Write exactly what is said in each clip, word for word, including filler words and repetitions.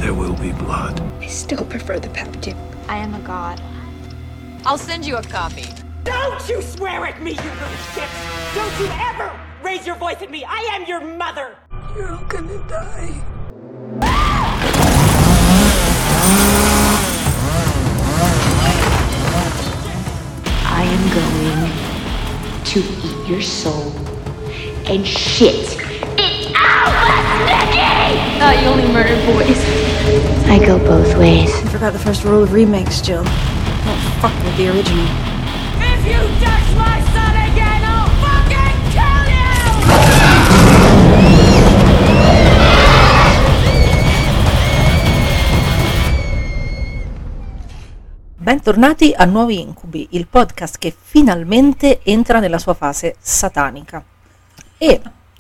there will be blood. I still prefer the Palpatine. I am a god. I'll send you a copy. Don't you swear at me, you little shit! Don't you ever raise your voice at me! I am your mother! You're gonna die. I am going to eat your soul and shit it out, Nicky! Thought you only murdered boys. I go both ways. You forgot the first rule of remakes, Jill. Don't fuck with the original. If you touch my son again, I'll fucking kill you! Bentornati a Nuovi Incubi, il podcast che finalmente entra nella sua fase satanica. E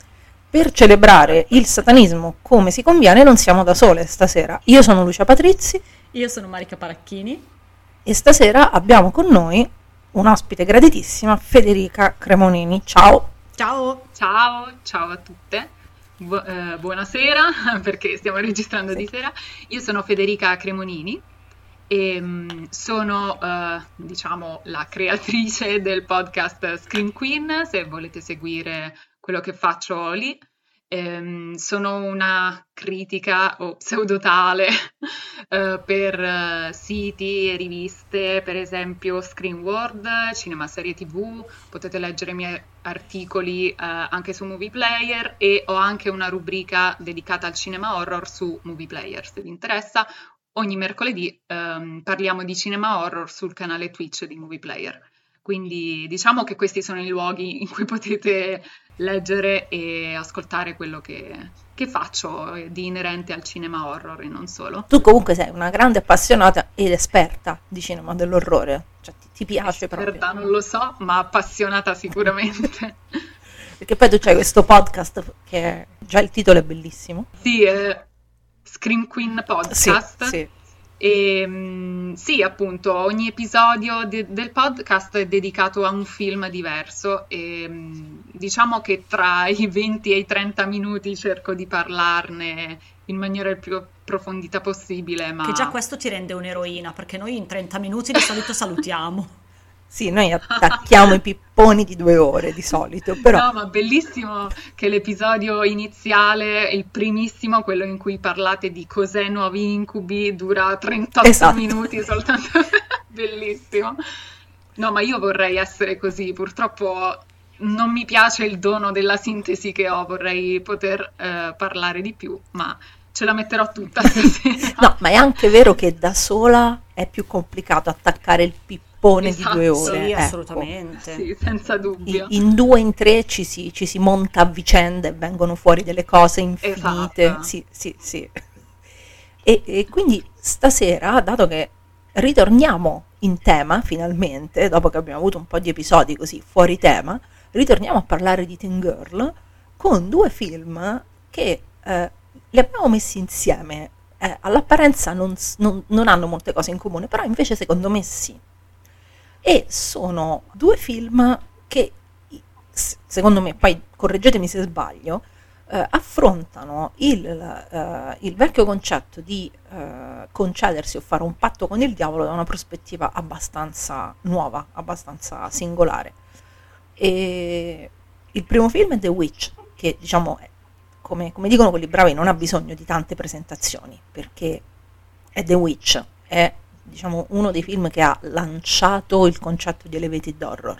per celebrare il satanismo come si conviene non siamo da sole stasera. Io sono Lucia Patrizi. Io sono Marica Paracchini. E stasera abbiamo con noi un'ospite graditissima, Federica Cremonini. Ciao! Ciao! Ciao, ciao a tutte. Bu- eh, buonasera, perché stiamo registrando Sì. di sera. Io sono Federica Cremonini e mh, sono, eh, diciamo, la creatrice del podcast Scream Queen, se volete seguire quello che faccio lì. Ehm, sono una critica o pseudotale eh, per eh, siti e riviste, per esempio Screen World, Cinema Serie tivù, potete leggere i miei articoli eh, anche su Movie Player, e ho anche una rubrica dedicata al cinema horror su Movie Player, se vi interessa. Ogni mercoledì ehm, parliamo di cinema horror sul canale Twitch di Movie Player. Quindi diciamo che questi sono i luoghi in cui potete leggere e ascoltare quello che, che faccio di inerente al cinema horror e non solo. Tu comunque sei una grande appassionata ed esperta di cinema dell'orrore, cioè ti, ti piace Esperta proprio. non lo so, ma appassionata sicuramente. Perché poi tu c'hai questo podcast che già il titolo è bellissimo. Sì, eh, Scream Queen Podcast. Sì, sì. E mh, sì, appunto, ogni episodio de- del podcast è dedicato a un film diverso e mh, diciamo che tra i venti e i trenta minuti cerco di parlarne in maniera il più approfondita possibile, ma... Che già questo ti rende un'eroina, perché noi in trenta minuti di solito salutiamo. Sì, noi attacchiamo i pipponi di due ore di solito, però... No, ma bellissimo che l'episodio iniziale, il primissimo, quello in cui parlate di cos'è Nuovi Incubi, dura trentotto Esatto. minuti soltanto. Bellissimo. No, ma io vorrei essere così, purtroppo non mi piace il dono della sintesi che ho, vorrei poter eh, parlare di più, ma ce la metterò tutta stasera. No, ma è anche vero che da sola è più complicato attaccare il pippone Esatto. di due ore. Sì, ecco. assolutamente. Sì, senza dubbio. In, in due, in tre ci si, ci si monta a vicenda e vengono fuori delle cose infinite. Esatto. Sì, sì, sì. E, e quindi stasera, dato che ritorniamo in tema finalmente, dopo che abbiamo avuto un po' di episodi così fuori tema, ritorniamo a parlare di Teen Girl con due film che eh, li abbiamo messi insieme. Eh, all'apparenza non, s- non- non hanno molte cose in comune, però invece secondo me sì. E sono due film che, s- secondo me, poi correggetemi se sbaglio, eh, affrontano il, eh, il vecchio concetto di eh, concedersi o fare un patto con il diavolo da una prospettiva abbastanza nuova, abbastanza singolare. E il primo film è The Witch, che diciamo, è, come, come dicono quelli bravi, non ha bisogno di tante presentazioni, perché è The Witch, è diciamo uno dei film che ha lanciato il concetto di elevated horror.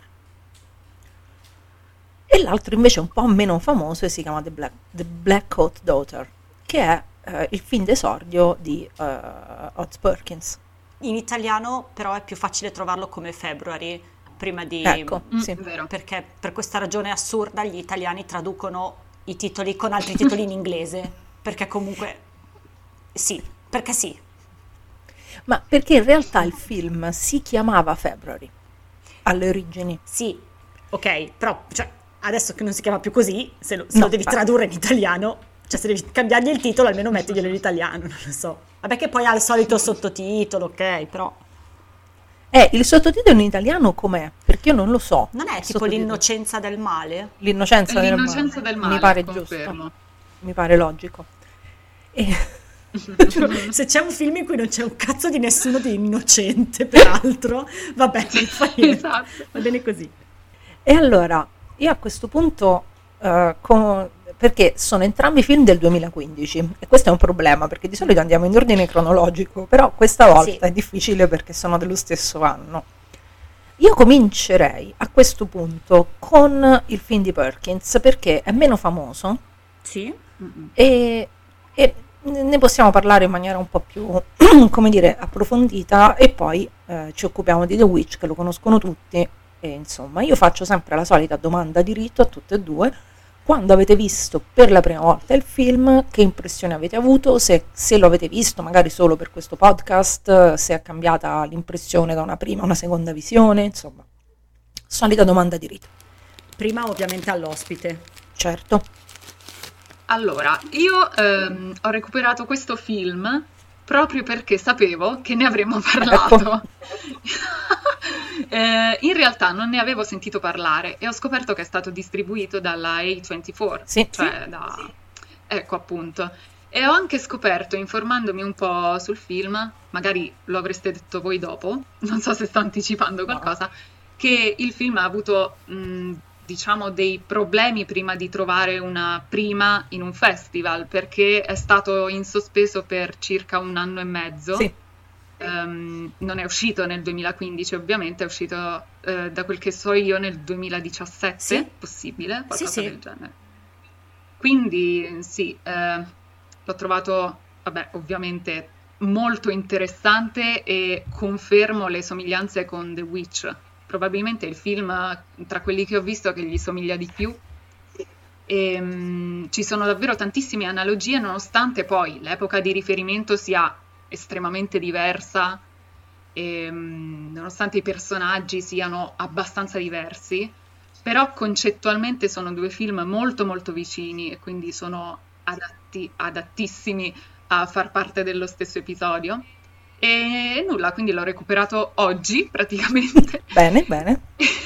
E l'altro invece è un po' meno famoso e si chiama The Black, The Black Coat Daughter, che è eh, il film d'esordio di uh, Oz Perkins. In italiano però è più facile trovarlo come February, prima di... Ecco, Mm, sì. vero. Perché per questa ragione assurda gli italiani traducono i titoli con altri titoli in inglese, perché comunque sì, perché sì. Ma perché in realtà il film si chiamava February alle origini. Sì, ok, però cioè, adesso che non si chiama più così, se lo, se No, lo devi ma- tradurre in italiano, cioè se devi cambiargli il titolo almeno mettiglielo in italiano, non lo so. Vabbè che poi ha il solito sottotitolo, ok, però... Eh, il sottotitolo in italiano com'è? Perché io non lo so. Non è Il tipo sottotitolo. l'innocenza del male? L'innocenza, L'innocenza del del male. male, Mi pare confermo. giusto. Mi pare logico. E, Cioè, se c'è un film in cui non c'è un cazzo di nessuno di innocente, peraltro, va bene, fa niente, Esatto. va bene così. E allora, io a questo punto, eh, con- perché sono entrambi film del duemilaquindici, e questo è un problema, perché di solito andiamo in ordine cronologico, però questa volta Sì. è difficile perché sono dello stesso anno. Io comincerei a questo punto con il film di Perkins, perché è meno famoso Sì? e, e ne possiamo parlare in maniera un po' più, come dire, approfondita, e poi eh, ci occupiamo di The Witch, che lo conoscono tutti, e insomma io faccio sempre la solita domanda di rito a tutte e due: quando avete visto per la prima volta il film, che impressione avete avuto, se, se lo avete visto magari solo per questo podcast, se è cambiata l'impressione da una prima a una seconda visione, insomma, solita domanda di rito. Prima ovviamente all'ospite. Certo. Allora, io ehm, ho recuperato questo film proprio perché sapevo che ne avremmo parlato. Eh, in realtà non ne avevo sentito parlare e ho scoperto che è stato distribuito dalla A ventiquattro, Sì. cioè da... Ecco appunto. E ho anche scoperto, informandomi un po' sul film, magari lo avreste detto voi dopo, non so se sto anticipando qualcosa, che il film ha avuto, mh, diciamo, dei problemi prima di trovare una prima in un festival, perché è stato in sospeso per circa un anno e mezzo. Sì. Ehm, non è uscito nel duemilaquindici, ovviamente, è uscito, eh, da quel che so io, nel duemiladiciassette, Sì. possibile, qualcosa Sì, sì. del genere. Quindi sì, eh, l'ho trovato, vabbè, ovviamente molto interessante e confermo le somiglianze con The Witch. Probabilmente è il film tra quelli che ho visto che gli somiglia di più. E, mm, ci sono davvero tantissime analogie, nonostante poi l'epoca di riferimento sia estremamente diversa e mm, nonostante i personaggi siano abbastanza diversi, però concettualmente sono due film molto molto vicini e quindi sono adatti, adattissimi a far parte dello stesso episodio. E nulla, quindi l'ho recuperato oggi praticamente. Bene, bene.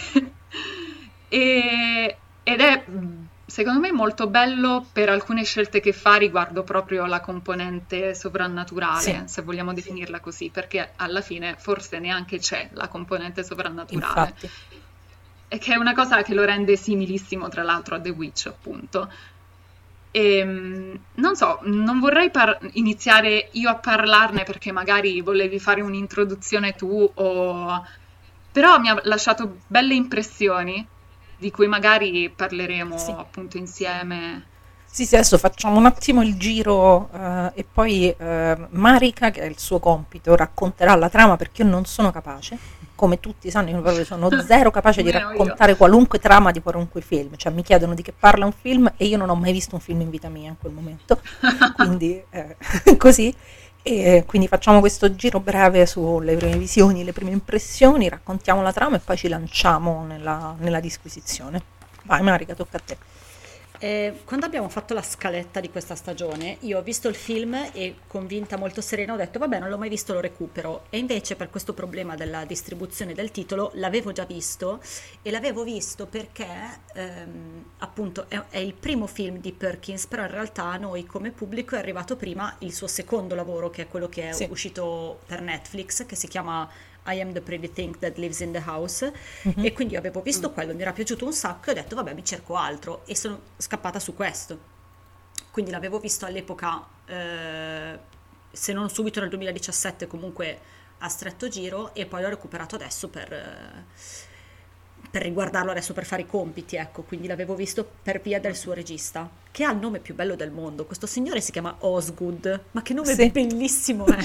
E- ed è secondo me molto bello per alcune scelte che fa riguardo proprio la componente sovrannaturale, Sì. se vogliamo definirla così, perché alla fine forse neanche c'è la componente sovrannaturale. Infatti. E che è una cosa che lo rende similissimo tra l'altro a The Witch, appunto. E, mh, non so, non vorrei par- iniziare io a parlarne perché magari volevi fare un'introduzione tu, o... però mi ha lasciato belle impressioni di cui magari parleremo Sì. appunto insieme. Sì, sì, adesso facciamo un attimo il giro eh, e poi eh, Marika, che è il suo compito, racconterà la trama, perché io non sono capace, come tutti sanno, io proprio sono zero capace di Nemmeno io. raccontare qualunque trama di qualunque film, cioè mi chiedono di che parla un film e io non ho mai visto un film in vita mia in quel momento, quindi eh, così, e quindi facciamo questo giro breve sulle prime visioni, le prime impressioni, raccontiamo la trama e poi ci lanciamo nella, nella disquisizione. Vai Marika, tocca a te. Eh, quando abbiamo fatto la scaletta di questa stagione, io ho visto il film e, convinta, molto serena, ho detto vabbè, non l'ho mai visto, lo recupero. E invece, per questo problema della distribuzione del titolo, l'avevo già visto, e l'avevo visto perché ehm, appunto è, è il primo film di Perkins, però in realtà a noi come pubblico è arrivato prima il suo secondo lavoro, che è quello che è Sì. uscito per Netflix, che si chiama I Am the Pretty Thing That Lives in the House. Mhm. E quindi io avevo visto quello, mi era piaciuto un sacco e ho detto vabbè, mi cerco altro, e sono scappata su questo. Quindi l'avevo visto all'epoca, eh, se non subito nel duemiladiciassette, comunque a stretto giro, e poi l'ho recuperato adesso per, eh, per riguardarlo adesso per fare i compiti, ecco. Quindi l'avevo visto per via del suo regista, che ha il nome più bello del mondo. Questo signore si chiama Osgood, ma che nome Sì. bellissimo è!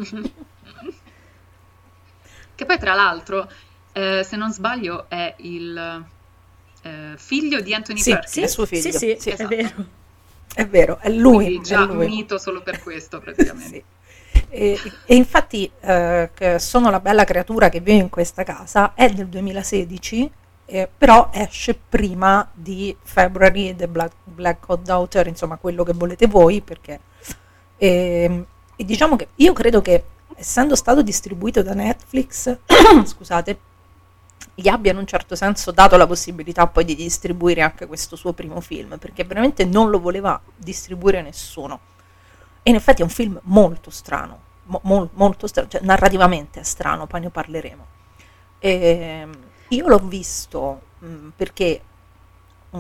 Che poi tra l'altro, eh, se non sbaglio, è il eh, figlio di Anthony Sì, Perkins. sì, è suo figlio. Sì, sì, Sì, è esatto. vero. È vero, è lui. Quindi è già lui. unito solo per questo praticamente. Sì. E, e infatti eh, che Sono la bella creatura che vive in questa casa è del duemilasedici, eh, però esce prima di February The Black, Black Hot Daughter, insomma quello che volete voi, perché e, e diciamo che io credo che, essendo stato distribuito da Netflix, scusate, gli abbia in un certo senso dato la possibilità poi di distribuire anche questo suo primo film, perché veramente non lo voleva distribuire nessuno. E in effetti è un film molto strano, mo- mol- molto strano, cioè narrativamente è strano, poi ne parleremo. E io l'ho visto mh, perché mh,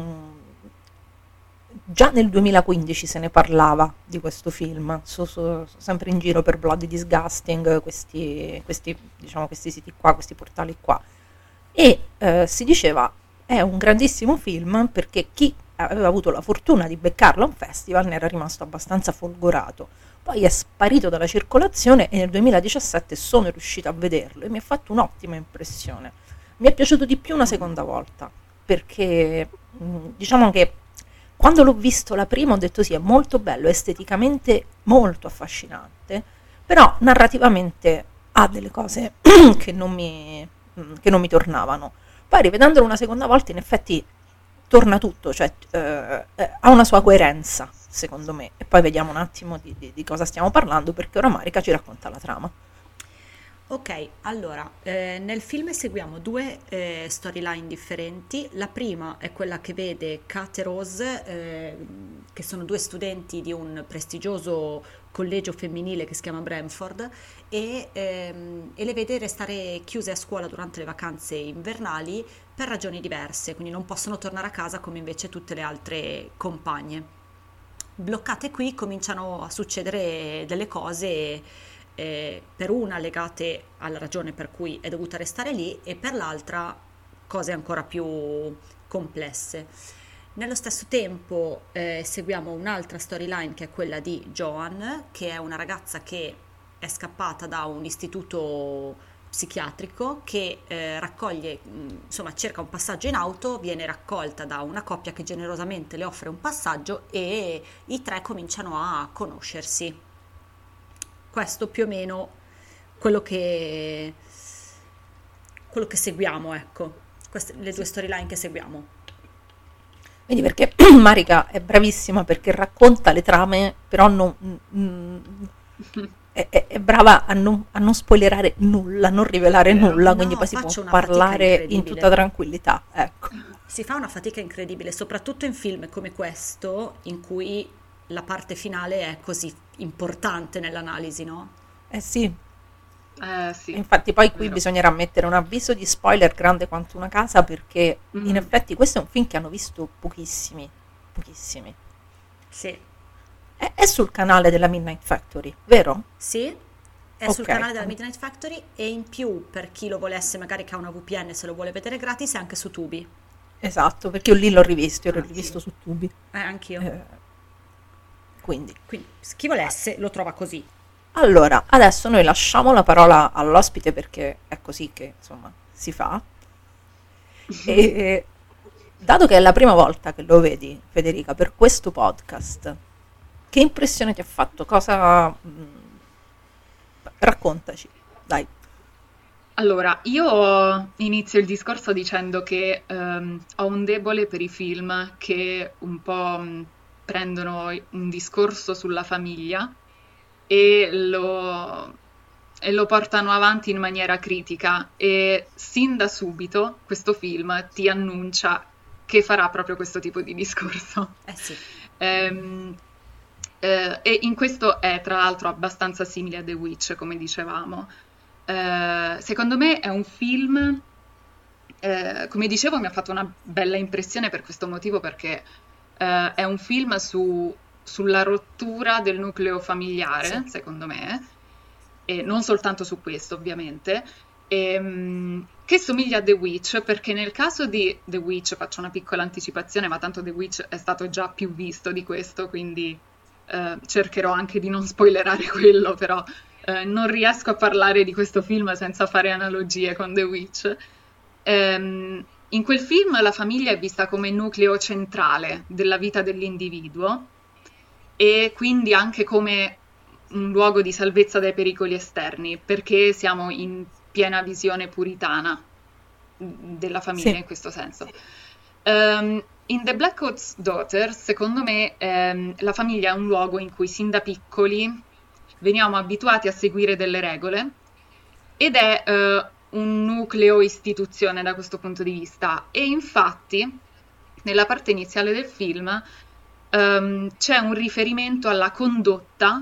già nel duemilaquindici se ne parlava di questo film, su- su- sempre in giro per Bloody Disgusting, questi, questi, diciamo, questi siti qua, questi portali qua. E eh, si diceva è un grandissimo film perché chi aveva avuto la fortuna di beccarlo a un festival ne era rimasto abbastanza folgorato. Poi è sparito dalla circolazione e nel duemiladiciassette sono riuscita a vederlo e mi ha fatto un'ottima impressione. Mi è piaciuto di più una seconda volta perché mh, diciamo che quando l'ho visto la prima ho detto sì, è molto bello, esteticamente molto affascinante, però narrativamente ha delle cose che non mi, che non mi tornavano. Poi rivedendolo una seconda volta in effetti torna tutto, cioè eh, eh, ha una sua coerenza secondo me, e poi vediamo un attimo di, di, di cosa stiamo parlando perché ora Marica ci racconta la trama. Ok, allora, eh, nel film seguiamo due eh, storyline differenti. La prima è quella che vede Kate e Rose, eh, che sono due studenti di un prestigioso collegio femminile che si chiama Bramford, e, ehm, e le vede restare chiuse a scuola durante le vacanze invernali per ragioni diverse, quindi non possono tornare a casa come invece tutte le altre compagne. Bloccate qui cominciano a succedere delle cose, eh, per una legate alla ragione per cui è dovuta restare lì e per l'altra cose ancora più complesse. Nello stesso tempo eh, seguiamo un'altra storyline che è quella di Joan, che è una ragazza che è scappata da un istituto psichiatrico che eh, raccoglie, mh, insomma cerca un passaggio in auto, viene raccolta da una coppia che generosamente le offre un passaggio e i tre cominciano a conoscersi. Questo più o meno quello che quello che seguiamo, ecco, queste le due storyline che seguiamo. Vedi perché Marica è bravissima perché racconta le trame, però non, mm, è, è- è brava a non, a non spoilerare nulla, a non rivelare nulla, No, quindi poi si può faccio una fatica parlare in incredibile. tutta tranquillità. Ecco. Si fa una fatica incredibile, soprattutto in film come questo, in cui la parte finale è così importante nell'analisi, no? Eh sì, Eh sì, infatti poi qui vero. bisognerà mettere un avviso di spoiler grande quanto una casa perché in Mhm. effetti questo è un film che hanno visto pochissimi, pochissimi. Sì. È, è sul canale della Midnight Factory, vero? Sì, è sul Ok. canale della Midnight Factory e in più, per chi lo volesse, magari che ha una V P N e se lo vuole vedere gratis, è anche su Tubi. Esatto, perché io lì l'ho rivisto, io l'ho Ah, rivisto sì. su Tubi. Eh, anch'io. Eh, quindi, Quindi, chi volesse lo trova così. allora, adesso noi lasciamo la parola all'ospite perché è così che, insomma, si fa. E dato che è la prima volta che lo vedi, Federica, per questo podcast, che impressione ti ha fatto? Cosa... mm, raccontaci, dai. Allora, io inizio il discorso dicendo che ehm, ho un debole per i film che un po' mh, prendono un discorso sulla famiglia e lo, e lo portano avanti in maniera critica e sin da subito questo film ti annuncia che farà proprio questo tipo di discorso. Eh sì. Ehm, eh, e in questo è tra l'altro abbastanza simile a The Witch, come dicevamo. Eh, secondo me è un film, eh, come dicevo, mi ha fatto una bella impressione per questo motivo, perché eh, è un film su- sulla rottura del nucleo familiare, Sì. secondo me, e non soltanto su questo, ovviamente, ehm, che somiglia a The Witch, perché nel caso di The Witch, faccio una piccola anticipazione, ma tanto The Witch è stato già più visto di questo, quindi eh, cercherò anche di non spoilerare quello, però eh, non riesco a parlare di questo film senza fare analogie con The Witch. Ehm, in quel film la famiglia è vista come nucleo centrale della vita dell'individuo e quindi anche come un luogo di salvezza dai pericoli esterni, perché siamo in piena visione puritana della famiglia Sì. in questo senso. Ehm, in The Black Coat's Daughter, secondo me, ehm, la famiglia è un luogo in cui sin da piccoli veniamo abituati a seguire delle regole ed è eh, un nucleo istituzione da questo punto di vista. E infatti, nella parte iniziale del film, ehm, c'è un riferimento alla condotta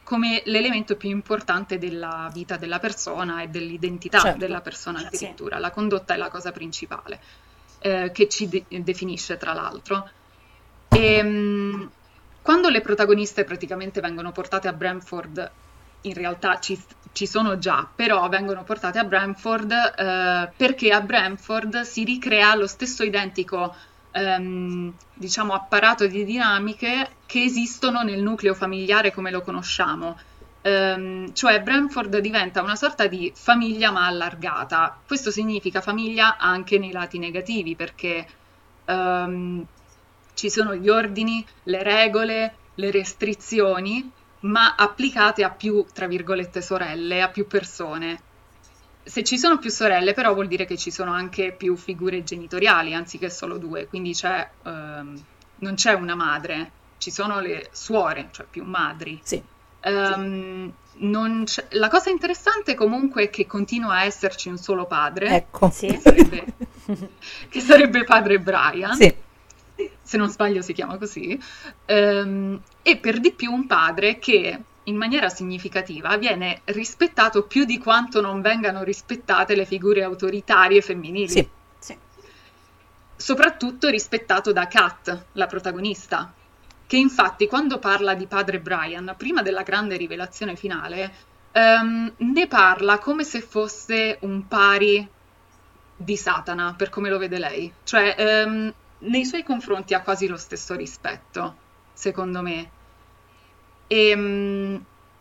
come l'elemento più importante della vita della persona e dell'identità Certo. della persona addirittura. La condotta è la cosa principale, eh, che ci de- definisce tra l'altro. E, mh, quando le protagoniste praticamente vengono portate a Bramford, in realtà ci, ci sono già, però vengono portate a Bramford eh, perché a Bramford si ricrea lo stesso identico ehm, diciamo apparato di dinamiche che esistono nel nucleo familiare come lo conosciamo. Ehm, cioè Bramford diventa una sorta di famiglia ma allargata. Questo significa famiglia anche nei lati negativi, perché ehm, ci sono gli ordini, le regole, le restrizioni, ma applicate a più, tra virgolette, sorelle, a più persone. Se ci sono più sorelle, però vuol dire che ci sono anche più figure genitoriali, anziché solo due, quindi c'è, ehm, non c'è una madre, ci sono le suore, cioè più madri. Sì. Ehm, non c'è- La cosa interessante comunque è che continua a esserci un solo padre, Ecco. Sì. che sarebbe, che sarebbe padre Brian, Sì. se non sbaglio si chiama così, ehm, e per di più un padre che in maniera significativa viene rispettato più di quanto non vengano rispettate le figure autoritarie femminili. Sì. Sì. Soprattutto rispettato da Kat, la protagonista, che infatti quando parla di padre Brian, prima della grande rivelazione finale, ehm, ne parla come se fosse un pari di Satana, per come lo vede lei. Cioè, ehm, nei suoi confronti ha quasi lo stesso rispetto, secondo me. E, mm,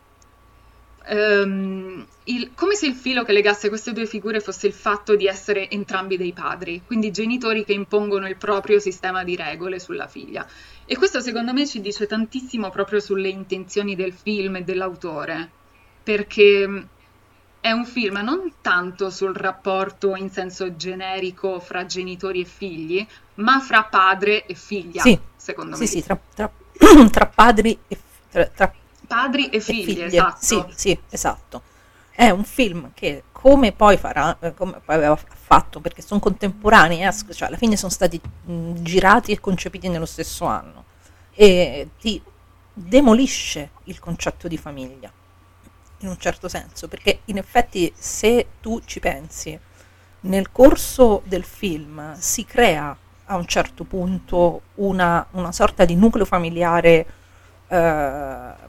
ehm, il- come se il filo che legasse queste due figure fosse il fatto di essere entrambi dei padri, quindi genitori che impongono il proprio sistema di regole sulla figlia. E questo secondo me ci dice tantissimo proprio sulle intenzioni del film e dell'autore, perché mm, è un film non tanto sul rapporto in senso generico fra genitori e figli, ma fra padre e figlia, Sì. secondo Sì, me. sì, tra, tra- tra padri e, tra, tra Padri e e figlie, figlie. esatto. Sì, sì, esatto. È un film che come poi farà, eh, come poi aveva fatto, perché sono contemporanei, eh, cioè alla fine sono stati mh, girati e concepiti nello stesso anno, e ti demolisce il concetto di famiglia, in un certo senso, perché in effetti se tu ci pensi, nel corso del film si crea a un certo punto una, una sorta di nucleo familiare eh,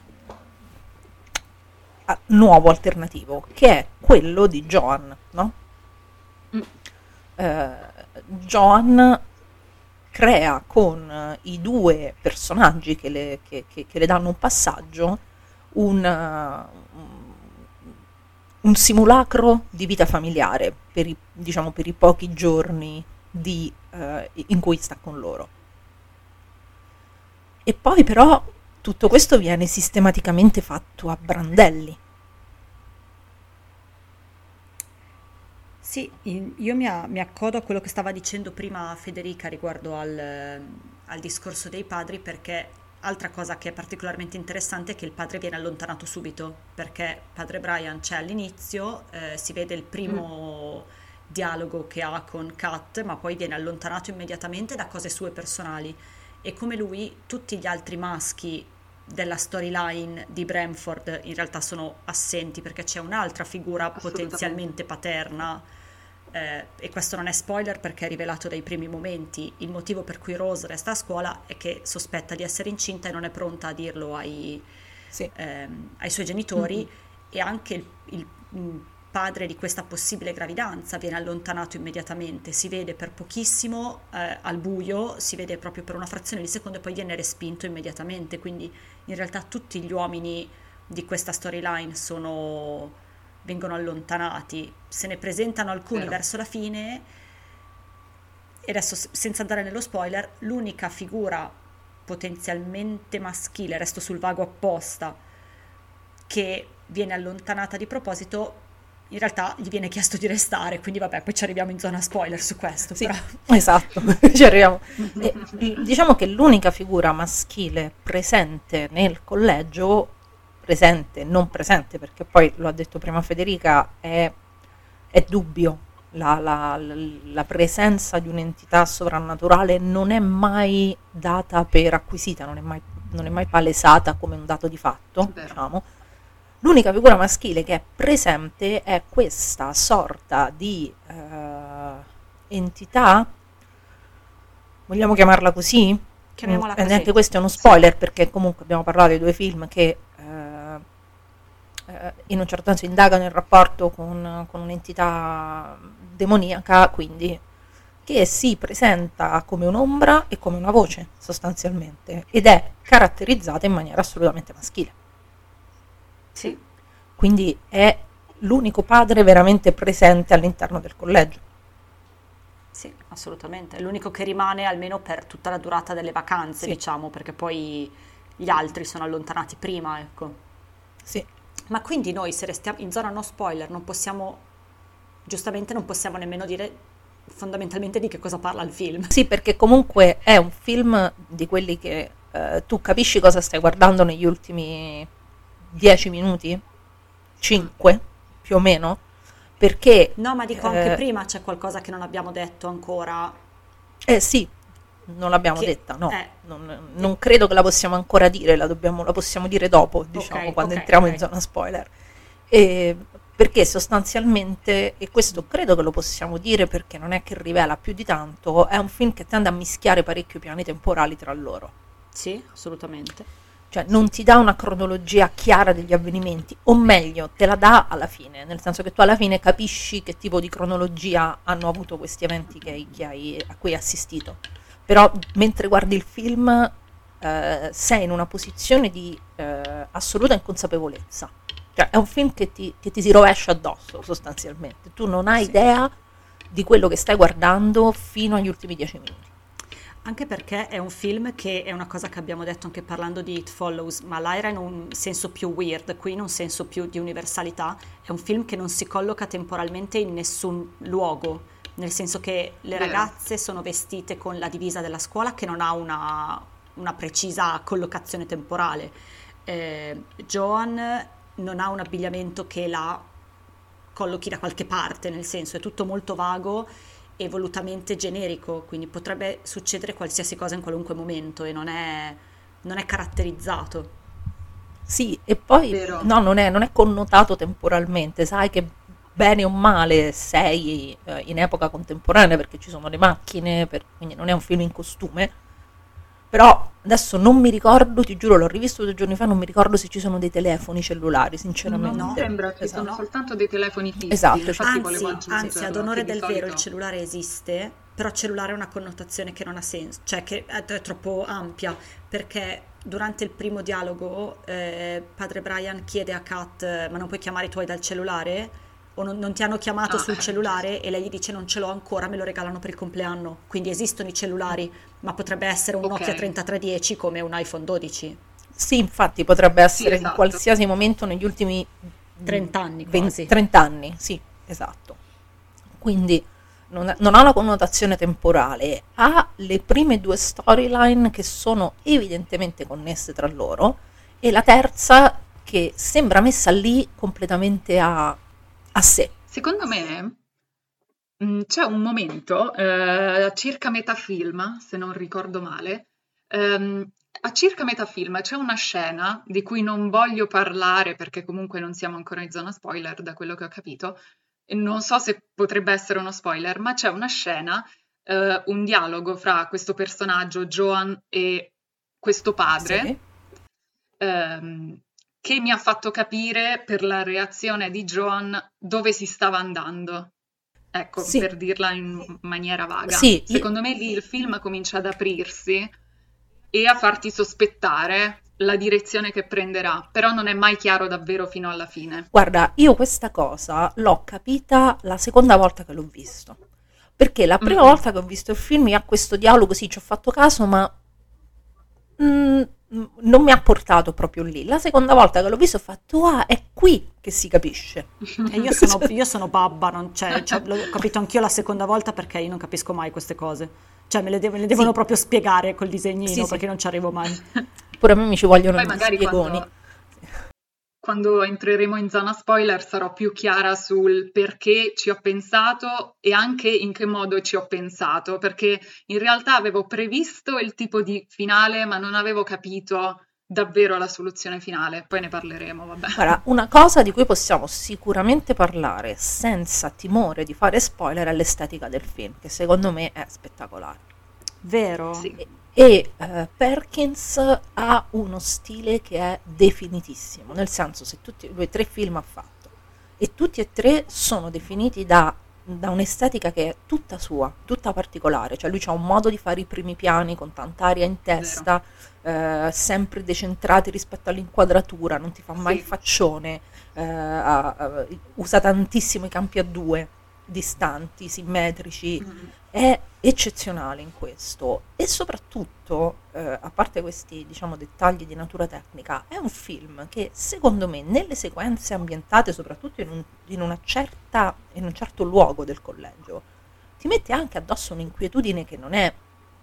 a- nuovo, alternativo, che è quello di Joan, no? Mm. Eh, Joan crea con eh, i due personaggi che le, che- che- che le danno un passaggio un, uh, un simulacro di vita familiare per i, diciamo, per i pochi giorni di, eh, in cui sta con loro. E poi però tutto questo viene sistematicamente fatto a brandelli. Sì, in- io mi, a- mi accodo a quello che stava dicendo prima Federica riguardo al, eh, al discorso dei padri, perché altra cosa che è particolarmente interessante è che il padre viene allontanato subito, perché padre Brian c'è all'inizio, eh, si vede il primo dialogo che ha con Kat, ma poi viene allontanato immediatamente da cose sue personali. E come lui, tutti gli altri maschi della storyline di Bramford in realtà sono assenti, perché c'è un'altra figura Assolutamente. potenzialmente paterna, eh, e questo non è spoiler perché è rivelato dai primi momenti. Il motivo per cui Rose resta a scuola è che sospetta di essere incinta e non è pronta a dirlo ai, Sì. ehm, ai suoi genitori, e anche il, il- il padre di questa possibile gravidanza viene allontanato immediatamente, si vede per pochissimo eh, al buio, si vede proprio per una frazione di secondo e poi viene respinto immediatamente. Quindi in realtà tutti gli uomini di questa storyline sono, vengono allontanati, se ne presentano alcuni Vero. verso la fine. E adesso, s- senza andare nello spoiler, l'unica figura potenzialmente maschile, resto sul vago apposta, che viene allontanata di proposito, in realtà gli viene chiesto di restare, quindi vabbè, poi ci arriviamo in zona spoiler su questo. Sì, Però esatto, ci arriviamo. E, l- diciamo che l'unica figura maschile presente nel collegio, presente, non presente, perché poi lo ha detto prima Federica, è, è dubbio. La, la- l- la presenza di un'entità sovrannaturale non è mai data per acquisita, non è mai non è mai palesata come un dato di fatto, Vero. diciamo. L'unica figura maschile che è presente è questa sorta di eh, entità, vogliamo chiamarla così? Chiamiamola Mm, così. E neanche questo è uno spoiler, perché comunque abbiamo parlato di due film che eh, eh, in un certo senso indagano il rapporto con, con un'entità demoniaca, quindi che si presenta come un'ombra e come una voce sostanzialmente, ed è caratterizzata in maniera assolutamente maschile. Sì, Quindi è l'unico padre veramente presente all'interno del collegio. sì, assolutamente. È l'unico che rimane almeno per tutta la durata delle vacanze, Sì. diciamo, perché poi gli altri sono allontanati prima, ecco. Sì. Ma quindi noi, se restiamo in zona no spoiler, non possiamo, giustamente non possiamo nemmeno dire fondamentalmente di che cosa parla il film. Sì, perché comunque è un film di quelli che eh, tu capisci cosa stai guardando negli ultimi dieci minuti? cinque, più o meno? Perché... No, ma dico anche eh, prima c'è qualcosa che non abbiamo detto ancora. Eh sì, non l'abbiamo Che- detta, no. eh. Non, non credo che la possiamo ancora dire, la, dobbiamo, la possiamo dire dopo, diciamo, Ok, quando ok, entriamo ok. in zona spoiler. E, perché sostanzialmente, e questo credo che lo possiamo dire perché non è che rivela più di tanto, è un film che tende a mischiare parecchio piani temporali tra loro. Sì, assolutamente. Cioè non ti dà una cronologia chiara degli avvenimenti, o meglio, te la dà alla fine, nel senso che tu alla fine capisci che tipo di cronologia hanno avuto questi eventi che, hai- che hai- a cui hai assistito. Però mentre guardi il film eh, sei in una posizione di eh, assoluta inconsapevolezza. Cioè è un film che ti, che ti si rovescia addosso sostanzialmente. Tu non hai Sì. idea di quello che stai guardando fino agli ultimi dieci minuti. Anche perché è un film che è una cosa che abbiamo detto anche parlando di It Follows, ma là era in un senso più weird, qui in un senso più di universalità. È un film che non si colloca temporalmente in nessun luogo, nel senso che le Vero. ragazze sono vestite con la divisa della scuola che non ha una, una precisa collocazione temporale. Eh, Joan non ha un abbigliamento che la collochi da qualche parte, nel senso è tutto molto vago e volutamente generico, quindi potrebbe succedere qualsiasi cosa in qualunque momento e non è, non è caratterizzato. Sì, e poi Vero. no, non è, non è connotato temporalmente, sai che bene o male sei eh, in epoca contemporanea perché ci sono le macchine, per- quindi non è un film in costume, però adesso non mi ricordo, ti giuro, l'ho rivisto due giorni fa, non mi ricordo se ci sono dei telefoni cellulari, sinceramente. No, sembra che Esatto. sono soltanto dei telefoni fissi. Esatto, Infatti Anzi, volevo anzi, aggiungerlo, ad onore che di del vero, il solito- cellulare esiste, però cellulare è una connotazione che non ha senso, cioè che è, è troppo ampia, perché durante il primo dialogo eh, padre Brian chiede a Kat, eh, ma non puoi chiamare i tuoi dal cellulare? O non, non ti hanno chiamato Ah, sul eh, cellulare? E lei gli dice non ce l'ho ancora, me lo regalano per il compleanno. Quindi esistono i cellulari, ma potrebbe essere un Ok. Nokia trentatré dieci come un iPhone dodici. Sì, infatti potrebbe essere in esatto. qualsiasi momento negli ultimi trenta anni venti quasi. trenta anni, sì, esatto. Quindi non, non ha una connotazione temporale, ha le prime due storyline che sono evidentemente connesse tra loro e la terza che sembra messa lì completamente a, a sé. Secondo me mh, c'è un momento, eh, a circa metà film, se non ricordo male, ehm, a circa metà film c'è una scena di cui non voglio parlare perché comunque non siamo ancora in zona spoiler, da quello che ho capito, e non so se potrebbe essere uno spoiler, ma c'è una scena, eh, un dialogo fra questo personaggio, Joan, e questo padre, Sì. ehm, che mi ha fatto capire per la reazione di Joan dove si stava andando. Ecco, Sì. per dirla in maniera vaga. Sì, Secondo me lì il film comincia ad aprirsi e a farti sospettare la direzione che prenderà, però non è mai chiaro davvero fino alla fine. Guarda, io questa cosa l'ho capita la seconda volta che l'ho visto. Perché la prima Mm. volta che ho visto il film mi ha questo dialogo, sì, ci ho fatto caso, ma mm, mm, non mi ha portato proprio lì. La seconda volta che l'ho visto ho fatto, ah, è qui che si capisce. E io sono, io sono babba, non, cioè, cioè, l'ho capito anch'io la seconda volta perché io non capisco mai queste cose. Cioè me le, devo- me le devono Sì. proprio spiegare col disegnino Sì, sì. perché non ci arrivo mai. Pure a me mi ci vogliono Poi gli magari spiegoni. quando, quando entreremo in zona spoiler sarò più chiara sul perché ci ho pensato e anche in che modo ci ho pensato, perché in realtà avevo previsto il tipo di finale, ma non avevo capito davvero la soluzione finale. Poi ne parleremo, vabbè. Guarda, una cosa di cui possiamo sicuramente parlare senza timore di fare spoiler è l'estetica del film, che secondo me è spettacolare. Vero? Sì. E eh, Perkins ha uno stile che è definitissimo, nel senso, se tutti lui tre film ha fatto e tutti e tre sono definiti da, da un'estetica che è tutta sua, tutta particolare, cioè lui ha un modo di fare i primi piani con tanta aria in testa, eh, sempre decentrati rispetto all'inquadratura, non ti fa mai Sì. il faccione, eh, ha- ha- usa tantissimo i campi a due, distanti, simmetrici, è eccezionale in questo e soprattutto, eh, a parte questi diciamo dettagli di natura tecnica, è un film che secondo me nelle sequenze ambientate soprattutto in un, in una certa, in un certo luogo del collegio ti mette anche addosso un'inquietudine che non è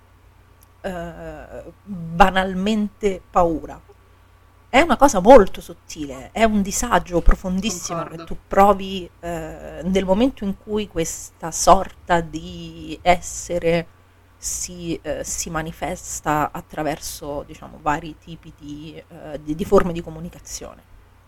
eh, banalmente paura, è una cosa molto sottile, è un disagio profondissimo Concordo. che tu provi eh, nel momento in cui questa sorta di essere si, eh, si manifesta attraverso diciamo vari tipi di, eh, di, di forme di comunicazione.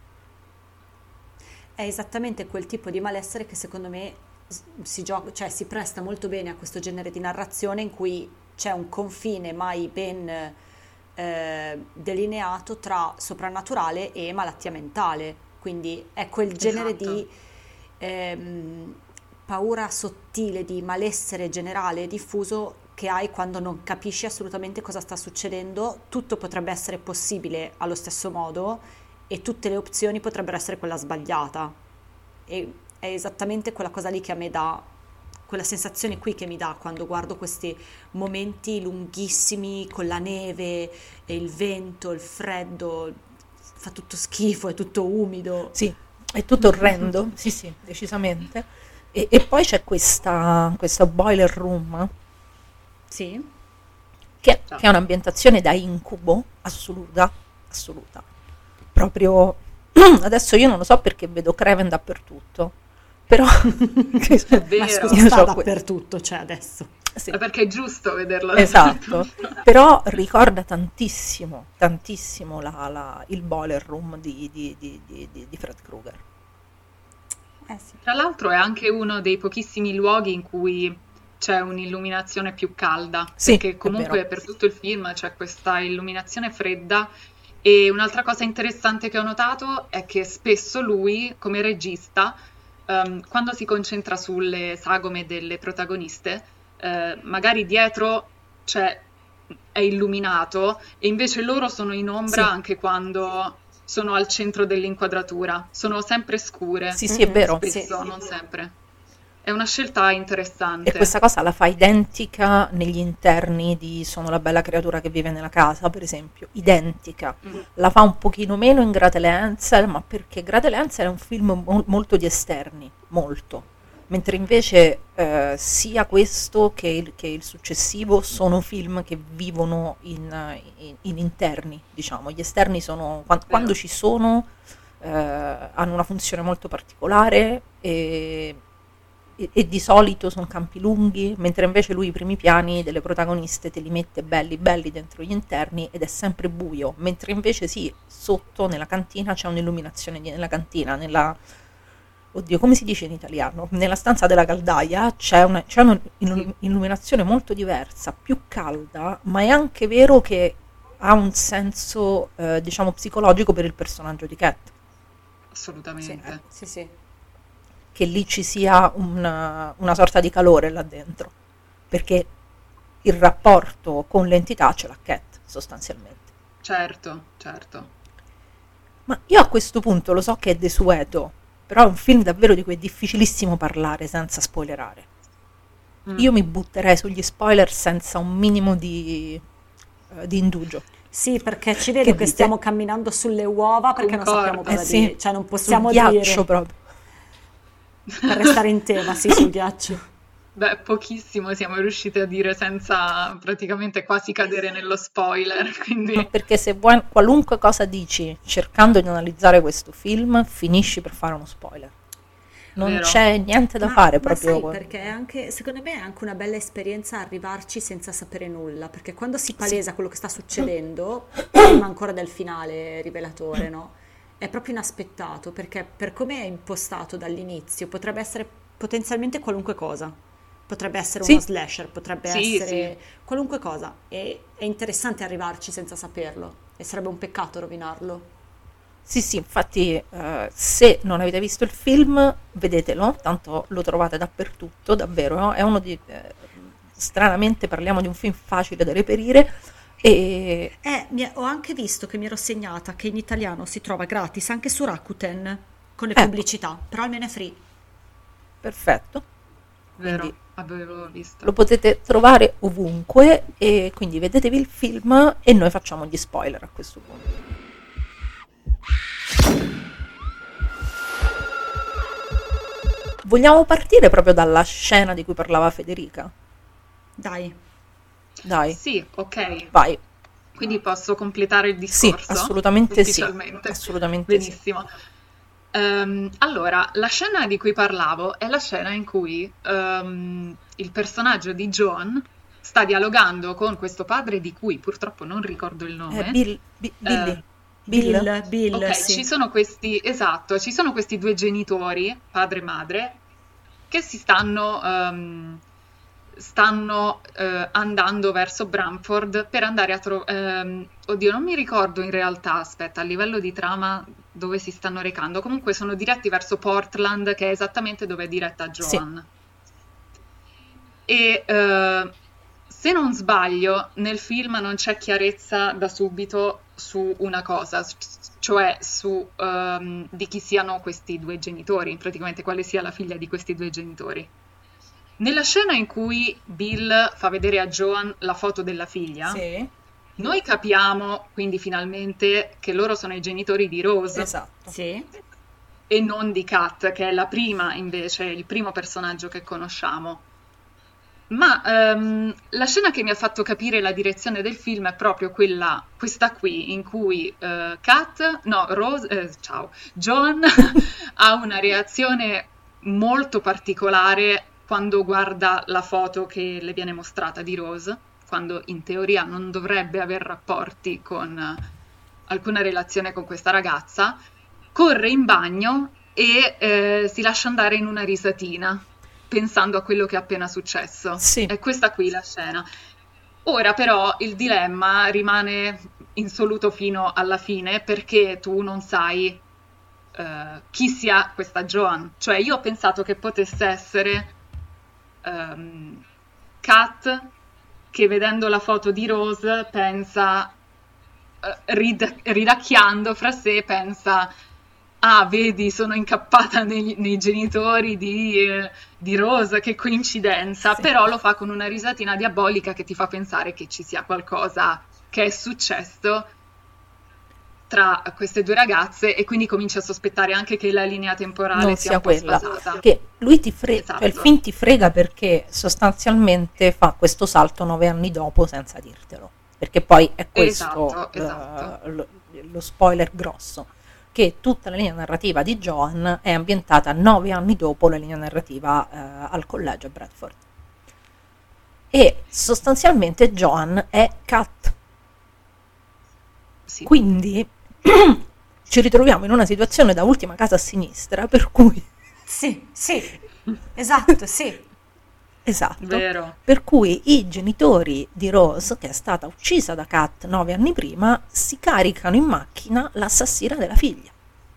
È esattamente quel tipo di malessere che secondo me s- si gioca, cioè si presta molto bene a questo genere di narrazione in cui c'è un confine mai ben eh, delineato tra soprannaturale e malattia mentale. Quindi è quel genere Esatto. di ehm, paura sottile, di malessere generale e diffuso che hai quando non capisci assolutamente cosa sta succedendo. Tutto potrebbe essere possibile allo stesso modo e tutte le opzioni potrebbero essere quella sbagliata. E è esattamente quella cosa lì che a me dà, quella sensazione qui che mi dà quando guardo questi momenti lunghissimi con la neve e il vento, il freddo, fa tutto schifo, è tutto umido. Sì, è tutto orrendo, sì sì, decisamente. E, e poi c'è questa, questa boiler room Sì, che, che è un'ambientazione da incubo assoluta, assoluta. Proprio adesso io non lo so perché vedo Craven dappertutto, però che- È vero. ma scusa, Io sta c'ho que- dappertutto, cioè adesso. sì, È perché è giusto vederlo esatto, dappertutto. però ricorda tantissimo, tantissimo la- la- il boiler room di, di- di- di- di- di Fred Krueger. Eh sì. Tra l'altro è anche uno dei pochissimi luoghi in cui c'è un'illuminazione più calda, Sì, perché è comunque vero. per tutto il film c'è questa illuminazione fredda. E un'altra cosa interessante che ho notato è che spesso lui, come regista, ehm, quando si concentra sulle sagome delle protagoniste, eh, magari dietro c'è, è illuminato e invece loro sono in ombra Sì. anche quando sono al centro dell'inquadratura. Sono sempre scure, Sì, sì, è Mhm, vero. spesso, Sì. non sempre. È una scelta interessante. E questa cosa la fa identica negli interni di Sono la bella creatura che vive nella casa, per esempio, identica. Mm. La fa un pochino meno in Gretel e Hansel, ma perché Gretel e Hansel è un film mo- molto di esterni, molto. Mentre invece eh, sia questo che il, che il successivo sono film che vivono in, in- in interni, diciamo. Gli esterni sono, quan- quando ci sono, eh, hanno una funzione molto particolare e, e- e di solito sono campi lunghi, mentre invece lui i primi piani delle protagoniste te li mette belli belli dentro gli interni ed è sempre buio, mentre invece sì, sotto nella cantina c'è un'illuminazione di- nella cantina, nella oddio, come si dice in italiano? Nella stanza della caldaia c'è una- c'è un'illuminazione molto diversa, più calda, ma è anche vero che ha un senso, eh, diciamo, psicologico per il personaggio di Cat, Sì, Assolutamente. sì, sì. che lì ci sia una, una sorta di calore là dentro, perché il rapporto con l'entità ce l'ha Cat, sostanzialmente. Certo, certo. Ma io a questo punto lo so che è desueto, però è un film davvero di cui è difficilissimo parlare senza spoilerare. Mm. Io mi butterei sugli spoiler senza un minimo di, eh, di indugio. Sì, perché ci vedo Che che, dite? stiamo camminando sulle uova perché non Concordo. sappiamo cosa Eh sì, dire, cioè non possiamo sul ghiaccio dire proprio. per restare in tema, sì, sul ghiaccio. Beh, pochissimo siamo riusciti a dire senza praticamente quasi cadere nello spoiler, quindi Perché se vuoi qualunque cosa dici cercando di analizzare questo film, finisci per fare uno spoiler. Non Vero. c'è niente da Ma, fare ma proprio. sai perché è anche, secondo me è anche una bella esperienza arrivarci senza sapere nulla, perché quando si palesa quello che sta succedendo, prima ancora del finale rivelatore, no? È proprio inaspettato, perché per come è impostato dall'inizio potrebbe essere potenzialmente qualunque cosa. Potrebbe essere Sì. uno slasher, potrebbe Sì, essere qualunque cosa. E è interessante arrivarci senza saperlo e sarebbe un peccato rovinarlo. Sì, sì, infatti eh, se non avete visto il film, vedetelo, tanto lo trovate dappertutto, davvero, è uno di... eh, stranamente parliamo di un film facile da reperire e... Eh, mi- ho anche visto che mi ero segnata che in italiano si trova gratis anche su Rakuten con le Ecco. pubblicità, però almeno è free. perfetto, vero, quindi avevo visto. lo potete trovare ovunque e quindi vedetevi il film e noi facciamo gli spoiler a questo punto. Vogliamo partire proprio dalla scena di cui parlava Federica? Dai, Dai, Sì, ok. vai. Quindi posso completare il Sì, discorso? assolutamente sì. Ufficialmente. Assolutamente sì. Benissimo. Ehm, allora, la scena di cui parlavo è la scena in cui ehm, il personaggio di Joan sta dialogando con questo padre di cui purtroppo non ricordo il nome. Eh, Bill, Bi- Billy. Eh, Bill? Bill, Bill, Ok, sì. ci sono questi, esatto, ci sono questi due genitori, padre e madre, che si stanno, ehm, stanno eh, andando verso Bramford per andare a trovare... oddio, non mi ricordo in realtà, aspetta, a livello di trama dove si stanno recando. Comunque sono diretti verso Portland, che è esattamente dove è diretta Joan. E eh, se non sbaglio, nel film non c'è chiarezza da subito su una cosa, c- cioè su ehm, di chi siano questi due genitori, praticamente quale sia la figlia di questi due genitori. Nella scena in cui Bill fa vedere a Joan la foto della figlia, Sì, noi capiamo quindi finalmente che loro sono i genitori di Rose esatto. Sì. e non di Kat, che è la prima invece, il primo personaggio che conosciamo. Ma ehm, la scena che mi ha fatto capire la direzione del film è proprio quella, questa qui, in cui eh, Kat, no, Rose, eh, ciao, Joan ha una reazione molto particolare quando guarda la foto che le viene mostrata di Rose, quando in teoria non dovrebbe aver rapporti con eh, alcuna relazione con questa ragazza, corre in bagno e eh, si lascia andare in una risatina, pensando a quello che è appena successo. Sì. È questa qui la scena. Ora però il dilemma rimane insoluto fino alla fine, perché tu non sai eh, chi sia questa Joan. Cioè io ho pensato che potesse essere ehm, Kat, che vedendo la foto di Rose pensa, eh, rid- ridacchiando fra sé, pensa: ah, vedi, sono incappata nei, nei genitori di, eh, di Rose, che coincidenza. Sì. Però lo fa con una risatina diabolica che ti fa pensare che ci sia qualcosa che è successo tra queste due ragazze, e quindi cominci a sospettare anche che la linea temporale Non sia sia un po' quella. sfasata. Che lui ti frega, Esatto. cioè il film ti frega perché sostanzialmente fa questo salto nove anni dopo senza dirtelo. Perché poi è questo Esatto, eh, esatto. lo, lo spoiler grosso, che tutta la linea narrativa di Joan è ambientata nove anni dopo la linea narrativa eh, al collegio a Bradford. E sostanzialmente Joan è Kat. Sì. Quindi ci ritroviamo in una situazione da ultima casa a sinistra, per cui Sì, sì, esatto, sì. esatto, Vero. per cui i genitori di Rose, che è stata uccisa da Kat nove anni prima, si caricano in macchina l'assassina della figlia.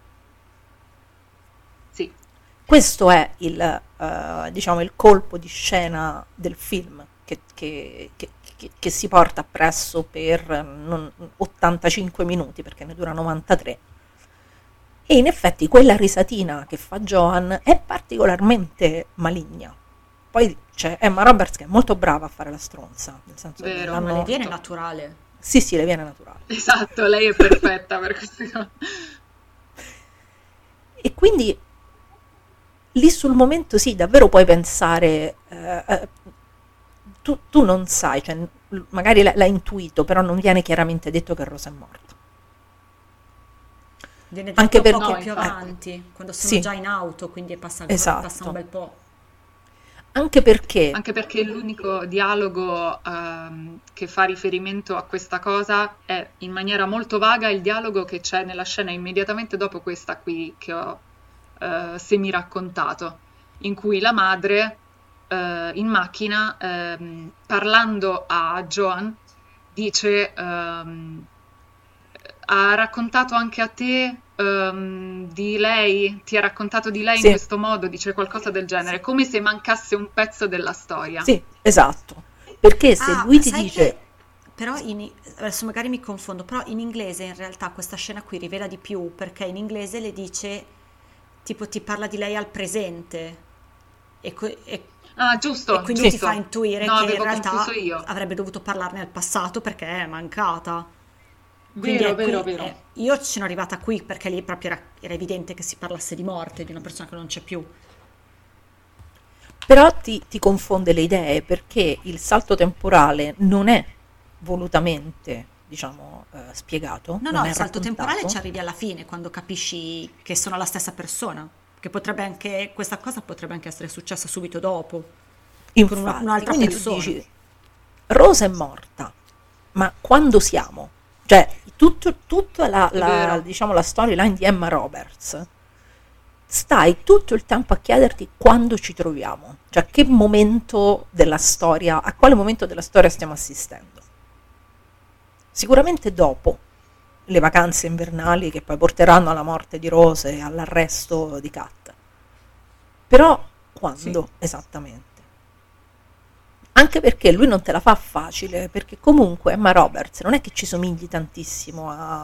Sì. Questo è il, eh, diciamo, il colpo di scena del film che, che- che- che- che si porta appresso per eh, non- ottantacinque minuti, perché ne dura novantatré. E in effetti quella risatina che fa Joan è particolarmente maligna. Poi c'è Emma Roberts che è molto brava a fare la stronza, nel senso che Vero, Ma l'hanno- le viene naturale. Sì, sì, le viene naturale. Esatto, lei è perfetta per queste cose. E quindi lì sul momento sì, davvero puoi pensare, eh, eh, tu, tu non sai, cioè, magari l'hai intuito, però non viene chiaramente detto che Rose è morta. Viene detto Anche un per- po' no, più infatti. avanti, quando sono Sì. già in auto, quindi passa, Esatto. passa un bel po'. Anche perché, Anche perché l'unico dialogo ehm, che fa riferimento a questa cosa è in maniera molto vaga il dialogo che c'è nella scena immediatamente dopo questa qui che ho eh, semi-raccontato, in cui la madre eh, in macchina, ehm, parlando a Joan, dice ehm, ha raccontato anche a te ehm, di lei, ti ha raccontato di lei Sì. in questo modo, dice qualcosa del genere, come se mancasse un pezzo della storia. sì, esatto, perché se Ah, lui ti sai dice... che- però in, adesso magari mi confondo, però in inglese in realtà questa scena qui rivela di più, perché in inglese le dice, tipo ti parla di lei al presente, e, co- e- Ah, giusto, e quindi giusto. ti fa intuire No, che in avevo realtà confuso io. avrebbe dovuto parlarne al passato perché è mancata. Quindi Vero, è qui- vero, vero. eh, io ci sono arrivata qui perché lì proprio era, era evidente che si parlasse di morte, di una persona che non c'è più. Però ti, ti confonde le idee perché il salto temporale non è volutamente, diciamo, eh, spiegato. No, non no, è il salto raccontato. temporale ci arrivi alla fine, quando capisci che sono la stessa persona. Che potrebbe anche, questa cosa potrebbe anche essere successa subito dopo. Infatti, con una- un'altra quindi tu persona. dici, Rosa è morta, ma quando siamo? Cioè, tutto, tutta la, la, vero. diciamo, la storyline di Emma Roberts, stai tutto il tempo a chiederti quando ci troviamo, cioè che momento della storia, a quale momento della storia stiamo assistendo. Sicuramente dopo le vacanze invernali che poi porteranno alla morte di Rose e all'arresto di Kat. Però quando esattamente? Anche perché lui non te la fa facile, perché comunque Emma Roberts non è che ci somigli tantissimo a...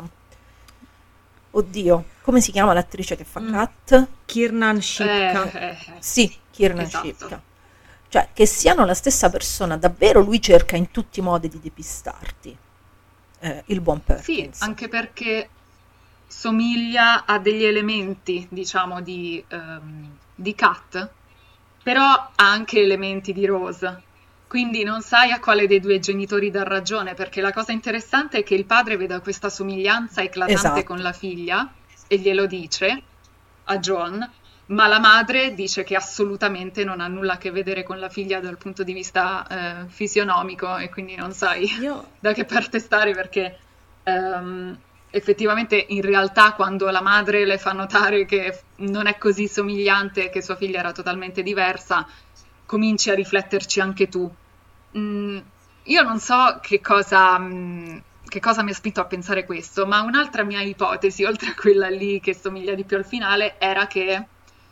Oddio, come si chiama l'attrice che fa Mm. Kat? Kiernan Shipka. Eh, eh, eh. Sì, Kiernan Esatto. Shipka. Cioè, che siano la stessa persona, davvero lui cerca in tutti i modi di depistarti eh, il buon Sì, Perkins. anche perché somiglia a degli elementi, diciamo, di, ehm, di Kat, però ha anche elementi di Rose. Quindi non sai a quale dei due genitori dar ragione, perché la cosa interessante è che il padre vede questa somiglianza eclatante Esatto. con la figlia e glielo dice a Joan, ma la madre dice che assolutamente non ha nulla a che vedere con la figlia dal punto di vista eh, fisionomico, e quindi non sai Io da che parte stare, perché ehm, effettivamente in realtà quando la madre le fa notare che non è così somigliante, che sua figlia era totalmente diversa, cominci a rifletterci anche tu. Mm, io non so che cosa, mm, che cosa mi ha spinto a pensare questo, ma un'altra mia ipotesi, oltre a quella lì che somiglia di più al finale, era che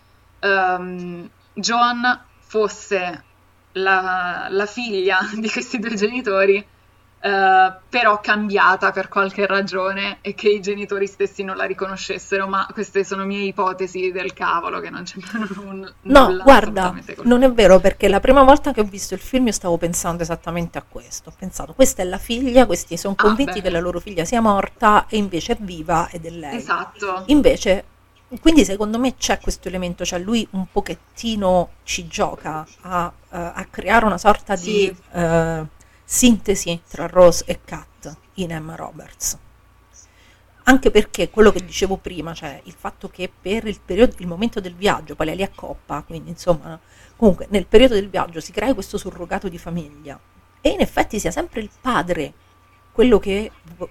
ehm, Joan fosse la, la figlia di questi due genitori, eh, però cambiata per qualche ragione, e che i genitori stessi non la riconoscessero, ma queste sono mie ipotesi del cavolo che non c'entrano nun- No, nulla guarda, assolutamente con... non è vero, perché la prima volta che ho visto il film io stavo pensando esattamente a questo. Ho pensato, questa è la figlia, questi sono Ah, convinti beh. che la loro figlia sia morta e invece è viva ed è lei. Esatto. Invece, quindi secondo me c'è questo elemento, cioè lui un pochettino ci gioca a, eh, a creare una sorta Sì. di eh, sintesi tra Rose e Kat in Emma Roberts. Anche perché quello che dicevo prima, cioè il fatto che per il periodo, il momento del viaggio, poi lei li accoppa, quindi insomma, comunque nel periodo del viaggio si crea questo surrogato di famiglia e in effetti sia sempre il padre quello che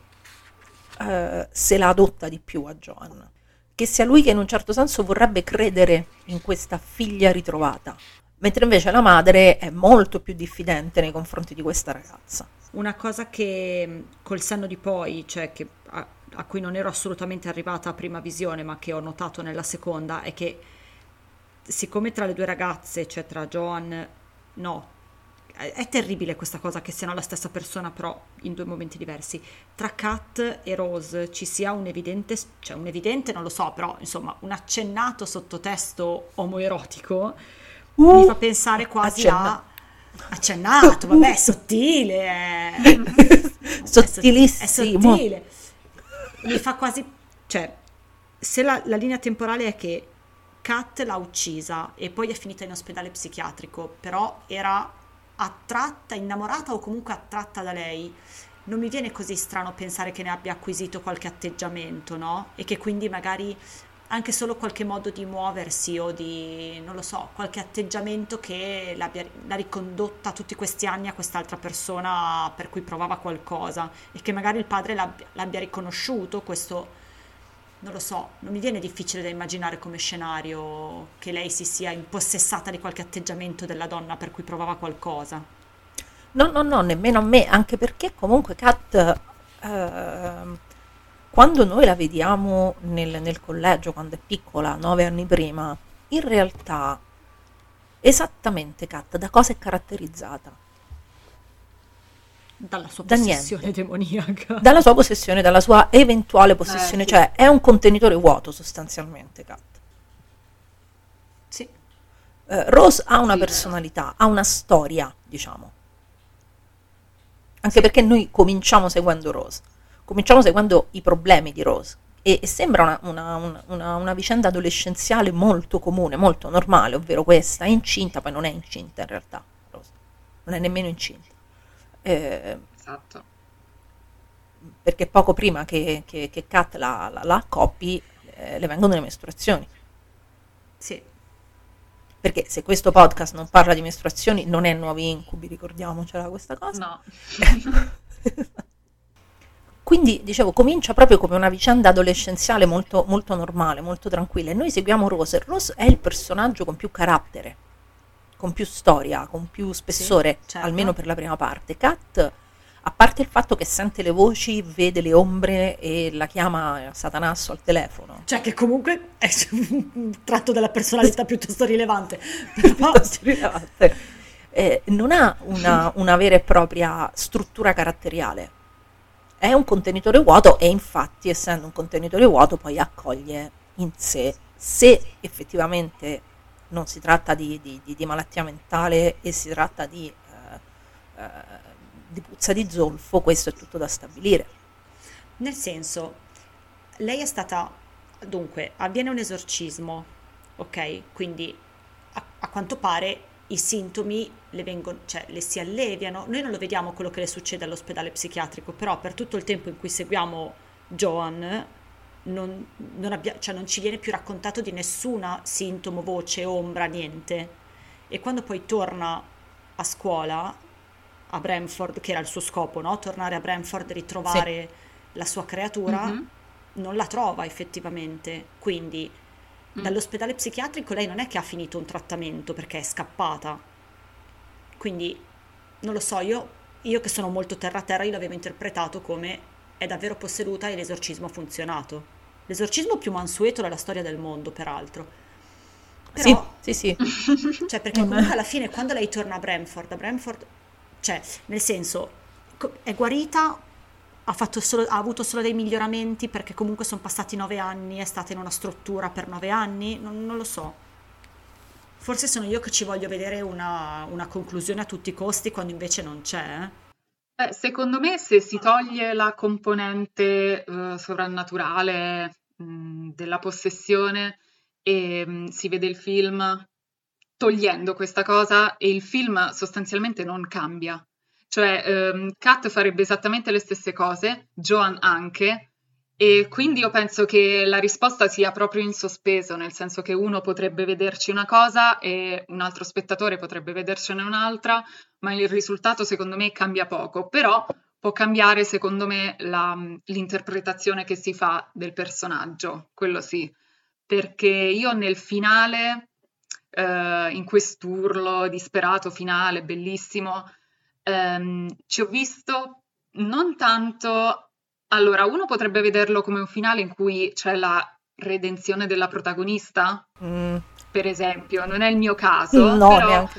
eh, se la adotta di più a Joan, che sia lui che in un certo senso vorrebbe credere in questa figlia ritrovata, mentre invece la madre è molto più diffidente nei confronti di questa ragazza. una cosa che mh, col senno di poi, cioè che a, a cui non ero assolutamente arrivata a prima visione, ma che ho notato nella seconda, è che siccome tra le due ragazze, cioè tra Joan, no, è, è terribile questa cosa che siano la stessa persona però in due momenti diversi. Tra Kat e Rose ci sia un evidente, cioè un evidente, non lo so, però insomma un accennato sottotesto omoerotico Uh, mi fa pensare quasi accenna- a accennato, vabbè, è sottile, è, è Sottilissimo. sottile. Mi fa quasi, cioè, se la, la linea temporale è che Kat l'ha uccisa e poi è finita in ospedale psichiatrico, però era attratta, innamorata o comunque attratta da lei. Non mi viene così strano pensare che ne abbia acquisito qualche atteggiamento, no? E che quindi magari anche solo qualche modo di muoversi o di, non lo so, qualche atteggiamento che l'abbia, l'ha ricondotta tutti questi anni a quest'altra persona per cui provava qualcosa e che magari il padre l'abbia, l'abbia riconosciuto, questo non lo so, non mi viene difficile da immaginare come scenario che lei si sia impossessata di qualche atteggiamento della donna per cui provava qualcosa. No, no, no, nemmeno a me, anche perché comunque Kat, ehm, quando noi la vediamo nel, nel collegio, quando è piccola, nove anni prima, in realtà esattamente Kat da cosa è caratterizzata? Dalla sua Da possessione niente. demoniaca. Dalla sua possessione, dalla sua eventuale possessione, Eh, sì. cioè è un contenitore vuoto sostanzialmente Kat. Sì. Eh, Rose ha una Sì. personalità, ha una storia, diciamo. Anche perché noi cominciamo seguendo Rose, cominciamo seguendo i problemi di Rose e, e sembra una, una- una- una- una vicenda adolescenziale molto comune, molto normale, ovvero questa è incinta, poi non è incinta in realtà, Rose, non è nemmeno incinta. Eh, Esatto. perché poco prima che, che, che Kat la, la, la accoppi eh, le vengono le mestruazioni. Sì. Perché se questo podcast non parla di mestruazioni non è Nuovi Incubi, ricordiamocela questa cosa. No. Quindi, dicevo, comincia proprio come una vicenda adolescenziale molto, molto normale, molto tranquilla. E noi seguiamo Rose. E Rose è il personaggio con più carattere, con più storia, con più spessore, certo. almeno per la prima parte. Kat, a parte il fatto che sente le voci, vede le ombre e la chiama Satanasso al telefono. Cioè che comunque è un tratto della personalità piuttosto rilevante. Però Piuttosto rilevante. Eh, non ha una, una vera e propria struttura caratteriale. È un contenitore vuoto e infatti, essendo un contenitore vuoto, poi accoglie in sé, se effettivamente non si tratta di, di- di- di malattia mentale e si tratta di, eh, eh, di puzza di zolfo, questo è tutto da stabilire. nel senso, lei è stata, dunque, avviene un esorcismo, ok? Quindi a, a quanto pare i sintomi le vengono, cioè le si alleviano. Noi non lo vediamo quello che le succede all'ospedale psichiatrico, però per tutto il tempo in cui seguiamo Joan non, non abbia- cioè non ci viene più raccontato di nessuna sintomo, voce, ombra, niente. E quando poi torna a scuola, a Brentford, che era il suo scopo, no? Tornare a Brentford e ritrovare la sua creatura, Mhm. non la trova effettivamente. Quindi Mm. dall'ospedale psichiatrico lei non è che ha finito un trattamento perché è scappata. Quindi non lo so, io, io che sono molto terra terra, io l'avevo interpretato come è davvero posseduta e l'esorcismo ha funzionato. L'esorcismo più mansueto della storia del mondo, peraltro. Però, Sì, sì, sì. cioè, perché comunque alla fine quando lei torna a Brentford, a Brentford, cioè, nel senso, co- è guarita, ha fatto solo- ha avuto solo dei miglioramenti perché comunque sono passati nove anni, è stata in una struttura per nove anni, non, non lo so. Forse sono io che ci voglio vedere una, una conclusione a tutti i costi quando invece non c'è. eh. Eh, secondo me, se si toglie la componente eh, sovrannaturale mh, della possessione e mh, si vede il film togliendo questa cosa e il film sostanzialmente non cambia. Cioè, ehm, Kat farebbe esattamente le stesse cose, Joan anche, e quindi io penso che la risposta sia proprio in sospeso, nel senso che uno potrebbe vederci una cosa e un altro spettatore potrebbe vedercene un'altra, ma il risultato secondo me cambia poco, però può cambiare secondo me la- l'interpretazione che si fa del personaggio, quello sì, perché io nel finale, eh, in quest'urlo disperato finale, bellissimo, ehm, ci ho visto non tanto. Allora, uno potrebbe vederlo come un finale in cui c'è la redenzione della protagonista, Mm, per esempio, non è il mio caso, no, però neanche.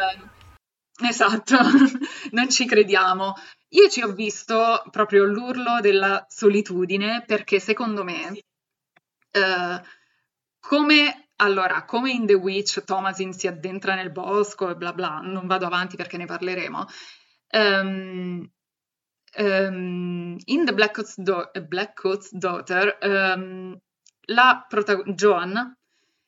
eh, esatto, non ci crediamo. Io ci ho visto proprio l'urlo della solitudine perché secondo me, eh, come, allora, come in The Witch Thomasin si addentra nel bosco e bla bla, non vado avanti perché ne parleremo. ehm, ehm, in The Black Coat's, Do- Black Coat's Daughter, ehm, la protagonista, Joan,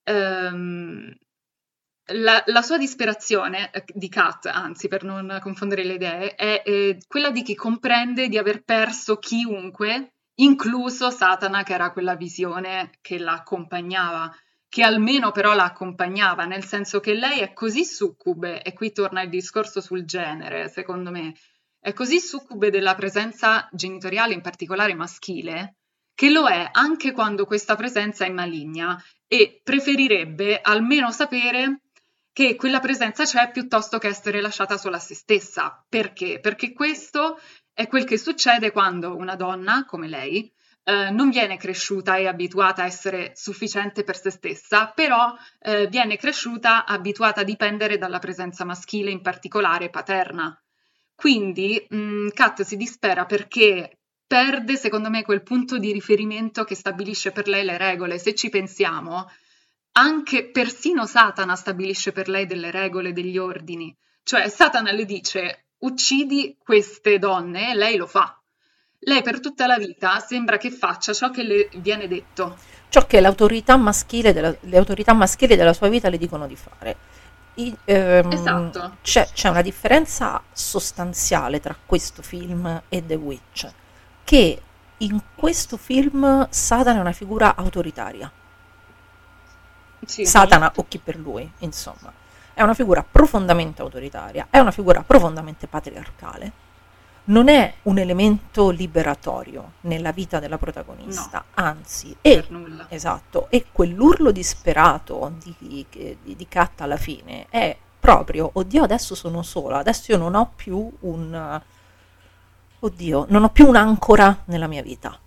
ehm, la, la sua disperazione eh, di Kat, anzi per non confondere le idee, è eh, quella di chi comprende di aver perso chiunque, incluso Satana, che era quella visione che la accompagnava, che almeno però la accompagnava, nel senso che lei è così succube, e qui torna il discorso sul genere, secondo me, è così succube della presenza genitoriale, in particolare maschile, che lo è anche quando questa presenza è maligna, e preferirebbe almeno sapere che quella presenza c'è piuttosto che essere lasciata sola a se stessa. Perché? Perché questo è quel che succede quando una donna, come lei, eh, non viene cresciuta e abituata a essere sufficiente per se stessa, però eh, viene cresciuta abituata a dipendere dalla presenza maschile, in particolare paterna. Quindi mh, Kat si dispera perché perde, secondo me, quel punto di riferimento che stabilisce per lei le regole. Se ci pensiamo, anche persino Satana stabilisce per lei delle regole, degli ordini. Cioè Satana le dice uccidi queste donne e lei lo fa. Lei per tutta la vita sembra che faccia ciò che le viene detto. Ciò che l'autorità maschile della, le autorità maschili della sua vita le dicono di fare. I, ehm, Esatto. C'è, c'è una differenza sostanziale tra questo film e The Witch, che in questo film Satana è una figura autoritaria. Sì. Satana o chi per lui, insomma, è una figura profondamente autoritaria, è una figura profondamente patriarcale, non è un elemento liberatorio nella vita della protagonista, No, anzi, è, per nulla. esatto, e quell'urlo disperato di, di, di Kat alla fine è proprio, oddio, adesso sono sola, adesso io non ho più un, oddio, non ho più un'ancora nella mia vita.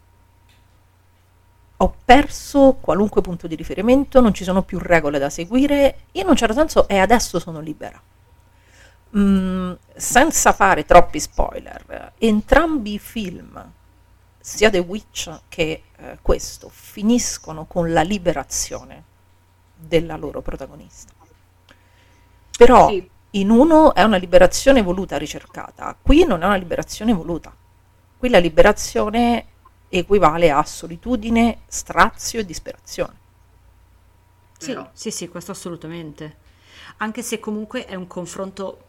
Ho perso qualunque punto di riferimento, non ci sono più regole da seguire, in un certo senso, e adesso sono libera. Mm, senza fare troppi spoiler, entrambi i film, sia The Witch che eh, questo, finiscono con la liberazione della loro protagonista. Però Sì. in uno è una liberazione voluta, ricercata, qui non è una liberazione voluta. Qui la liberazione equivale a solitudine, strazio e disperazione. Sì, Vero. sì, sì, questo assolutamente. Anche se comunque è un confronto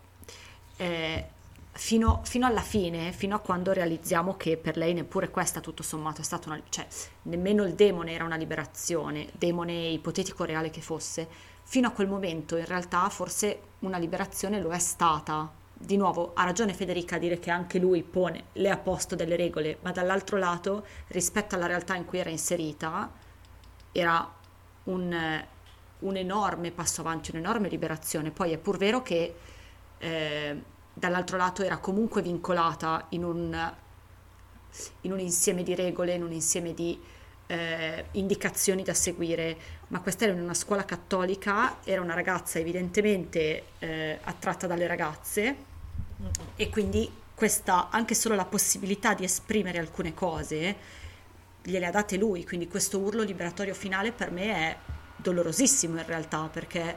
eh, fino, fino alla fine, fino a quando realizziamo che per lei neppure questa tutto sommato è stata una, cioè nemmeno il demone era una liberazione, demone ipotetico reale che fosse, fino a quel momento in realtà forse una liberazione lo è stata. Di nuovo, ha ragione Federica a dire che anche lui pone, le ha posto delle regole, ma dall'altro lato, rispetto alla realtà in cui era inserita, era un, un enorme passo avanti, un'enorme liberazione. Poi è pur vero che eh, dall'altro lato era comunque vincolata in un, in un insieme di regole, in un insieme di eh, indicazioni da seguire, ma questa era in una scuola cattolica, era una ragazza evidentemente eh, attratta dalle ragazze, e quindi questa, anche solo la possibilità di esprimere alcune cose gliele ha date lui, quindi questo urlo liberatorio finale per me è dolorosissimo in realtà, perché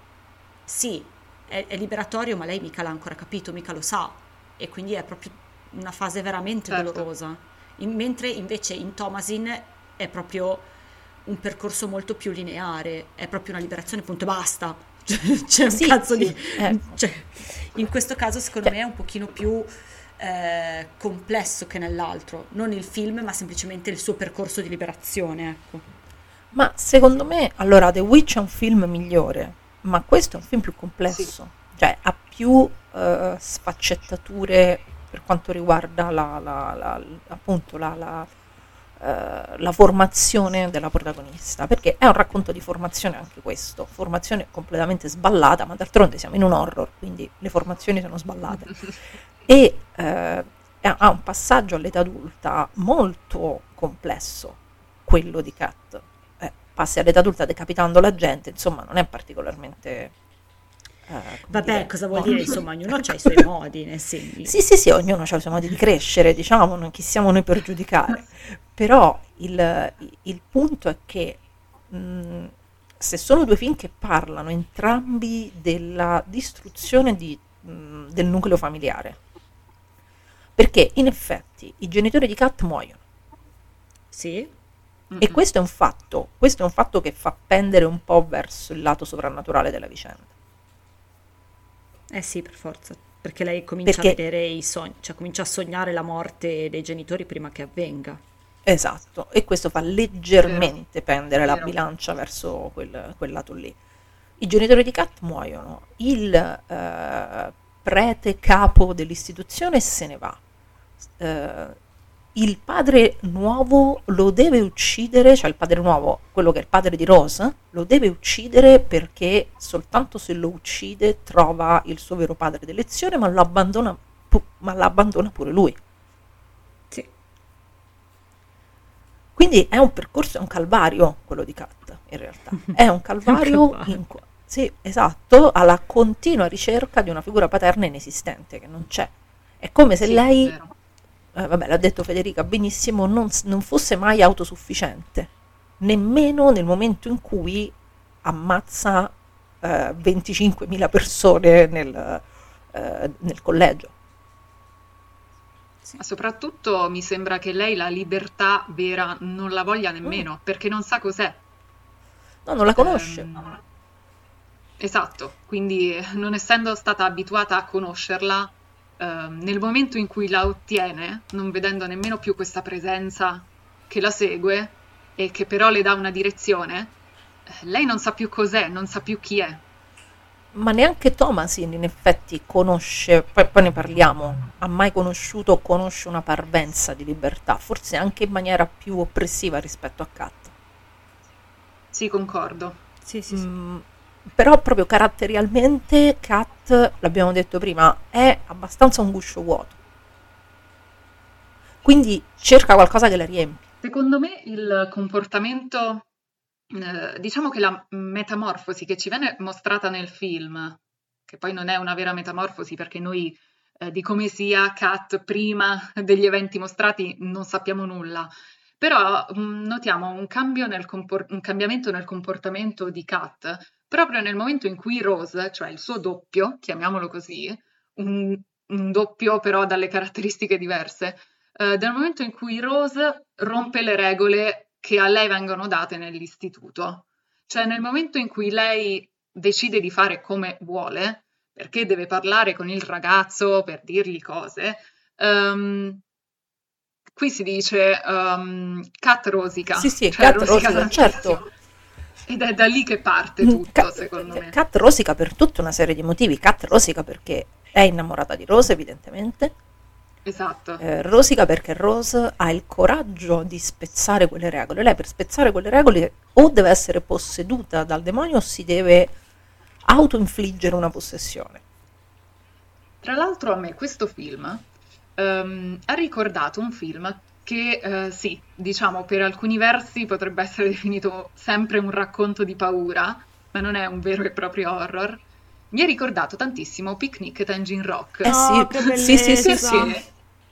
sì, è, è liberatorio, ma lei mica l'ha ancora capito, mica lo sa, e quindi è proprio una fase veramente Certo. dolorosa. In- mentre invece in Thomasin è proprio un percorso molto più lineare, è proprio una liberazione, punto e basta. C'è un Sì, cazzo sì, di... ecco. cioè, in questo caso secondo Cioè- me è un pochino più eh, complesso che nell'altro, non il film ma semplicemente il suo percorso di liberazione, ecco. Ma secondo me, allora, The Witch è un film migliore, ma questo è un film più complesso, cioè ha più eh, sfaccettature per quanto riguarda la, la- la- appunto la, la, eh, la formazione della protagonista, perché è un racconto di formazione anche questo, formazione completamente sballata, ma d'altronde siamo in un horror, quindi le formazioni sono sballate. E eh, ha un passaggio all'età adulta molto complesso, quello di Kat. Eh, passi all'età adulta decapitando la gente, insomma, non è particolarmente... eh, come Vabbè, dire, cosa vuol no? dire? Insomma, ognuno ha i suoi modi, nel senso. Sì, sì, sì, ognuno ha i suoi modi di crescere, diciamo, non chi siamo noi per giudicare. Però il, il punto è che mh, se sono due film che parlano entrambi della distruzione di, mh, del nucleo familiare, perché in effetti i genitori di Kat muoiono, Sì? E questo è un fatto, questo è un fatto che fa pendere un po' verso il lato soprannaturale della vicenda. Eh sì, per forza, perché lei comincia Perché- a vedere i sogni, cioè comincia a sognare la morte dei genitori prima che avvenga. Esatto, e questo fa leggermente pendere la Vero. bilancia verso quel, quel lato lì. I genitori di Kat muoiono, il eh, prete capo dell'istituzione se ne va. Eh, il padre nuovo lo deve uccidere, cioè il padre nuovo, quello che è il padre di Rose, lo deve uccidere perché soltanto se lo uccide trova il suo vero padre d'elezione, ma lo abbandona, pu- ma l'abbandona pure lui. Sì. Quindi è un percorso, è un calvario quello di Kat, in realtà. È un calvario, calvario. in cui- sì, esatto, alla continua ricerca di una figura paterna inesistente, che non c'è. È come se Sì, lei, vero. eh, vabbè, l'ha detto Federica benissimo, non, s- non fosse mai autosufficiente, nemmeno nel momento in cui ammazza eh, venticinquemila persone nel, eh, nel collegio. Ma soprattutto mi sembra che lei la libertà vera non la voglia nemmeno, perché non sa cos'è. No, non la conosce. Ehm, esatto, quindi eh, non essendo stata abituata a conoscerla, ehm, nel momento in cui la ottiene, non vedendo nemmeno più questa presenza che la segue e che però le dà una direzione, eh, lei non sa più cos'è, non sa più chi è. Ma neanche Thomasin in effetti conosce, poi, poi ne parliamo, ha mai conosciuto o conosce una parvenza di libertà, forse anche in maniera più oppressiva rispetto a Kat. Sì, concordo. Sì, sì, sì. Mm, però proprio caratterialmente Kat, l'abbiamo detto prima, è abbastanza un guscio vuoto. Quindi cerca qualcosa che la riempie. Secondo me il comportamento, eh, diciamo che la metamorfosi che ci viene mostrata nel film, che poi non è una vera metamorfosi perché noi eh, di come sia Kat prima degli eventi mostrati non sappiamo nulla, però mh, notiamo un cambio nel compor- un cambiamento nel comportamento di Kat proprio nel momento in cui Rose, cioè il suo doppio, chiamiamolo così, un, un doppio però dalle caratteristiche diverse, eh, dal momento in cui Rose rompe le regole che a lei vengono date nell'istituto. Cioè nel momento in cui lei decide di fare come vuole, perché deve parlare con il ragazzo per dirgli cose, ehm, qui si dice um, Kat rosica. Sì, sì, cioè Kat rosica, tantissimo. certo. Ed è da lì che parte tutto, Kat, secondo me. Kat rosica per tutta una serie di motivi. Kat rosica perché è innamorata di Rose, evidentemente. Esatto. Eh, rosica perché Rose ha il coraggio di spezzare quelle regole. Lei per spezzare quelle regole o deve essere posseduta dal demonio o si deve autoinfliggere una possessione. Tra l'altro a me questo film ehm, ha ricordato un film che eh, sì, diciamo per alcuni versi potrebbe essere definito sempre un racconto di paura, ma non è un vero e proprio horror. Mi ha ricordato tantissimo Picnic at Engine Rock. Eh sì, Oh, che sì, sì, sì, bellezza. sì. Perché?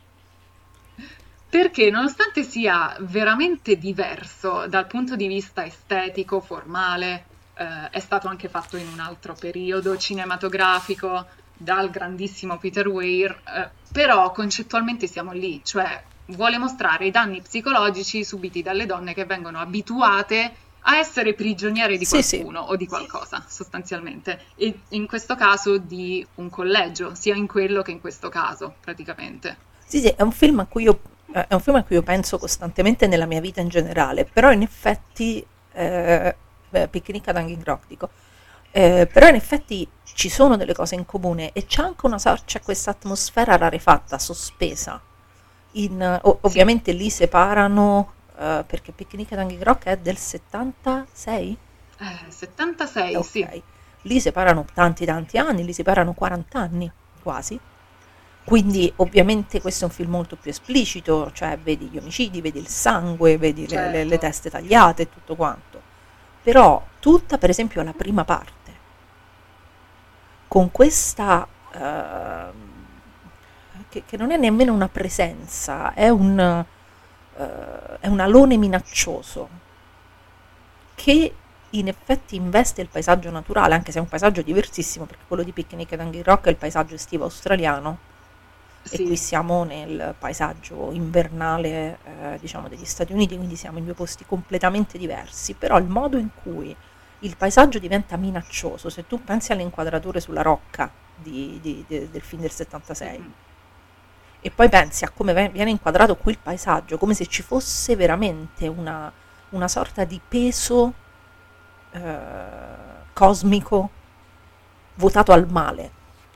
Perché nonostante sia veramente diverso dal punto di vista estetico, formale, eh, è stato anche fatto in un altro periodo cinematografico dal grandissimo Peter Weir, eh, però concettualmente siamo lì, cioè vuole mostrare i danni psicologici subiti dalle donne che vengono abituate a essere prigioniere di Sì, sì. qualcuno o di qualcosa, sostanzialmente, e in questo caso di un collegio, sia in quello che in questo caso, praticamente. Sì, sì, è un film a cui io, eh, è un film a cui io penso costantemente nella mia vita in generale, però in effetti, eh, beh, Picnic at Hanging Rock, dico, eh, però in effetti ci sono delle cose in comune e c'è anche una sorta, c'è questa atmosfera rarefatta, sospesa. In, o- ovviamente lì separano, eh, perché Picnic at Hanging Rock è del settantasei? Eh, settantasei, Ok. sì. Lì separano tanti tanti anni, lì separano quaranta anni quasi. Quindi ovviamente questo è un film molto più esplicito, cioè vedi gli omicidi, vedi il sangue, vedi le, le- le Certo. teste tagliate e tutto quanto. Però tutta per esempio la prima parte, con questa, ehm, che, che non è nemmeno una presenza, è un, eh, è un alone minaccioso, che in effetti investe il paesaggio naturale, anche se è un paesaggio diversissimo, perché quello di Picnic at Hanging Rock è il paesaggio estivo australiano. e Sì. qui siamo nel paesaggio invernale eh, diciamo degli Stati Uniti, quindi siamo in due posti completamente diversi, però il modo in cui il paesaggio diventa minaccioso, se tu pensi alle inquadrature sulla rocca di- di- de- del film del settantasei Mhm. e poi pensi a come ve- viene inquadrato qui il paesaggio, come se ci fosse veramente una, una sorta di peso eh, cosmico votato al male,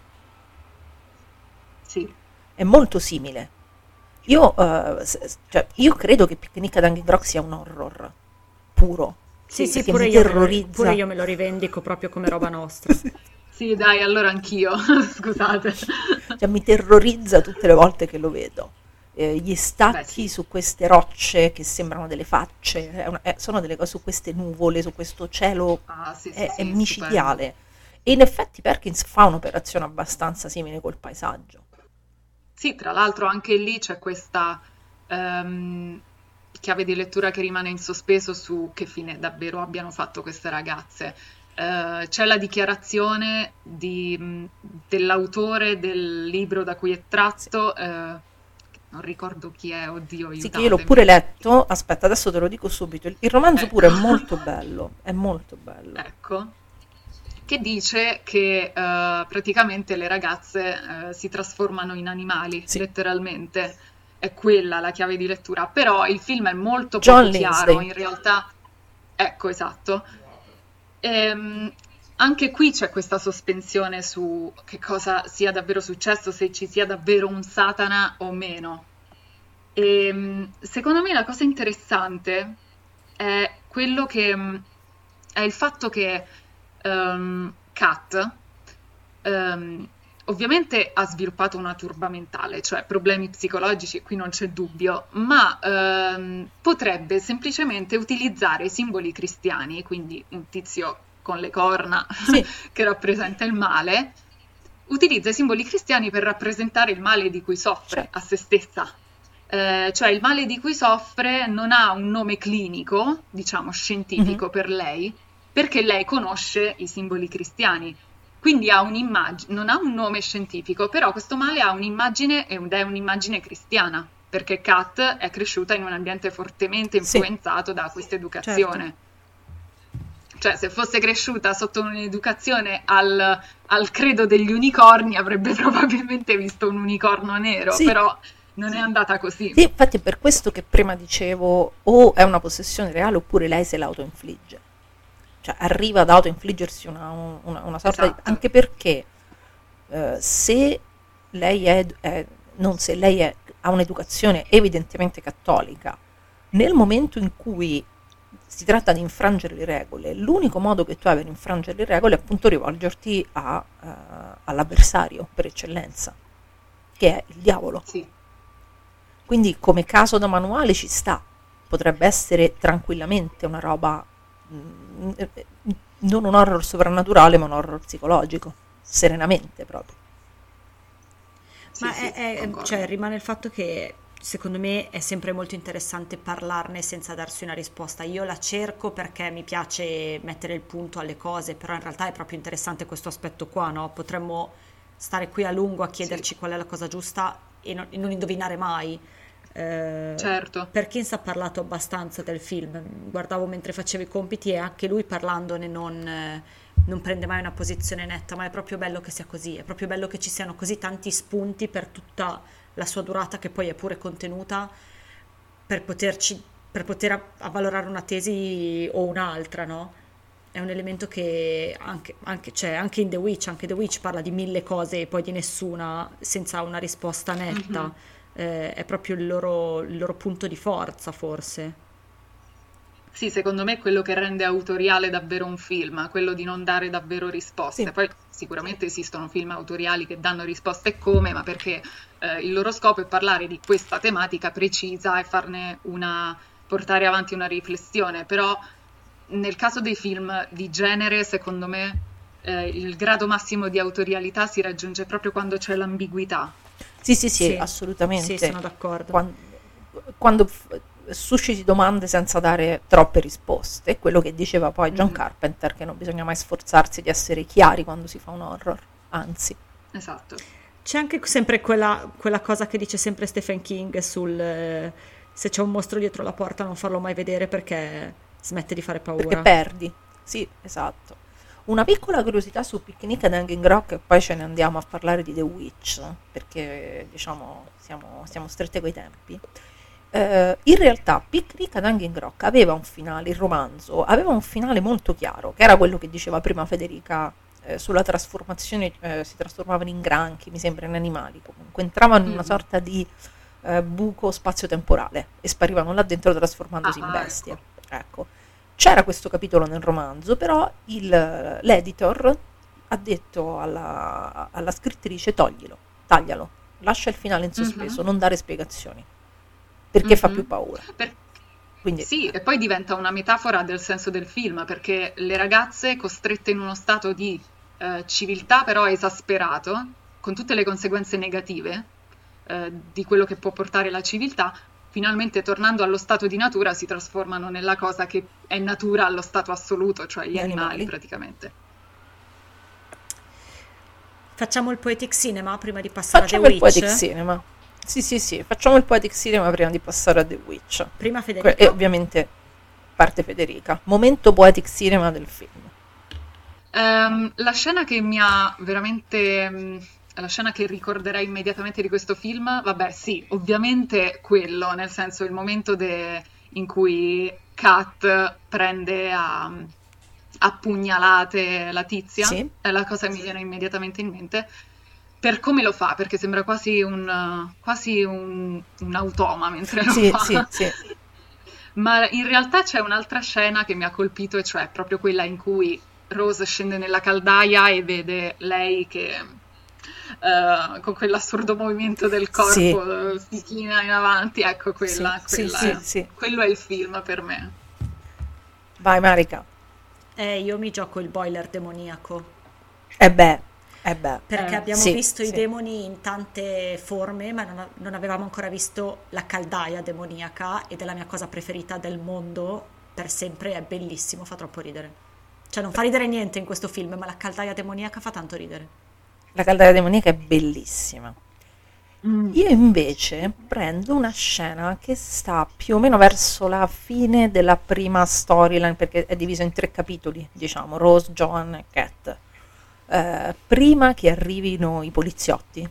Sì. è molto simile. Io, eh, s- s- cioè, io credo che Picnic ad Hanging Rock sia un horror puro, Sì, sì, perché pure mi io, me lo, terrorizza. pure io me lo rivendico proprio come roba nostra. Sì, dai, allora anch'io, scusate. Cioè, mi terrorizza tutte le volte che lo vedo. Eh, gli stacchi Beh, sì. su queste rocce che sembrano delle facce, è una- è- sono delle cose su queste nuvole, su questo cielo, Ah, sì, sì, è, sì, è stupendo. micidiale. E in effetti Perkins fa un'operazione abbastanza simile col paesaggio. Sì, tra l'altro anche lì c'è questa ehm, chiave di lettura che rimane in sospeso su che fine davvero abbiano fatto queste ragazze. Eh, c'è la dichiarazione di, mh, dell'autore del libro da cui è tratto, eh, non ricordo chi è, oddio, Sì, che io l'ho aiutatemi. pure letto, aspetta, adesso te lo dico subito. Il, il romanzo pure è Ecco. molto bello, è molto bello. Ecco, che dice che eh, praticamente le ragazze eh, si trasformano in animali, Sì. letteralmente. È quella la chiave di lettura, però il film è molto John poco chiaro, Lindsay. in realtà. Ecco, esatto. Ehm, anche qui c'è questa sospensione su che cosa sia davvero successo, se ci sia davvero un Satana o meno. E, secondo me la cosa interessante è quello che mh, è il fatto che ehm, Kat ehm, ovviamente ha sviluppato una turba mentale, cioè problemi psicologici, qui non c'è dubbio, ma ehm, potrebbe semplicemente utilizzare i simboli cristiani, quindi un tizio con le corna Sì. che rappresenta il male, utilizza i simboli cristiani per rappresentare il male di cui soffre Certo. a se stessa. Eh, cioè il male di cui soffre non ha un nome clinico, diciamo scientifico per lei, perché lei conosce i simboli cristiani. Quindi ha un'immagine, non ha un nome scientifico, però questo male ha un'immagine ed è un'immagine cristiana, perché Kat è cresciuta in un ambiente fortemente Sì. influenzato da questa educazione. Cioè, se fosse cresciuta sotto un'educazione al, al credo degli unicorni, avrebbe probabilmente visto un unicorno nero, Sì. però non è andata così. Sì, infatti è per questo che prima dicevo o è una possessione reale oppure lei se l'autoinfligge. Cioè arriva ad autoinfliggersi una, una, una sorta Esatto. di... Anche perché eh, se lei è, è- non se lei è, ha un'educazione evidentemente cattolica, nel momento in cui si tratta di infrangere le regole, l'unico modo che tu hai per infrangere le regole è appunto rivolgerti a, eh, all'avversario per eccellenza, che è il diavolo. Sì. Quindi come caso da manuale ci sta, potrebbe essere tranquillamente una roba, mm, eh, eh, non un horror soprannaturale, ma un horror psicologico, serenamente proprio. Sì, Ma sì, è- è- concordo. cioè, rimane il fatto che secondo me è sempre molto interessante parlarne senza darsi una risposta. Io la cerco perché mi piace mettere il punto alle cose, però in realtà è proprio interessante questo aspetto qua, no? Potremmo stare qui a lungo a chiederci qual è la cosa giusta e non, e non indovinare mai. Eh, Certo. Perkins ha parlato abbastanza del film, guardavo mentre facevo i compiti e anche lui parlandone non, eh, non prende mai una posizione netta, ma è proprio bello che sia così, è proprio bello che ci siano così tanti spunti per tutta la sua durata, che poi è pure contenuta, per poterci, per poter a- avvalorare una tesi o un'altra, no? È un elemento che anche, anche, cioè, anche in The Witch, anche The Witch parla di mille cose e poi di nessuna senza una risposta netta. Mhm. Eh, è proprio il loro, il loro punto di forza, forse. Sì, secondo me è quello che rende autoriale davvero un film, quello di non dare davvero risposte. Sì. Poi sicuramente esistono film autoriali che danno risposte come, ma perché eh, il loro scopo è parlare di questa tematica precisa e farne una, portare avanti una riflessione. Però nel caso dei film di genere, secondo me, eh, il grado massimo di autorialità si raggiunge proprio quando c'è l'ambiguità. Sì, sì, sì, Sì, assolutamente. sì, sono d'accordo. Quan- Quando, f- susciti domande senza dare troppe risposte, è quello che diceva poi John Mhm. Carpenter, che non bisogna mai sforzarsi di essere chiari quando si fa un horror, anzi. Esatto. C'è anche sempre quella, quella cosa che dice sempre Stephen King sul eh, se c'è un mostro dietro la porta non farlo mai vedere perché smette di fare paura. Perché perdi. Sì, esatto. Una piccola curiosità su Picnic ad Hanging Rock e poi ce ne andiamo a parlare di The Witch, perché diciamo siamo, siamo strette coi tempi. Eh, in realtà Picnic ad Hanging Rock aveva un finale, il romanzo aveva un finale molto chiaro, che era quello che diceva prima Federica eh, sulla trasformazione, eh, si trasformavano in granchi, mi sembra in animali, comunque entravano in una sorta di eh, buco spazio-temporale e sparivano là dentro trasformandosi Ah, in bestie. Ecco. C'era questo capitolo nel romanzo, però il, l'editor ha detto alla, alla scrittrice toglilo, taglialo, lascia il finale in sospeso, Mhm. non dare spiegazioni, perché fa Mhm. più paura. Per- Quindi Sì, e poi diventa una metafora del senso del film, perché le ragazze costrette in uno stato di eh, civiltà però esasperato, con tutte le conseguenze negative eh, di quello che può portare la civiltà, finalmente tornando allo stato di natura si trasformano nella cosa che è natura allo stato assoluto, cioè gli gli animali animali. praticamente. Facciamo il poetic cinema prima di passare Facciamo a The il poetic Witch. cinema. Sì, sì, sì, facciamo il poetic cinema prima di passare a The Witch. Prima Que- Federica. E ovviamente parte Federica. Momento poetic cinema del film. Ehm, la scena che mi ha veramente, mm, la scena che ricorderei immediatamente di questo film, vabbè, sì, ovviamente quello, nel senso il momento de- in cui Kat prende a, a pugnalate la tizia, Sì, è la cosa che mi viene immediatamente in mente, per come lo fa, perché sembra quasi un, quasi un, un automa mentre lo sì, fa. sì, sì. Ma in realtà c'è un'altra scena che mi ha colpito, e cioè proprio quella in cui Rose scende nella caldaia e vede lei che eh, con quell'assurdo movimento del Sì, corpo eh, si china in avanti, ecco sì, quella, sì, quella sì, è, sì. quello è il film per me. Vai Marica. Eh, io mi gioco il boiler demoniaco. E beh, e beh. Perché Eh, abbiamo Sì, visto i sì. demoni in tante forme, ma non, a- non avevamo ancora visto la caldaia demoniaca ed è la mia cosa preferita del mondo per sempre, è bellissimo, fa troppo ridere. Cioè non fa ridere niente in questo film, ma la caldaia demoniaca fa tanto ridere. La caldaia demoniaca è bellissima. Mm. Io invece prendo una scena che sta più o meno verso la fine della prima storyline, perché è diviso in tre capitoli, diciamo, Rose, Joan e Cat. Eh, prima che arrivino i poliziotti,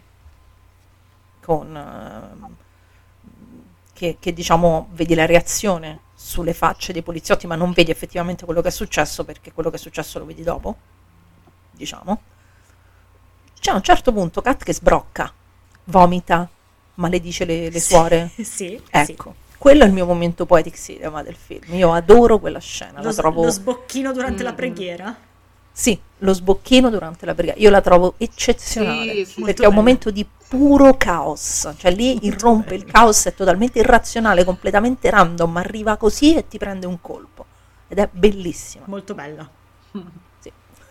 con, ehm, che, che diciamo vedi la reazione sulle facce dei poliziotti, ma non vedi effettivamente quello che è successo, perché quello che è successo lo vedi dopo, diciamo. C'è a un certo punto Kat che sbrocca, vomita, maledice le, le suore. Sì, sì. Ecco, quello è il mio momento poetic cinema del film. Io adoro quella scena, Lo, la s- trovo... lo sbocchino durante la Mm. preghiera. Sì, lo sbocchino durante la preghiera, io la trovo eccezionale, Sì, sì. perché è un bella. momento di puro caos, cioè lì irrompe il caos, è totalmente irrazionale, completamente random, arriva così e ti prende un colpo, ed è bellissima. Molto bella. Sì.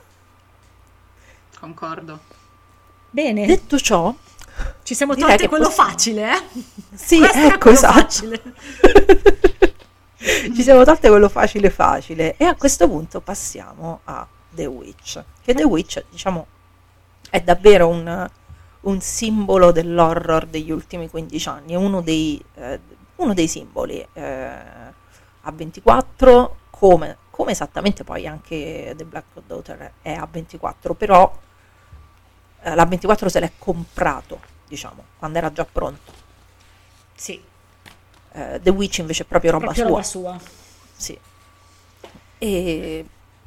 Concordo. Bene, Detto ciò, ci siamo direi tolte che quello possiamo- facile, eh? sì, Questo era ecco, quello esatto. facile. Ci siamo tolte quello facile facile e a questo punto passiamo a The Witch, che The Witch, diciamo, è davvero un, un simbolo dell'horror degli ultimi quindici anni, è uno dei, eh, uno dei simboli. eh, A ventiquattro, come, come esattamente poi anche The Black Daughter è a ventiquattro, però eh, l'A ventiquattro se l'è comprato, diciamo, quando era già pronto. Sì, Eh, The Witch invece è proprio roba proprio sua. roba sua. Sì. E,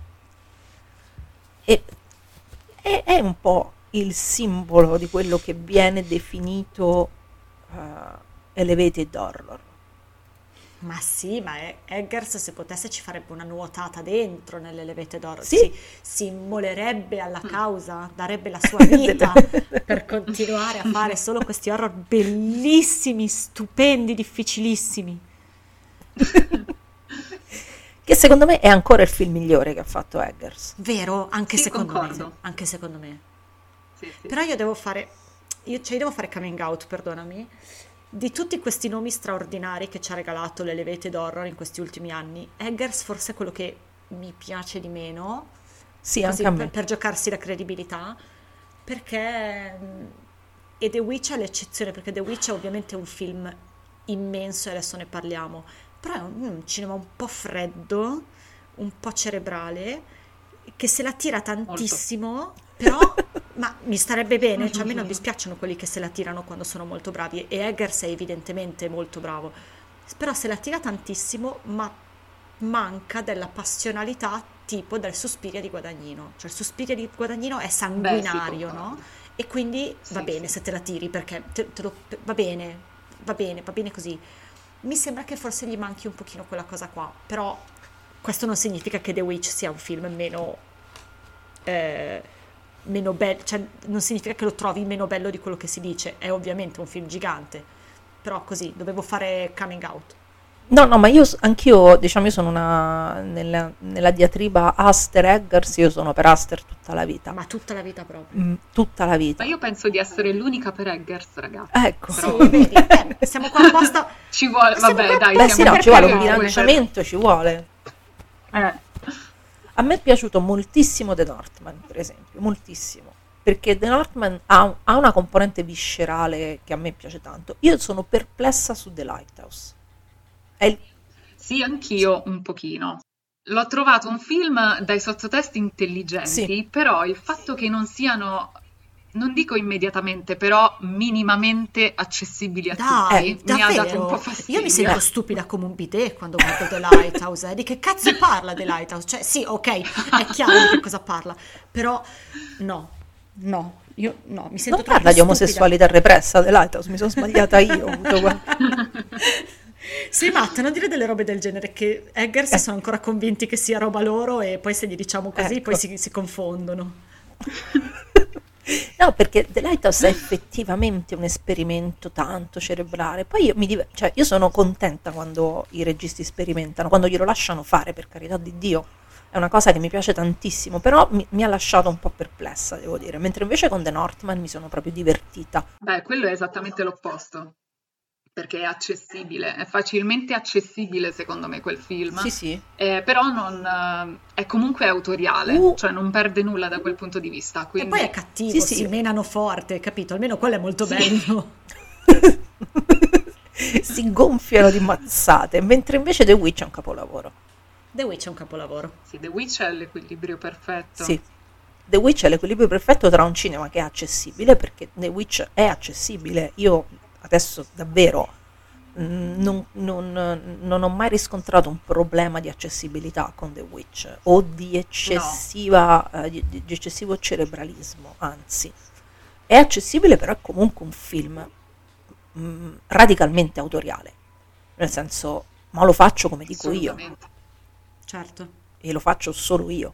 e- e- è un po' il simbolo di quello che viene definito eh, elevated horror. Ma sì, ma E- Eggers se potesse ci farebbe una nuotata dentro nell'elevated horror, Sì. si, si immolerebbe alla causa, darebbe la sua vita per continuare a fare solo questi horror bellissimi, stupendi, difficilissimi. Che secondo me è ancora il film migliore che ha fatto Eggers. Vero? Anche Sì, secondo concordo. me. Anche secondo me. Sì, sì. Però io devo fare, io, cioè io devo fare coming out, perdonami, di tutti questi nomi straordinari che ci ha regalato l'elevated horror in questi ultimi anni, Eggers forse è quello che mi piace di meno, Sì, così anche a per, me. per giocarsi la credibilità, perché mh, e The Witch è l'eccezione, perché The Witch è ovviamente un film immenso e adesso ne parliamo, però è un, un cinema un po' freddo, un po' cerebrale, che se la tira tantissimo, però ma mi starebbe bene, cioè a me non dispiacciono quelli che se la tirano quando sono molto bravi, e Eggers è evidentemente molto bravo, però se la tira tantissimo ma manca della passionalità tipo del Suspiria di Guadagnino, cioè il Suspiria di Guadagnino è sanguinario, Beh, sì, no? E quindi va Sì, bene sì. se te la tiri, perché te- te lo- va bene, va bene, va bene così. Mi sembra che forse gli manchi un pochino quella cosa qua, però questo non significa che The Witch sia un film meno, eh, meno bello, cioè non significa che lo trovi meno bello di quello che si dice, è ovviamente un film gigante, però così, dovevo fare coming out. No, no, ma io s- anch'io, diciamo, io sono una nella, nella diatriba Aster-Eggers, io sono per Aster tutta la vita, Ma tutta la vita proprio. Mm, tutta la vita. Ma io penso di essere l'unica per Eggers, ragazzi. Ecco. Sì, vedi, eh, siamo qua apposta. Ci vuole, Siamo vabbè, qua- dai, Beh sì, siamo no, ci vuole un perché- bilanciamento, ci vuole. Eh. A me è piaciuto moltissimo The Northman, per esempio, moltissimo, perché The Northman ha, ha una componente viscerale che a me piace tanto. Io sono perplessa su The Lighthouse. È il- Sì, anch'io un pochino. L'ho trovato un film dai sottotesti intelligenti, Sì. però il fatto che non siano, non dico immediatamente, però minimamente accessibili a Dai, tutti, mi ha dato un davvero? po' fastidio. Io mi sento stupida come un bidet quando guardo The Lighthouse. Eh. Di che cazzo parla The Lighthouse? Cioè, sì, ok, è chiaro di che cosa parla, però no, no, io no, mi sento Non troppo parla di stupida. omosessualità repressa, The Lighthouse, mi sono sbagliata io. ho avuto quel- Sì, Matt, non dire delle robe del genere, che Eggers Eh. sono ancora convinti che sia roba loro e poi se gli diciamo così Ecco. poi si, si confondono. No, perché The Lighthouse è effettivamente un esperimento tanto cerebrale. Poi io, mi div- cioè, io sono contenta quando i registi sperimentano, quando glielo lasciano fare, per carità di Dio. È una cosa che mi piace tantissimo, però mi, mi ha lasciato un po' perplessa, devo dire. Mentre invece con The Northman mi sono proprio divertita. Beh, quello è esattamente l'opposto, perché è accessibile, è facilmente accessibile secondo me quel film. Sì, sì. Eh, però non, eh, è comunque autoriale, Uh. cioè non perde nulla da quel punto di vista. E Quindi poi è cattivo, Sì, sì. si menano forte, capito? Almeno quello è molto Sì. bello. Si gonfiano di mazzate, mentre invece The Witch è un capolavoro. The Witch è un capolavoro. sì, The Witch è l'equilibrio perfetto. Sì. The Witch è l'equilibrio perfetto tra un cinema che è accessibile, perché The Witch è accessibile. Io adesso davvero mm, non, non- non ho mai riscontrato un problema di accessibilità con The Witch o di eccessiva, eh, di, di eccessivo cerebralismo, anzi. È accessibile, però è comunque un film mm, radicalmente autoriale, nel senso, ma lo faccio come dico io Assolutamente. Certo. e lo faccio solo io.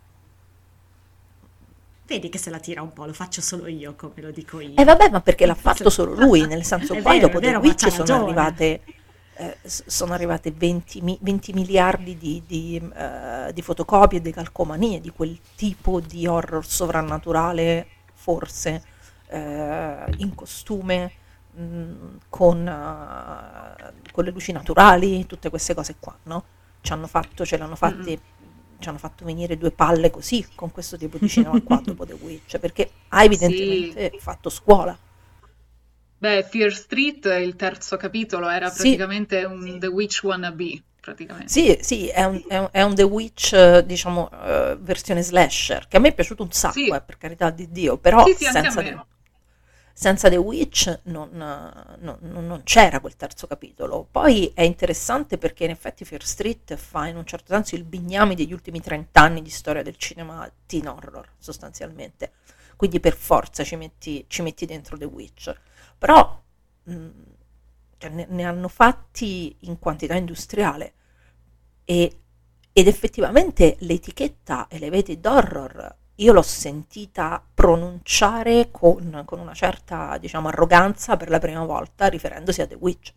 Vedi che se la tira un po', lo faccio solo io, come lo dico io. E vabbè, ma perché l'ha Forse- fatto solo lui, nel senso, È poi vero, dopo è The vero, ma Witch c'ha sono ragione. arrivate, eh, s- sono arrivate venti, mi- venti miliardi di, di, eh, di fotocopie, di calcomanie, di quel tipo di horror sovrannaturale, forse, eh, in costume, mh, con, eh, con le luci naturali, tutte queste cose qua, no? Ci hanno fatto, ce l'hanno fatti, ci hanno fatto venire due palle così, con questo tipo di cinema qua dopo The Witch, perché ha evidentemente fatto scuola. Beh, Fear Street, il terzo capitolo, era Sì. praticamente un The Witch wannabe, praticamente. Sì, sì, è un, è un- è un The Witch, eh, diciamo, eh, versione slasher, che a me è piaciuto un sacco, Sì. eh, per carità di Dio, però Sì, sì, anche a senza, me. The, senza The Witch non, eh, non- non- non c'era quel terzo capitolo. Poi è interessante perché in effetti Fear Street fa in un certo senso il bignami degli ultimi trent'anni di storia del cinema teen horror, sostanzialmente. Quindi per forza ci metti, ci metti dentro The Witch. Però mh, cioè, ne, ne hanno fatti in quantità industriale. E- ed effettivamente l'etichetta elevated horror io l'ho sentita pronunciare con, con una certa, diciamo, arroganza per la prima volta riferendosi a The Witch,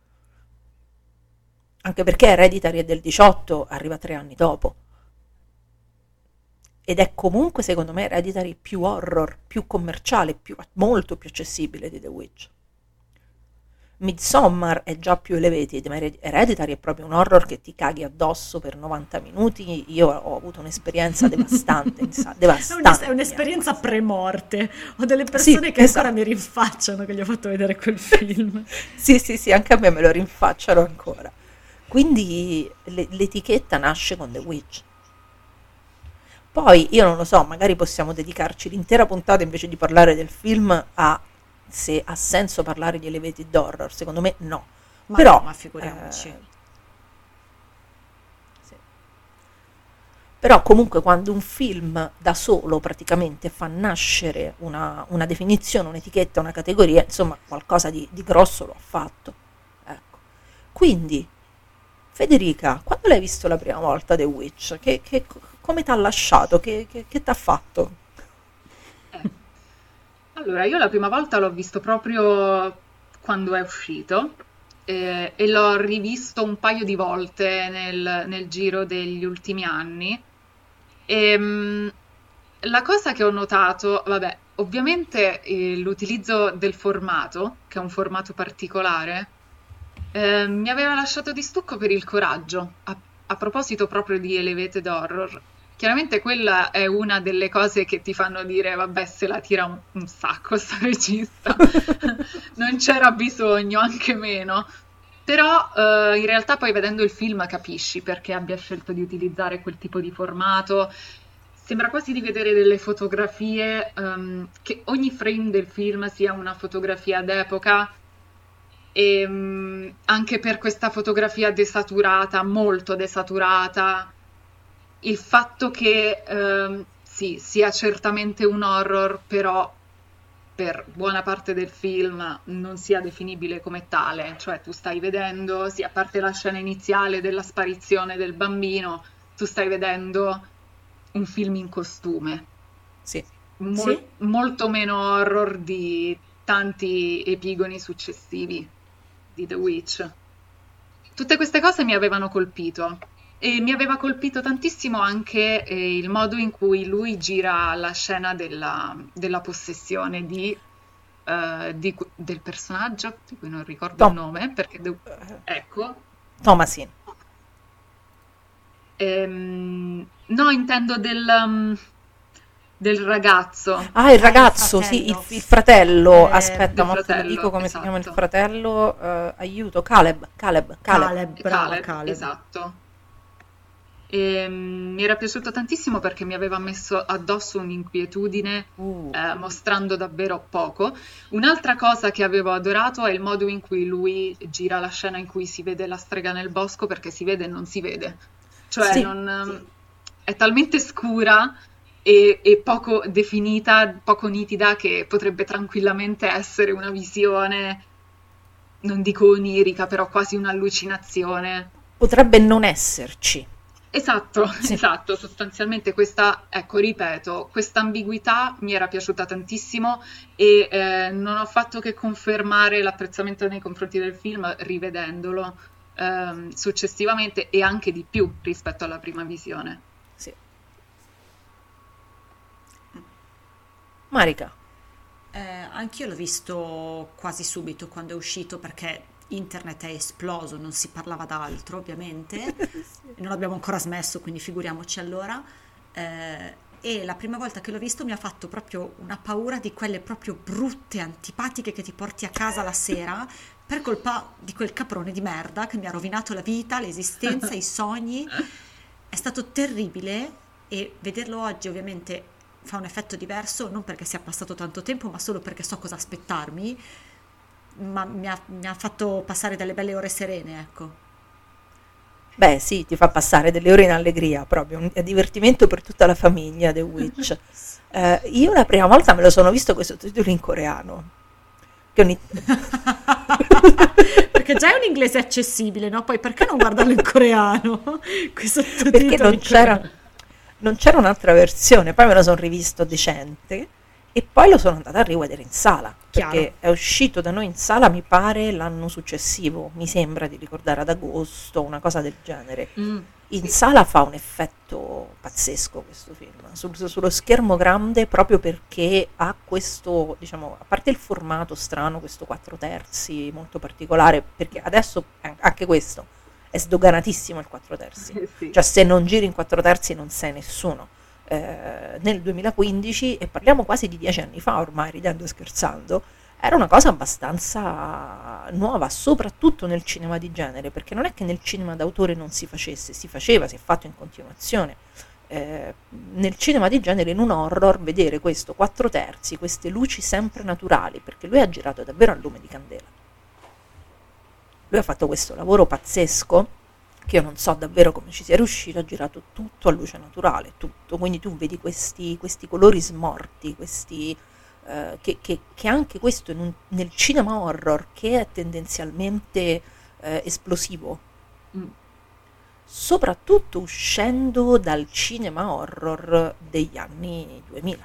anche perché Hereditary è del diciotto, arriva tre anni dopo, ed è comunque secondo me Hereditary più horror, più commerciale, più, molto più accessibile di The Witch. Midsommar è già più elevated, ma Hereditary è proprio un horror che ti caghi addosso per novanta minuti. Io ho avuto un'esperienza devastante, in sa- devastante. È un'esperienza pre-morte. Ho delle persone sì, che esatto. ancora mi rinfacciano che gli ho fatto vedere quel film. Sì, sì, sì, anche a me me lo rinfacciano ancora. Quindi le- l'etichetta nasce con The Witch. Poi, io non lo so, magari possiamo dedicarci l'intera puntata invece di parlare del film a se ha senso parlare di elevated horror. Secondo me no. Ma Però, no, ma figuriamoci. eh, sì. Però comunque quando un film da solo praticamente fa nascere una, una definizione, un'etichetta, una categoria, insomma qualcosa di, di grosso lo ha fatto. Ecco. Quindi, Federica, quando l'hai visto la prima volta The Witch? Che, che, come ti ha lasciato? Che, che, che ti ha fatto? Eh. Allora, io la prima volta l'ho visto proprio quando è uscito eh, e l'ho rivisto un paio di volte nel, nel giro degli ultimi anni. E, mh, la cosa che ho notato, vabbè, ovviamente eh, l'utilizzo del formato, che è un formato particolare, eh, mi aveva lasciato di stucco per il coraggio. A, a proposito proprio di elevated horror. Chiaramente quella è una delle cose che ti fanno dire vabbè, se la tira un, un sacco sta regista, non c'era bisogno, anche meno. Però eh, in realtà poi vedendo il film capisci perché abbia scelto di utilizzare quel tipo di formato. Sembra quasi di vedere delle fotografie, ehm, che ogni frame del film sia una fotografia d'epoca. E mh, anche per questa fotografia desaturata, molto desaturata, il fatto che ehm, sì, sia certamente un horror, però per buona parte del film non sia definibile come tale, cioè tu stai vedendo, sì, a parte la scena iniziale della sparizione del bambino, tu stai vedendo un film in costume. Sì. Mol- Sì? Molto meno horror di tanti epigoni successivi di The Witch. Tutte queste cose mi avevano colpito. E mi aveva colpito tantissimo anche eh, il modo in cui lui gira la scena della, della possessione di, eh, di que- del personaggio, di cui non ricordo Tom. il nome, perché de- ecco. Thomasin. Ehm, no, intendo del, um, del ragazzo. Ah, il Ah, ragazzo, il sì, il, fratello. il fratello. Eh, Aspetta, il ma te lo fratello, dico come si chiama il esatto. fratello. eh, aiuto, Caleb, Caleb, Caleb. Caleb, bravo Caleb, Caleb. esatto. E, mm, mi era piaciuto tantissimo perché mi aveva messo addosso un'inquietudine Uh, eh, mostrando davvero poco. Un'altra cosa che avevo adorato è il modo in cui lui gira la scena in cui si vede la strega nel bosco, perché si vede e non si vede. Cioè Sì. non, ehm, è talmente scura e, e poco definita, poco nitida, che potrebbe tranquillamente essere una visione, non dico onirica, però quasi un'allucinazione. potrebbe non esserci. Esatto, Sì. esatto, sostanzialmente questa, ecco, ripeto, questa ambiguità mi era piaciuta tantissimo e eh, non ho fatto che confermare l'apprezzamento nei confronti del film rivedendolo ehm, successivamente e anche di più rispetto alla prima visione. Sì. Marica. Eh, anch'io l'ho visto quasi subito quando è uscito perché internet è esploso, non si parlava d'altro ovviamente, non abbiamo ancora smesso, quindi figuriamoci allora. Eh, e la prima volta che l'ho visto mi ha fatto proprio una paura di quelle proprio brutte, antipatiche che ti porti a casa la sera per colpa di quel caprone di merda che mi ha rovinato la vita, l'esistenza, i sogni. È stato terribile e vederlo oggi ovviamente fa un effetto diverso, non perché sia passato tanto tempo, ma solo perché so cosa aspettarmi, ma mi ha, mi ha fatto passare delle belle ore serene, ecco. Beh, sì, ti fa passare delle ore in allegria, proprio, un- è divertimento per tutta la famiglia, The Witch. Eh, io la prima volta me lo sono visto con i sottotitoli in coreano. Che ogni... Perché già è un inglese accessibile, no? Poi perché non guardarlo in coreano? Quei sottotitoli Perché non in c'era, coreano. non c'era un'altra versione, poi me lo sono rivisto decente e poi lo sono andata a rivedere in sala, Chiaro. perché è uscito da noi in sala, mi pare, l'anno successivo, mi sembra di ricordare ad agosto, una cosa del genere. Mm, In sì. sala fa un effetto pazzesco questo film, sul- sullo schermo grande, proprio perché ha questo, diciamo, a parte il formato strano, questo quattro terzi molto particolare, perché adesso eh, anche questo è sdoganatissimo il quattro terzi, Eh sì. cioè se non giri in quattro terzi non sei nessuno. Eh, nel duemilaquindici, e parliamo quasi di dieci anni fa ormai, ridendo e scherzando, era una cosa abbastanza nuova, soprattutto nel cinema di genere, perché non è che nel cinema d'autore non si facesse, si faceva, si è fatto in continuazione. Eh, nel cinema di genere, in un horror, vedere questo quattro terzi, queste luci sempre naturali, perché lui ha girato davvero a lume di candela. Lui ha fatto questo lavoro pazzesco, che io non so davvero come ci sia riuscito, ha girato tutto a luce naturale, tutto, quindi tu vedi questi, questi colori smorti, questi... Uh, che, che, che anche questo in un, nel cinema horror, che è tendenzialmente uh, esplosivo, Mm. soprattutto uscendo dal cinema horror degli anni duemila,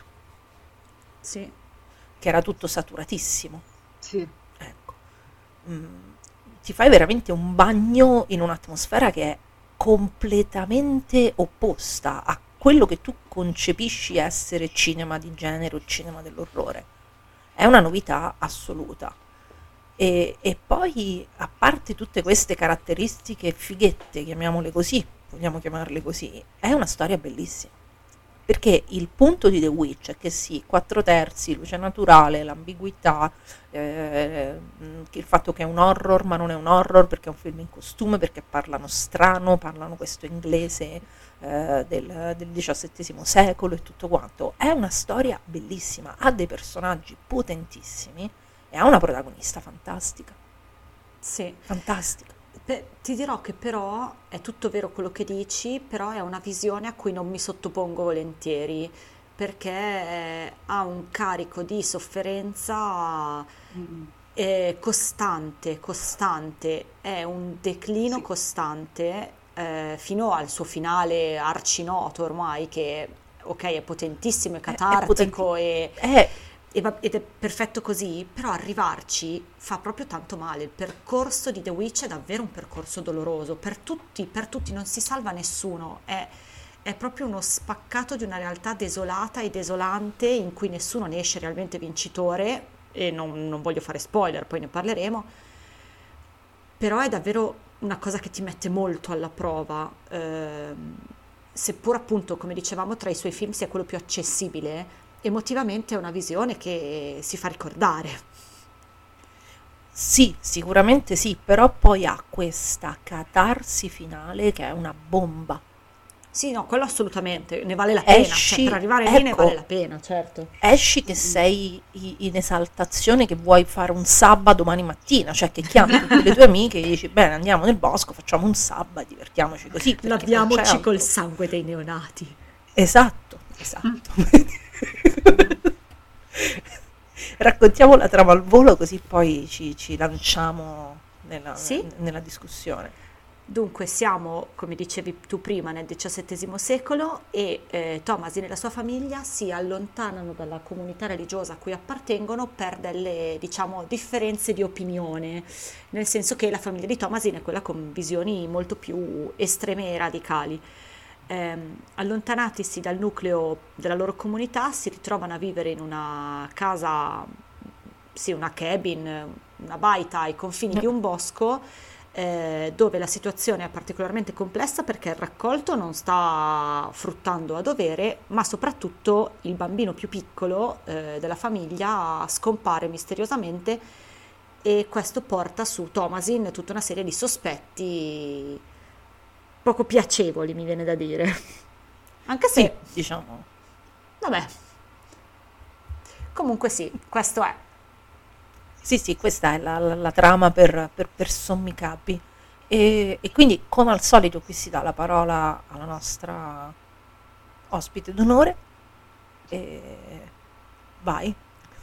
Sì. che era tutto saturatissimo. Sì. Ecco. Mm, ti fai veramente un bagno in un'atmosfera che è completamente opposta a quello che tu concepisci essere cinema di genere o cinema dell'orrore. È una novità assoluta. E, e poi, a parte tutte queste caratteristiche fighette, chiamiamole così, vogliamo chiamarle così, è una storia bellissima. Perché il punto di The Witch è che sì, quattro terzi, luce naturale, l'ambiguità, eh, il fatto che è un horror ma non è un horror perché è un film in costume, perché parlano strano, parlano questo inglese eh, del, del diciassettesimo secolo e tutto quanto. È una storia bellissima, ha dei personaggi potentissimi e ha una protagonista fantastica, Sì. fantastica. Pe- ti dirò che però è tutto vero quello che dici, però è una visione a cui non mi sottopongo volentieri, perché eh, ha un carico di sofferenza Mm. eh, costante, costante, è un declino Sì. costante eh, fino al suo finale arcinoto ormai, che ok è potentissimo, è È, è catartico potenti- e... è- E va- ed è perfetto così, però arrivarci fa proprio tanto male. Il percorso di The Witch è davvero un percorso doloroso per tutti, per tutti, non si salva nessuno. È, è proprio uno spaccato di una realtà desolata e desolante in cui nessuno ne esce realmente vincitore. E non, non voglio fare spoiler, poi ne parleremo. Però è davvero una cosa che ti mette molto alla prova. Ehm, seppur appunto, come dicevamo, tra i suoi film sia quello più accessibile, emotivamente è una visione che si fa ricordare. Sì, sicuramente sì, però poi ha questa catarsi finale che è una bomba. Sì, no, quello assolutamente, ne vale la pena, Esci, cioè per arrivare lì ne ecco, vale la pena, certo. esci che sei i- in esaltazione, che vuoi fare un sabba domani mattina, cioè che chiami tutte le tue amiche e gli dici bene, andiamo nel bosco, facciamo un sabba e divertiamoci così, perché non c'è Laviamoci altro. col sangue dei neonati. Esatto, esatto. Raccontiamo la trama al volo così poi ci, ci lanciamo nella, Sì? nella discussione. Dunque siamo, come dicevi tu prima, nel diciassettesimo secolo e eh, Thomasin e la sua famiglia si allontanano dalla comunità religiosa a cui appartengono per delle, diciamo, differenze di opinione, nel senso che la famiglia di Thomasin è quella con visioni molto più estreme e radicali. Ehm, allontanatisi dal nucleo della loro comunità, si ritrovano a vivere in una casa, sì, una cabin, una baita ai confini di un bosco, eh, dove la situazione è particolarmente complessa perché il raccolto non sta fruttando a dovere, ma soprattutto il bambino più piccolo eh, della famiglia scompare misteriosamente e questo porta su Thomasin tutta una serie di sospetti poco piacevoli, mi viene da dire. Anche Sì, se, diciamo. vabbè, comunque sì, questo è. Sì, sì, questa è la, la- la trama per, per, per sommi capi. E, e quindi, come al solito, qui si dà la parola alla nostra ospite d'onore. E vai.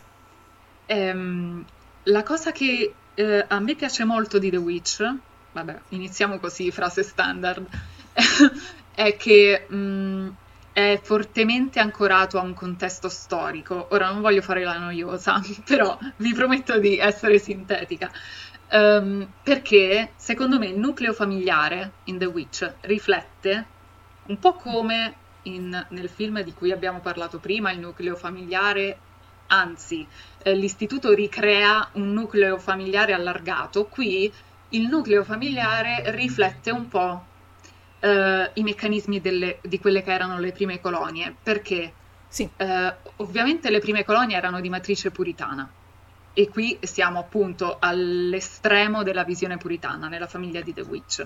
Ehm, la cosa che eh, a me piace molto di The Witch, vabbè, iniziamo così, frase standard, è che mh, è fortemente ancorato a un contesto storico. Ora non voglio fare la noiosa, però vi prometto di essere sintetica. Ehm, perché secondo me il nucleo familiare in The Witch riflette un po' come in- nel film di cui abbiamo parlato prima, il nucleo familiare, anzi, eh, l'istituto ricrea un nucleo familiare allargato, qui il nucleo familiare riflette un po' eh, i meccanismi delle- di quelle che erano le prime colonie, perché Sì, eh, ovviamente le prime colonie erano di matrice puritana e qui siamo appunto all'estremo della visione puritana nella famiglia di The Witch.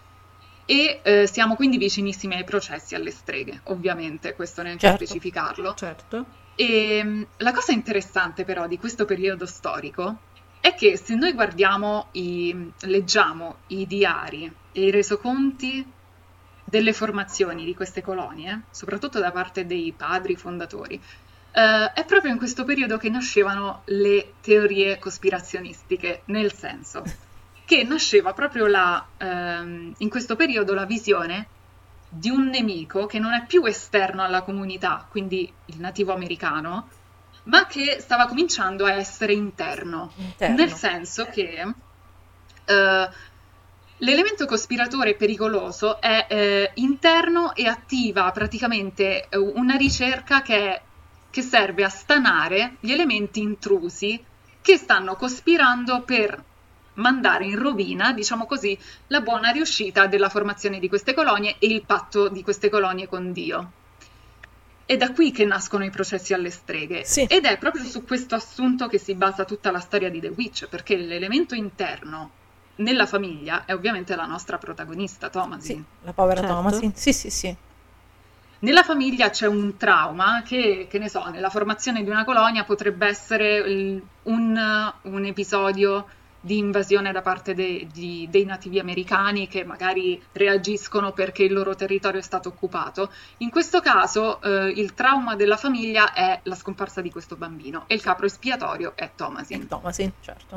E eh, siamo quindi vicinissimi ai processi alle streghe, ovviamente, questo neanche a certo. specificarlo. Certo. E mh, la cosa interessante però di questo periodo storico è che se noi guardiamo, i, leggiamo i diari e i resoconti delle formazioni di queste colonie, soprattutto da parte dei padri fondatori, eh, è proprio in questo periodo che nascevano le teorie cospirazionistiche, nel senso che nasceva proprio la, ehm, in questo periodo la visione di un nemico che non è più esterno alla comunità, quindi il nativo americano, ma che stava cominciando a essere interno, Interno. nel senso che eh, l'elemento cospiratore e pericoloso è eh, interno e attiva praticamente eh, una ricerca che, che serve a stanare gli elementi intrusi che stanno cospirando per mandare in rovina, diciamo così, la buona riuscita della formazione di queste colonie e il patto di queste colonie con Dio. È da qui che nascono i processi alle streghe. Sì. Ed è proprio su questo assunto che si basa tutta la storia di The Witch, perché l'elemento interno nella famiglia è ovviamente la nostra protagonista, Thomasin. Sì, la povera Certo. Thomasin. Sì, sì, sì. Nella famiglia c'è un trauma che, che ne so, nella formazione di una colonia potrebbe essere il- un, un episodio di invasione da parte de- di- dei nativi americani che magari reagiscono perché il loro territorio è stato occupato. In questo caso eh, il trauma della famiglia è la scomparsa di questo bambino e il capro espiatorio è Thomasin. Thomasin, certo.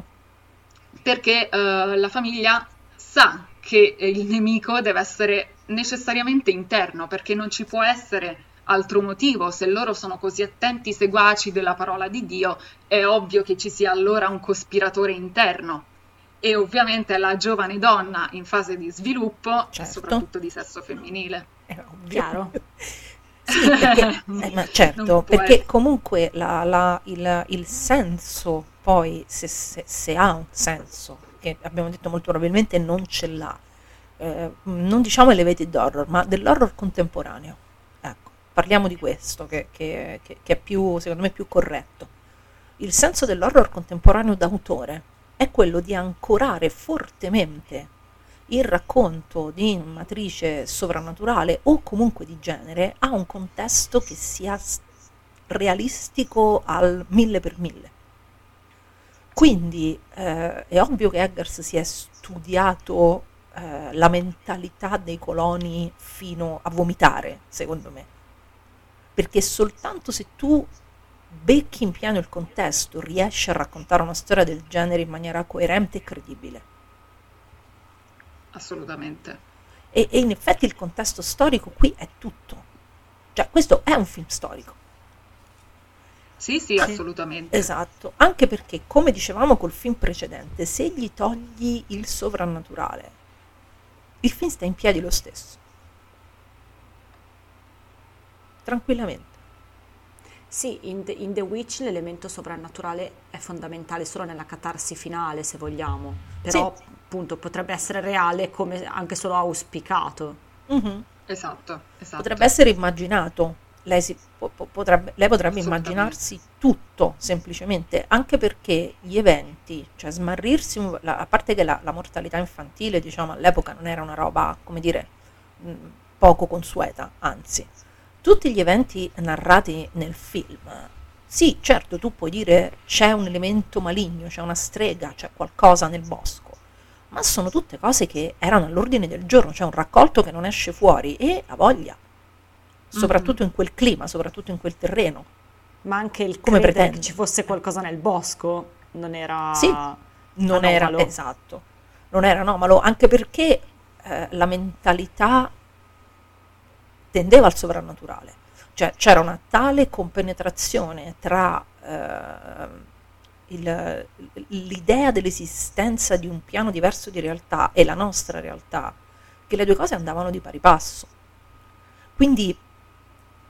Perché eh, la famiglia sa che eh, il nemico deve essere necessariamente interno, perché non ci può essere altro motivo. Se loro sono così attenti seguaci della parola di Dio, è ovvio che ci sia allora un cospiratore interno. E ovviamente la giovane donna in fase di sviluppo, Certo. soprattutto di sesso femminile. È ovvio. Chiaro. Sì, perché, eh, ma certo, Non può perché essere. comunque la- la- il, il senso, poi, se, se- se ha un senso, che abbiamo detto molto probabilmente non ce l'ha, eh, non diciamo elevated horror, ma dell'horror contemporaneo. Ecco, parliamo di questo, che, che- che- che è più, secondo me, più corretto. Il senso dell'horror contemporaneo d'autore è quello di ancorare fortemente il racconto di matrice sovrannaturale o comunque di genere a un contesto che sia s- realistico al mille per mille. Quindi eh, è ovvio che Eggers si è studiato eh, la mentalità dei coloni fino a vomitare, secondo me, perché soltanto se tu becchi in pieno il contesto riesci a raccontare una storia del genere in maniera coerente e credibile. Assolutamente. E, e in effetti il contesto storico qui è tutto. Cioè, questo è un film storico. Sì, sì, assolutamente. Esatto. Anche perché, come dicevamo col film precedente, se gli togli il sovrannaturale, il film sta in piedi lo stesso. Tranquillamente. Sì, in The, in The Witch l'elemento sovrannaturale è fondamentale solo nella catarsi finale, se vogliamo, però Sì. appunto potrebbe essere reale come anche solo auspicato. Mhm. Esatto, esatto. Potrebbe essere immaginato. Lei, si, po- po- potrebbe, lei potrebbe Assolutamente. immaginarsi tutto, semplicemente, anche perché gli eventi, cioè smarrirsi, un- la- a parte che la, la mortalità infantile, diciamo, all'epoca non era una roba, come dire, mh, poco consueta, anzi, tutti gli eventi narrati nel film, sì, certo, tu puoi dire c'è un elemento maligno, c'è una strega, c'è qualcosa nel bosco, ma sono tutte cose che erano all'ordine del giorno, c'è un raccolto che non esce fuori e ha voglia, soprattutto in quel clima, soprattutto in quel terreno. Ma anche il Come credere pretende. che ci fosse qualcosa nel bosco non era Sì, non era anomalo. esatto, non era anomalo, anche perché eh, la mentalità tendeva al sovrannaturale, cioè c'era una tale compenetrazione tra eh, il- l'idea dell'esistenza di un piano diverso di realtà e la nostra realtà, che le due cose andavano di pari passo. Quindi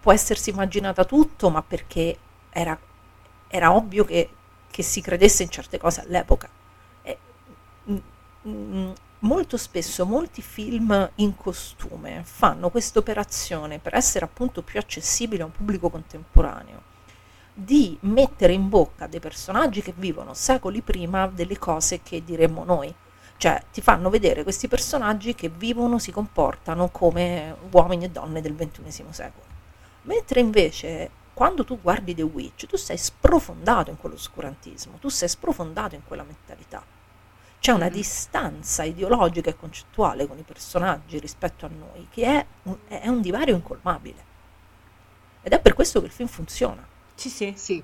può essersi immaginata tutto, ma perché era, era ovvio che, che si credesse in certe cose all'epoca. E, mm, mm, molto spesso molti film in costume fanno questa operazione per essere appunto più accessibili a un pubblico contemporaneo, di mettere in bocca dei personaggi che vivono secoli prima delle cose che diremmo noi. Cioè ti fanno vedere questi personaggi che vivono, si comportano come uomini e donne del ventunesimo secolo. Mentre invece quando tu guardi The Witch, tu sei sprofondato in quell'oscurantismo, tu sei sprofondato in quella mentalità. C'è una distanza ideologica e concettuale con i personaggi rispetto a noi che è un, è un divario incolmabile. Ed è per questo che il film funziona. Sì, sì. Sì.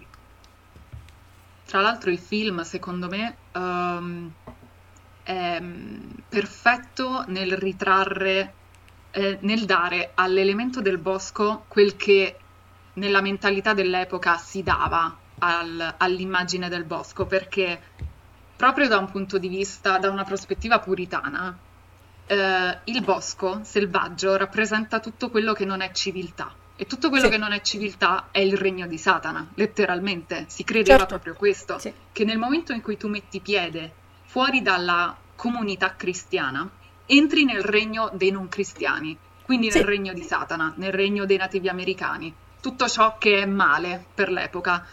Tra l'altro il film, secondo me, ehm, è mm, perfetto nel ritrarre, eh, nel dare all'elemento del bosco quel che nella mentalità dell'epoca si dava al- all'immagine del bosco, perché proprio da un punto di vista, da una prospettiva puritana, eh, il bosco selvaggio rappresenta tutto quello che non è civiltà. E tutto quello Sì. che non è civiltà è il regno di Satana, letteralmente. Si credeva Certo. proprio questo, Sì. che nel momento in cui tu metti piede fuori dalla comunità cristiana, entri nel regno dei non cristiani, quindi nel Sì. regno di Satana, nel regno dei nativi americani, tutto ciò che è male per l'epoca.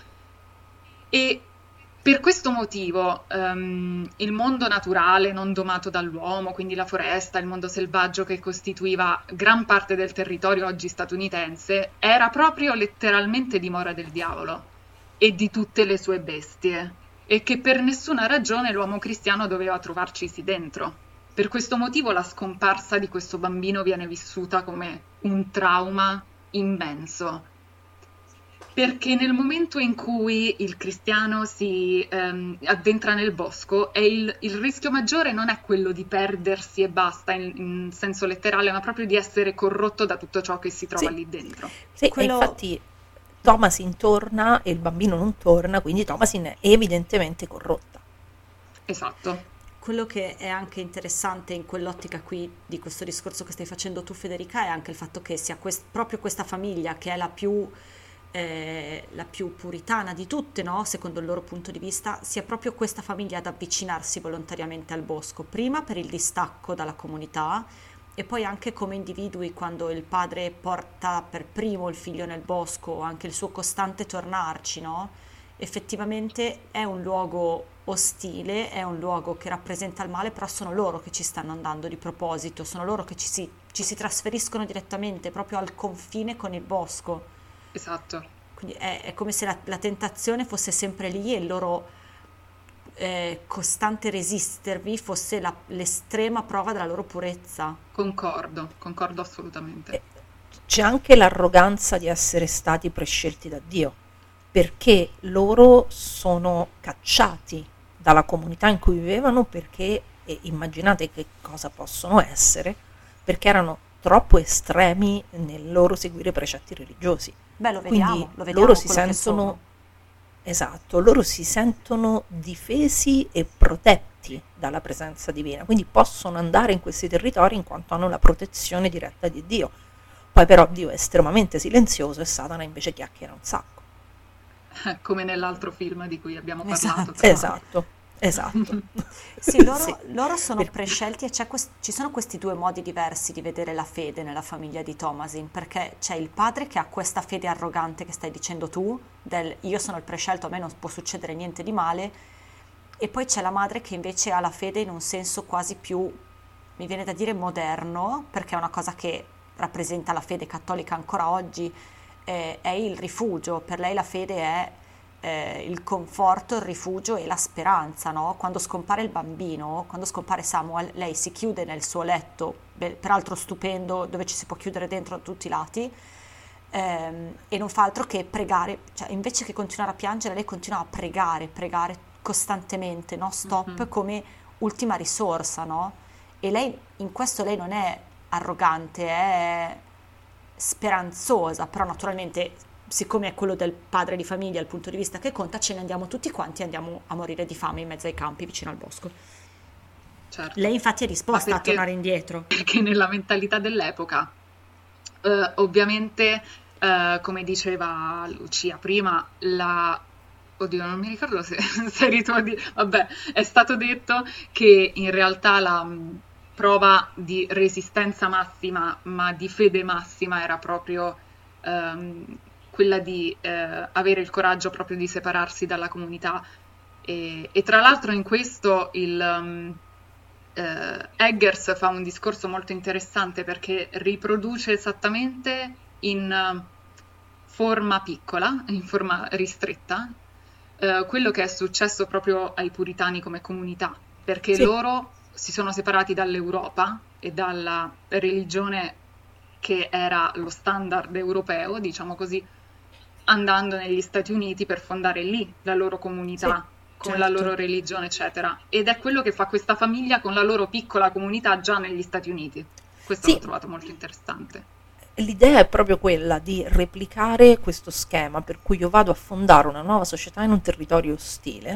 E per questo motivo ehm, il mondo naturale non domato dall'uomo, quindi la foresta, il mondo selvaggio che costituiva gran parte del territorio oggi statunitense, era proprio letteralmente dimora del diavolo e di tutte le sue bestie, e che per nessuna ragione l'uomo cristiano doveva trovarcisi dentro. Per questo motivo la scomparsa di questo bambino viene vissuta come un trauma immenso. Perché nel momento in cui il cristiano si ehm, addentra nel bosco, è il, il rischio maggiore non è quello di perdersi e basta in, in senso letterale, ma proprio di essere corrotto da tutto ciò che si trova Sì. lì dentro. Sì, Quello- e infatti Thomasin torna e il bambino non torna, quindi Thomasin è evidentemente corrotta. Esatto. Quello che è anche interessante in quell'ottica qui di questo discorso che stai facendo tu, Federica, è anche il fatto che sia quest- proprio questa famiglia che è la più, eh, la più puritana di tutte, no? Secondo il loro punto di vista, sia proprio questa famiglia ad avvicinarsi volontariamente al bosco, prima per il distacco dalla comunità e poi anche come individui, quando il padre porta per primo il figlio nel bosco, anche il suo costante tornarci, no? Effettivamente è un luogo ostile, è un luogo che rappresenta il male, però sono loro che ci stanno andando di proposito, sono loro che ci si, ci si trasferiscono direttamente proprio al confine con il bosco. Esatto. Quindi è, è come se la, la tentazione fosse sempre lì e il loro eh, costante resistervi fosse la- l'estrema prova della loro purezza. Concordo, concordo assolutamente. Eh, C'è anche l'arroganza di essere stati prescelti da Dio, perché loro sono cacciati dalla comunità in cui vivevano, perché, e immaginate che cosa possono essere, perché erano troppo estremi nel loro seguire i precetti religiosi. Beh, lo vediamo, Quindi lo vediamo loro si quello che sentono, sono. esatto, loro si sentono difesi e protetti dalla presenza divina, quindi possono andare in questi territori in quanto hanno la protezione diretta di Dio. Poi però Dio è estremamente silenzioso e Satana invece chiacchiera un sacco. Come nell'altro film di cui abbiamo Esatto. parlato. tra l'altro. Esatto, esatto. Sì, loro, Sì. loro sono Per- prescelti e c'è quest- ci sono questi due modi diversi di vedere la fede nella famiglia di Thomasin, perché c'è il padre che ha questa fede arrogante che stai dicendo tu, del io sono il prescelto, a me non può succedere niente di male, e poi c'è la madre che invece ha la fede in un senso quasi più, mi viene da dire moderno, perché è una cosa che rappresenta la fede cattolica ancora oggi, eh, è il rifugio. Per lei la fede è eh, il conforto, il rifugio e la speranza, no? Quando scompare il bambino, quando scompare Samuel, lei si chiude nel suo letto, beh, peraltro stupendo, dove ci si può chiudere dentro da tutti i lati, ehm, e non fa altro che pregare, cioè invece che continuare a piangere, lei continua a pregare, pregare costantemente, no? Stop, Mhm. come ultima risorsa, no? E lei, in questo lei non è arrogante, è speranzosa, però naturalmente, siccome è quello del padre di famiglia il punto di vista che conta, ce ne andiamo tutti quanti e andiamo a morire di fame in mezzo ai campi vicino al bosco. Certo. Lei infatti è disposta Ma a perché- tornare indietro. Perché nella mentalità dell'epoca, eh, ovviamente eh, come diceva Lucia prima, la... Oddio, non mi ricordo se, se eri tu a dire... Vabbè, è stato detto che in realtà la mh, prova di resistenza massima, ma di fede massima, era proprio ehm, quella di eh, avere il coraggio proprio di separarsi dalla comunità. E, e tra l'altro in questo il... Um, eh, Eggers fa un discorso molto interessante perché riproduce esattamente in uh, forma piccola, in forma ristretta, Uh, quello che è successo proprio ai puritani come comunità, perché Sì. loro si sono separati dall'Europa e dalla religione che era lo standard europeo, diciamo così, andando negli Stati Uniti per fondare lì la loro comunità, Sì, con certo. la loro religione, eccetera. Ed è quello che fa questa famiglia con la loro piccola comunità già negli Stati Uniti. Questo Sì. l'ho trovato molto interessante. L'idea è proprio quella di replicare questo schema per cui io vado a fondare una nuova società in un territorio ostile,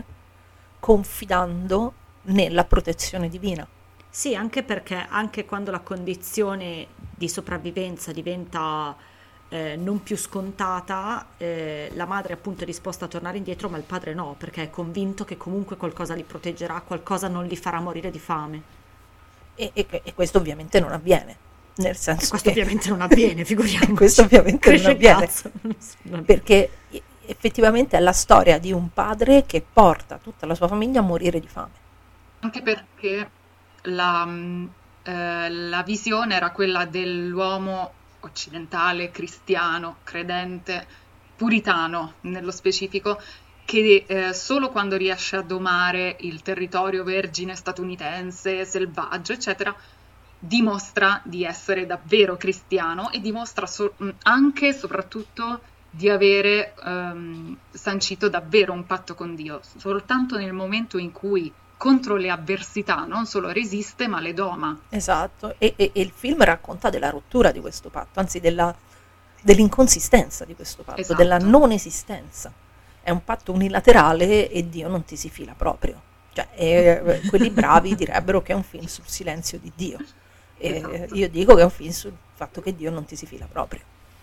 confidando nella protezione divina. Sì, anche perché anche quando la condizione di sopravvivenza diventa eh, non più scontata, eh, la madre appunto è disposta a tornare indietro, ma il padre no, perché è convinto che comunque qualcosa li proteggerà, qualcosa non li farà morire di fame. E, e- e questo ovviamente non avviene, nel senso E questo che ovviamente non avviene, figuriamoci. questo ovviamente non Cresce il avviene. cazzo. Non- perché e- effettivamente è la storia di un padre che porta tutta la sua famiglia a morire di fame. Anche perché la, mh, eh, la visione era quella dell'uomo occidentale, cristiano, credente, puritano nello specifico, che eh, solo quando riesce a domare il territorio vergine statunitense, selvaggio, eccetera, dimostra di essere davvero cristiano e dimostra so- mh, anche e soprattutto di avere ehm, sancito davvero un patto con Dio. Soltanto nel momento in cui contro le avversità non solo resiste, ma le doma. Esatto, e, e- e il film racconta della rottura di questo patto, anzi della- dell'inconsistenza di questo patto, Esatto. della non esistenza. È un patto unilaterale e Dio non ti si fila proprio. Cioè, eh, quelli bravi direbbero che è un film sul silenzio di Dio. E Esatto. io dico che è un film sul fatto che Dio non ti si fila proprio.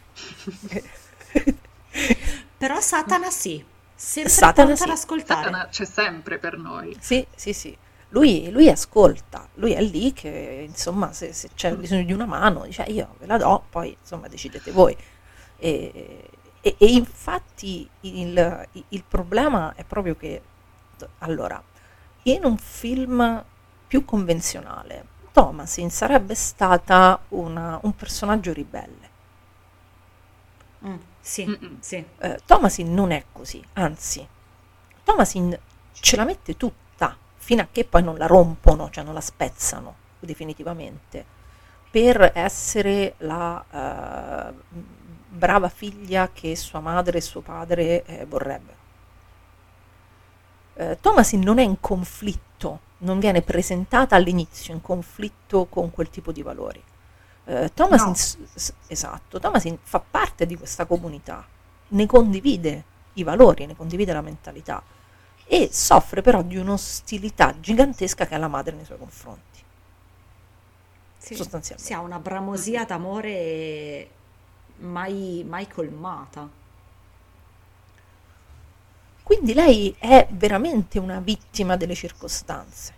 Però Satana sì, sempre Satana pronto ad sì. ascoltare. Satana c'è sempre per noi. Sì, sì, sì. Lui, lui ascolta, lui è lì che, insomma, se, se c'è bisogno di una mano, dice io ve la do, poi, insomma, decidete voi. E, e- e infatti il, il problema è proprio che, allora, in un film più convenzionale, Thomasin sarebbe stata una- un personaggio ribelle. Mm, sì, Mm-mm. sì. Eh, Thomasin non è così, anzi, Thomasin ce la mette tutta fino a che poi non la rompono, cioè non la spezzano definitivamente, per essere la eh, brava figlia che sua madre e suo padre eh, vorrebbero. Eh, Thomasin non è in conflitto, non viene presentata all'inizio in conflitto con quel tipo di valori. Eh, Thomasin, No. s- s- esatto, Thomasin fa parte di questa comunità, ne condivide i valori, ne condivide la mentalità e soffre però di un'ostilità gigantesca che ha la madre nei suoi confronti. Sì. Sostanzialmente. Si ha una bramosia d'amore mai, mai colmata. Quindi lei è veramente una vittima delle circostanze.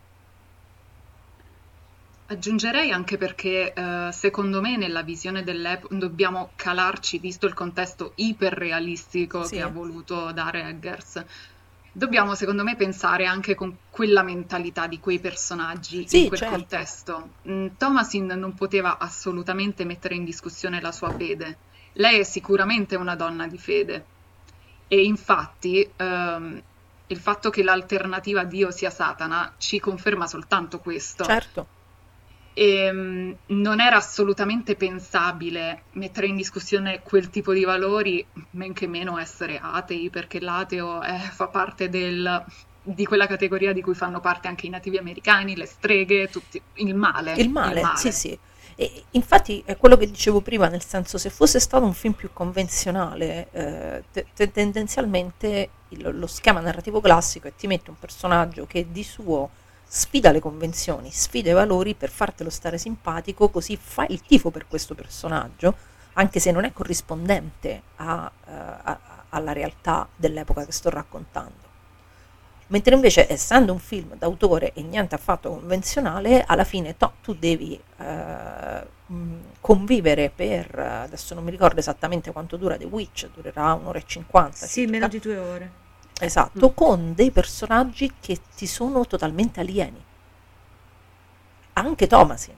Aggiungerei anche perché eh, secondo me nella visione dell'epoca dobbiamo calarci, visto il contesto iperrealistico Sì. che ha voluto dare Eggers, dobbiamo secondo me pensare anche con quella mentalità di quei personaggi Sì, in quel certo. contesto. Mm, Thomasin non poteva assolutamente mettere in discussione la sua fede. Lei è sicuramente una donna di fede e infatti ehm, il fatto che l'alternativa a Dio sia Satana ci conferma soltanto questo. Certo. E mm, non era assolutamente pensabile mettere in discussione quel tipo di valori, men che meno essere atei, perché l'ateo è- fa parte del- di quella categoria di cui fanno parte anche i nativi americani, le streghe, tutti, il male. Il male, sì, sì. E infatti è quello che dicevo prima, nel senso, se fosse stato un film più convenzionale, eh, te- te- tendenzialmente il- lo schema narrativo classico è ti mette un personaggio che di suo sfida le convenzioni, sfida i valori per fartelo stare simpatico, così fai il tifo per questo personaggio, anche se non è corrispondente a, uh, a, alla realtà dell'epoca che sto raccontando. Mentre invece, essendo un film d'autore e niente affatto convenzionale, alla fine to, tu devi uh, convivere per, adesso non mi ricordo esattamente quanto dura The Witch, durerà un'ora e cinquanta. Sì, circa. Meno di due ore. Esatto, mm. con dei personaggi che ti sono totalmente alieni. Anche Thomasin.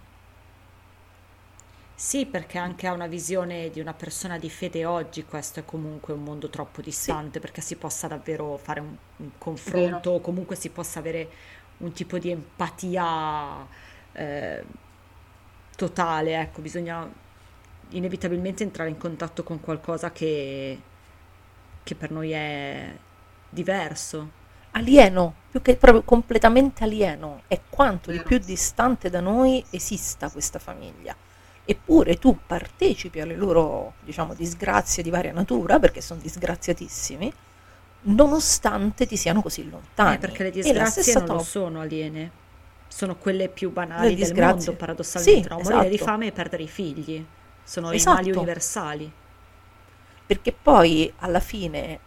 Sì, perché anche ha una visione di una persona di fede oggi, questo è comunque un mondo troppo distante, sì, perché si possa davvero fare un, un confronto, o comunque si possa avere un tipo di empatia eh, totale, ecco, bisogna inevitabilmente entrare in contatto con qualcosa che, che per noi è diverso. Alieno, più che proprio completamente alieno, è quanto di più distante da noi esista questa famiglia. Eppure tu partecipi alle loro, diciamo, disgrazie di varia natura, perché sono disgraziatissimi, nonostante ti siano così lontani. Eh, perché le disgrazie non top. lo sono aliene, sono quelle più banali le del mondo, paradossalmente. Sì, no? esatto. Morire di fame e perdere i figli, sono esatto. i mali universali. Perché poi, alla fine,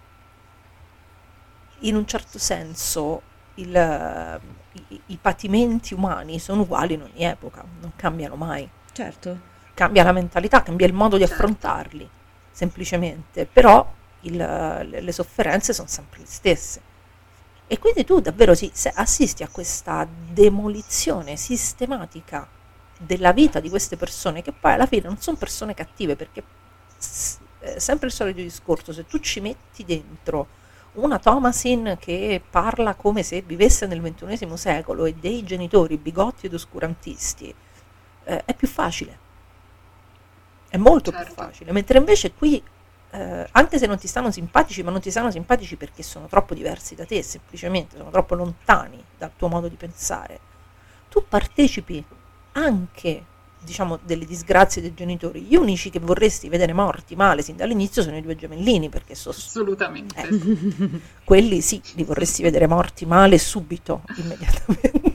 in un certo senso, il, i, i patimenti umani sono uguali in ogni epoca, non cambiano mai. Certo. Cambia la mentalità, cambia il modo di affrontarli, semplicemente, però il, le sofferenze sono sempre le stesse. E quindi tu davvero sì, se assisti a questa demolizione sistematica della vita di queste persone, che poi alla fine non sono persone cattive, perché è sempre il solito discorso, se tu ci metti dentro una Thomasin che parla come se vivesse nel ventunesimo secolo e dei genitori bigotti ed oscurantisti, è più facile, è molto certo. più facile, mentre invece qui eh, anche se non ti stanno simpatici, ma non ti stanno simpatici perché sono troppo diversi da te, semplicemente sono troppo lontani dal tuo modo di pensare, tu partecipi anche, diciamo, delle disgrazie dei genitori. Gli unici che vorresti vedere morti male sin dall'inizio sono i due gemellini, perché so, assolutamente eh, quelli sì, li vorresti vedere morti male subito, immediatamente.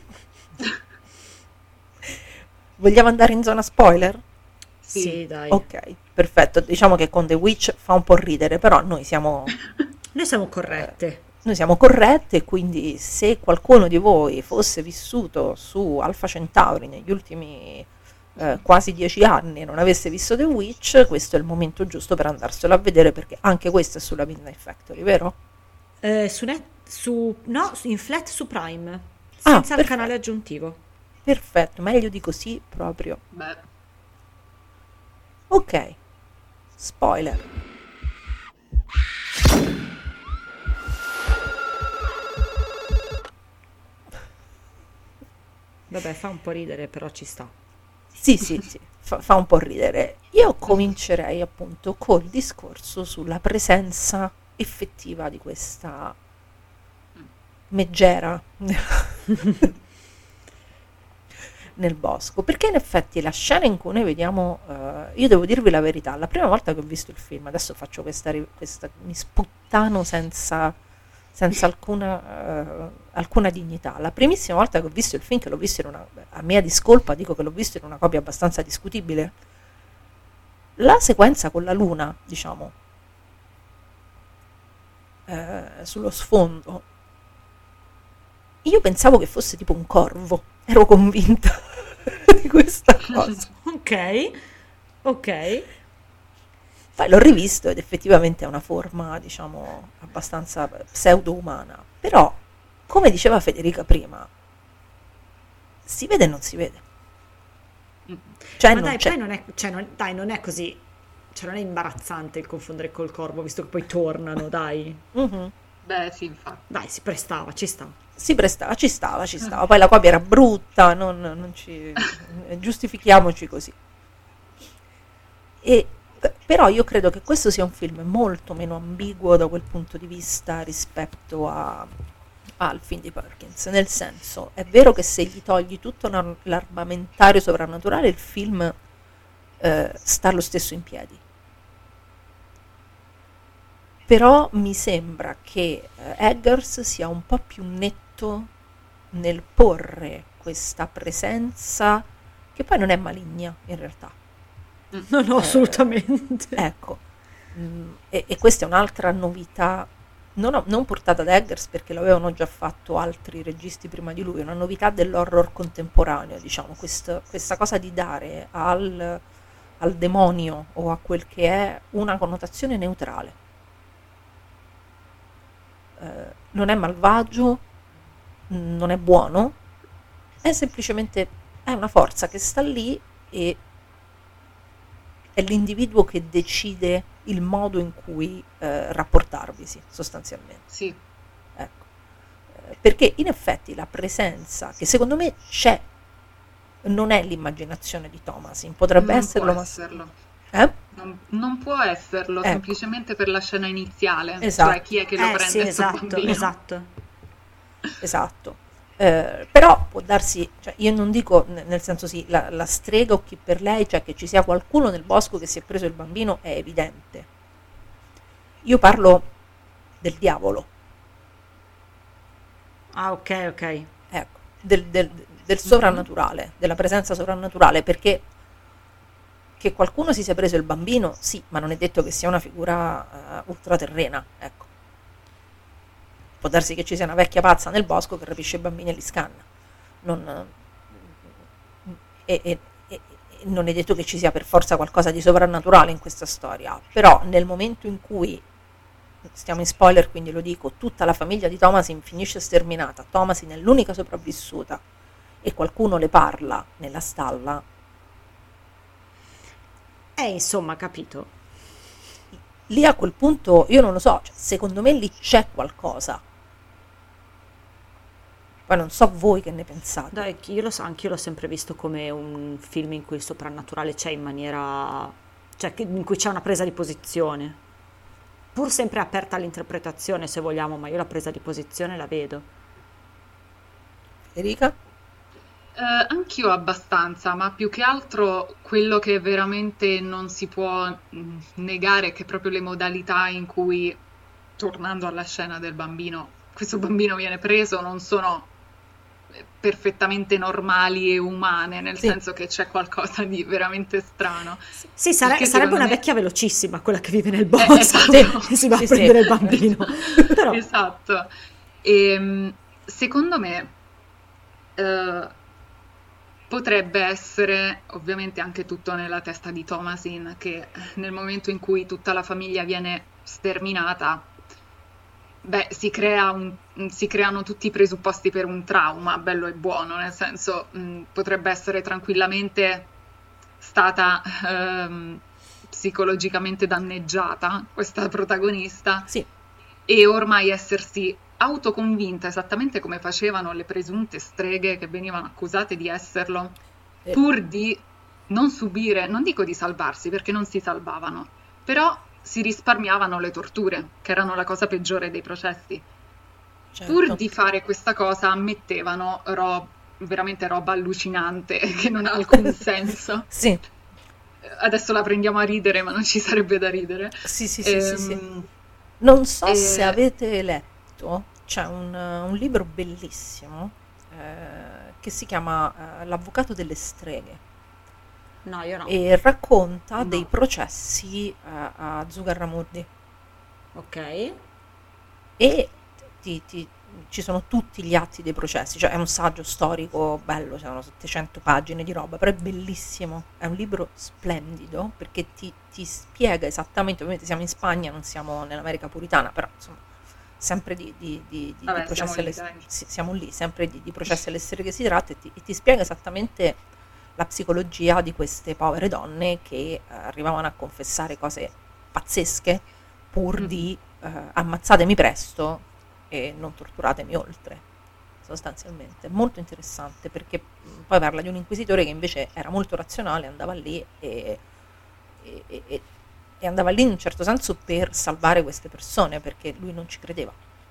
Vogliamo andare in zona spoiler? Sì, sì, dai. Ok, perfetto. Diciamo che con The Witch fa un po' ridere, però noi siamo... noi siamo corrette. Eh, noi siamo corrette, quindi se qualcuno di voi fosse vissuto su Alpha Centauri negli ultimi eh, quasi dieci anni e non avesse visto The Witch, questo è il momento giusto per andarselo a vedere, perché anche questo è sulla Midnight Factory, vero? Eh, su net, su, no, in flat su Prime, senza ah, il canale aggiuntivo. Perfetto, meglio di così proprio. Beh. Ok, spoiler. Vabbè, fa un po' ridere, però ci sta. Sì, sì, sì, fa, fa un po' ridere. Io comincerei appunto col discorso sulla presenza effettiva di questa meggera nel bosco, perché in effetti la scena in cui noi vediamo, uh, io devo dirvi la verità, la prima volta che ho visto il film, adesso faccio questa, questa mi sputtano senza, senza alcuna, uh, alcuna dignità, la primissima volta che ho visto il film, che l'ho visto in una, a mia discolpa dico che l'ho visto in una copia abbastanza discutibile, la sequenza con la luna, diciamo, uh, sullo sfondo, io pensavo che fosse tipo un corvo, ero convinta di questa cosa. Ok, ok. Poi l'ho rivisto ed effettivamente è una forma, diciamo, abbastanza pseudo-umana. Però, come diceva Federica prima, si vede e non si vede. Cioè, ma non dai, c'è. poi non è, cioè non, dai, non è così, cioè non è imbarazzante il confondere col corvo, visto che poi tornano, dai. Mm-hmm. Beh, sì, infatti. Dai, si prestava, ci sta. Si prestava, ci stava, ci stava. Poi la copia era brutta, non, non ci giustifichiamoci così. E, però io credo che questo sia un film molto meno ambiguo da quel punto di vista rispetto a, al film di Perkins. Nel senso, è vero che se gli togli tutto l'armamentario sovrannaturale, il film eh, sta lo stesso in piedi. Però mi sembra che eh, Eggers sia un po' più netto nel porre questa presenza, che poi non è maligna in realtà, No, no, assolutamente. Ecco, mm, e, e questa è un'altra novità, non, ho- non portata da Eggers perché l'avevano già fatto altri registi prima di lui, una novità dell'horror contemporaneo, diciamo, quest- questa cosa di dare al, al demonio o a quel che è una connotazione neutrale. Eh, non è malvagio, mm, non è buono, è semplicemente è una forza che sta lì e è l'individuo che decide il modo in cui eh, rapportarvisi, sostanzialmente. Sì, Ecco. Eh, perché in effetti la presenza, che secondo me c'è, non è l'immaginazione di Thomasin, potrebbe non esserlo, può ma... esserlo. Eh? Non, non può esserlo Ecco. semplicemente per la scena iniziale, Esatto. cioè chi è che lo Eh prende sì, sto esatto, bambino. esatto. Esatto. Eh, però può darsi, cioè io non dico n- nel senso sì, la, la strega o chi per lei, cioè che ci sia qualcuno nel bosco che si è preso il bambino è evidente. Io parlo del diavolo, Ah, ok, ok. ecco, del, del- del sovrannaturale, della presenza sovrannaturale, perché che qualcuno si sia preso il bambino, sì, ma non è detto che sia una figura eh, ultraterrena, ecco. Può darsi che ci sia una vecchia pazza nel bosco che rapisce i bambini e li scanna. Non, e, e- e- e non è detto che ci sia per forza qualcosa di sovrannaturale in questa storia, però nel momento in cui, stiamo in spoiler quindi lo dico, tutta la famiglia di Thomasin finisce sterminata, Thomasin è l'unica sopravvissuta e qualcuno le parla nella stalla, Eh, insomma, capito. lì a quel punto io non lo so, cioè, secondo me lì c'è qualcosa. Poi non so voi che ne pensate. Dai, io lo so, anch'io l'ho sempre visto come un film in cui il soprannaturale c'è in maniera... cioè che- in cui c'è una presa di posizione. Pur sempre aperta all'interpretazione, se vogliamo, ma io la presa di posizione la vedo. Federica? Eh, anch'io abbastanza, ma più che altro quello che veramente non si può mh, negare è che proprio le modalità in cui, tornando alla scena del bambino, questo bambino viene preso non sono eh, perfettamente normali e umane, nel Sì. senso che c'è qualcosa di veramente strano. Sì, sare- Perché sarebbe secondo una me- vecchia velocissima quella che vive nel Eh, bosco esatto. e si va Sì, a sì. prendere il bambino. Però, Esatto. E, secondo me eh, potrebbe essere ovviamente anche tutto nella testa di Thomasin, che nel momento in cui tutta la famiglia viene sterminata, beh, si crea un- si creano tutti i presupposti per un trauma, bello e buono, nel senso mh, potrebbe essere tranquillamente stata ehm, psicologicamente danneggiata questa protagonista Sì. e ormai essersi autoconvinta, esattamente come facevano le presunte streghe che venivano accusate di esserlo, Eh. pur di non subire, non dico di salvarsi perché non si salvavano, però si risparmiavano le torture, che erano la cosa peggiore dei processi. Certo. Pur di fare questa cosa ammettevano ro- veramente roba allucinante che non ha alcun senso. Sì, Adesso la prendiamo a ridere, ma non ci sarebbe da ridere. sì, sì, sì, sì, sì. Ehm, Non so e- se avete letto, c'è un, un libro bellissimo eh, che si chiama eh, L'avvocato delle streghe no, io no. e racconta No. dei processi eh, a Zugarramurdi Ok. e ti- ti- ci sono tutti gli atti dei processi, cioè è un saggio storico bello, ci sono settecento pagine di roba, però è bellissimo, è un libro splendido perché ti, ti spiega esattamente, ovviamente siamo in Spagna, non siamo nell'America puritana, però insomma sempre di, di- di- di- Vabbè, di processi siamo lì, alle, dai. sì, siamo lì, sempre di, di processi alle streghe si tratta e ti, e ti spiega esattamente la psicologia di queste povere donne che eh, arrivavano a confessare cose pazzesche pur Mm. di eh, ammazzatemi presto e non torturatemi oltre, sostanzialmente. È molto interessante perché mh, poi parla di un inquisitore che invece era molto razionale, andava lì e, e- e- e- e andava lì in un certo senso per salvare queste persone perché lui non ci credeva.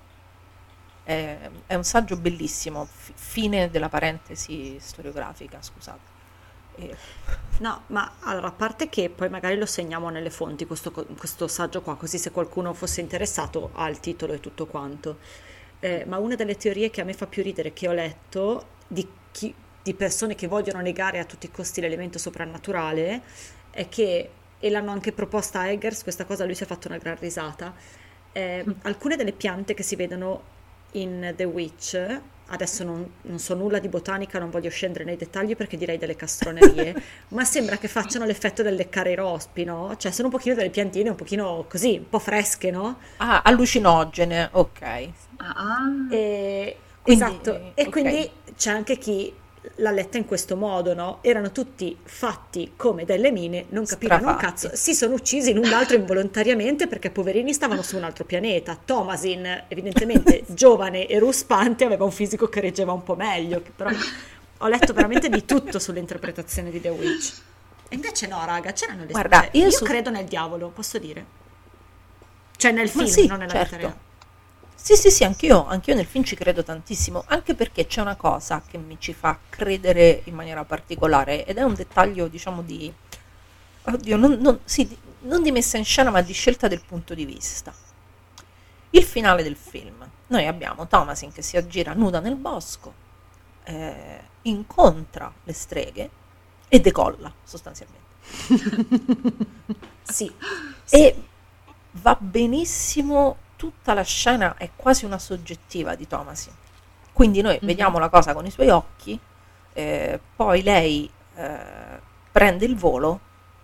È, è un saggio bellissimo, fi- fine della parentesi storiografica, scusate. E- No, ma allora, a parte che poi magari lo segniamo nelle fonti, questo, co- questo saggio qua, così se qualcuno fosse interessato ha il titolo e tutto quanto. Eh, ma una delle teorie che a me fa più ridere che ho letto di, chi- di persone che vogliono negare a tutti i costi l'elemento soprannaturale è che, e l'hanno anche proposta a Eggers, questa cosa lui si è fatto una gran risata, eh, alcune delle piante che si vedono in The Witch, adesso non, non so nulla di botanica, non voglio scendere nei dettagli perché direi delle castronerie, ma sembra che facciano l'effetto del leccare i rospi, no? Cioè sono un pochino delle piantine un pochino così, un po' fresche, no? Ah, allucinogene, ok. Ah, E, Quindi, esatto, e ok. quindi c'è anche chi l'ha letta in questo modo, no? Erano tutti fatti come delle mine, non capivano un Strafatti. cazzo, si sono uccisi l'un l'altro involontariamente perché poverini stavano su un altro pianeta. Thomasin, evidentemente giovane e ruspante, aveva un fisico che reggeva un po' meglio, che però ho letto veramente di tutto sull'interpretazione di The Witch. E invece no, raga, c'erano le Guarda, cioè, io io su- credo nel diavolo, posso dire. Cioè nel Ma film, sì, non nella certo. vita reale. Sì, sì, sì, anch'io, anch'io nel film ci credo tantissimo, anche perché c'è una cosa che mi ci fa credere in maniera particolare ed è un dettaglio, diciamo, di... Oddio, non, non- sì, di- non di messa in scena, ma di scelta del punto di vista. Il finale del film. Noi abbiamo Thomasin che si aggira nuda nel bosco, eh, incontra le streghe e decolla, sostanzialmente. Sì. E va benissimo, tutta la scena è quasi una soggettiva di Thomasin. Quindi noi vediamo la cosa con i suoi occhi, eh, poi lei eh, prende il volo,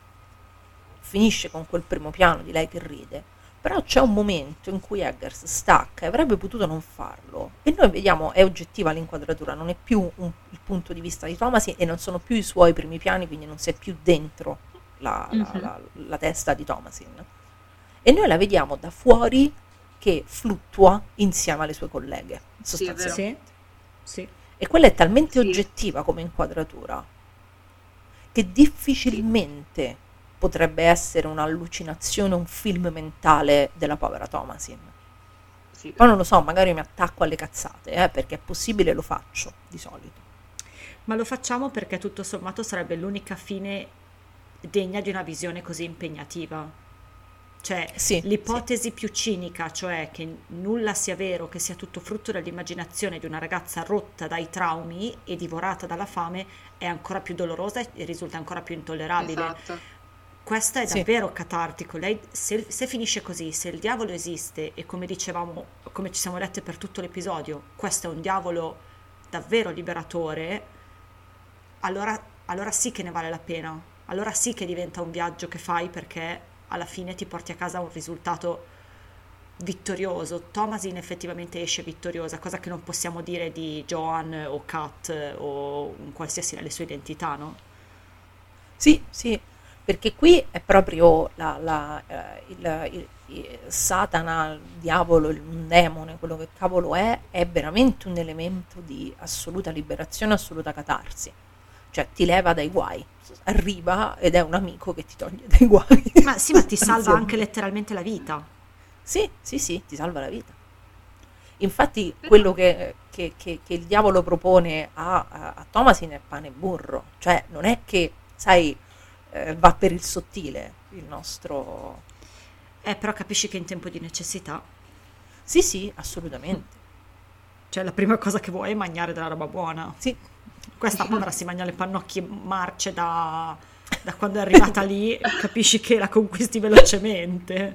finisce con quel primo piano di lei che ride, però c'è un momento in cui Eggers stacca e avrebbe potuto non farlo e noi vediamo, è oggettiva l'inquadratura, non è più un- il punto di vista di Thomasin e non sono più i suoi primi piani, quindi non si è più dentro la, la- Mhm. la- la testa di Thomasin e noi la vediamo da fuori che fluttua insieme alle sue colleghe Sì, è vero. sostanzialmente. Sì, sì. E quella è talmente Sì. oggettiva come inquadratura che difficilmente potrebbe essere un'allucinazione, un film mentale della povera Thomasin. Sì. Poi non lo so, magari mi attacco alle cazzate, eh, perché è possibile, lo faccio di solito. Ma lo facciamo perché tutto sommato sarebbe l'unica fine degna di una visione così impegnativa. Cioè, Sì, l'ipotesi più cinica, cioè che nulla sia vero, che sia tutto frutto dell'immaginazione di una ragazza rotta dai traumi e divorata dalla fame, è ancora più dolorosa e risulta ancora più intollerabile. Esatto. Questo è Sì. davvero catartico. Lei, se, se finisce così, se il diavolo esiste e come dicevamo, come ci siamo lette per tutto l'episodio, questo è un diavolo davvero liberatore, allora, allora sì che ne vale la pena. Allora sì che diventa un viaggio che fai perché alla fine ti porti a casa un risultato vittorioso. Thomasin effettivamente esce vittoriosa, cosa che non possiamo dire di Joan o Kat o un qualsiasi delle sue identità, no? Sì, sì, perché qui è proprio la, la, eh, il, il- il Satana, il diavolo, il un demone, quello che cavolo è, è veramente un elemento di assoluta liberazione, assoluta catarsi. Cioè ti leva dai guai, arriva ed è un amico che ti toglie dai guai. Ma sì, ma ti salva Anzi, anche letteralmente la vita. Sì, sì, sì, ti salva la vita. Infatti quello che, che- che- che il diavolo propone a, a, a Thomasin è pane e burro, cioè non è che, sai, eh, va per il sottile il nostro... Eh, però capisci che in tempo di necessità, Sì, sì, assolutamente. cioè la prima cosa che vuoi è mangiare della roba buona. Sì, Questa povera si mangia le pannocchie marce da, da quando è arrivata lì, capisci che la conquisti velocemente.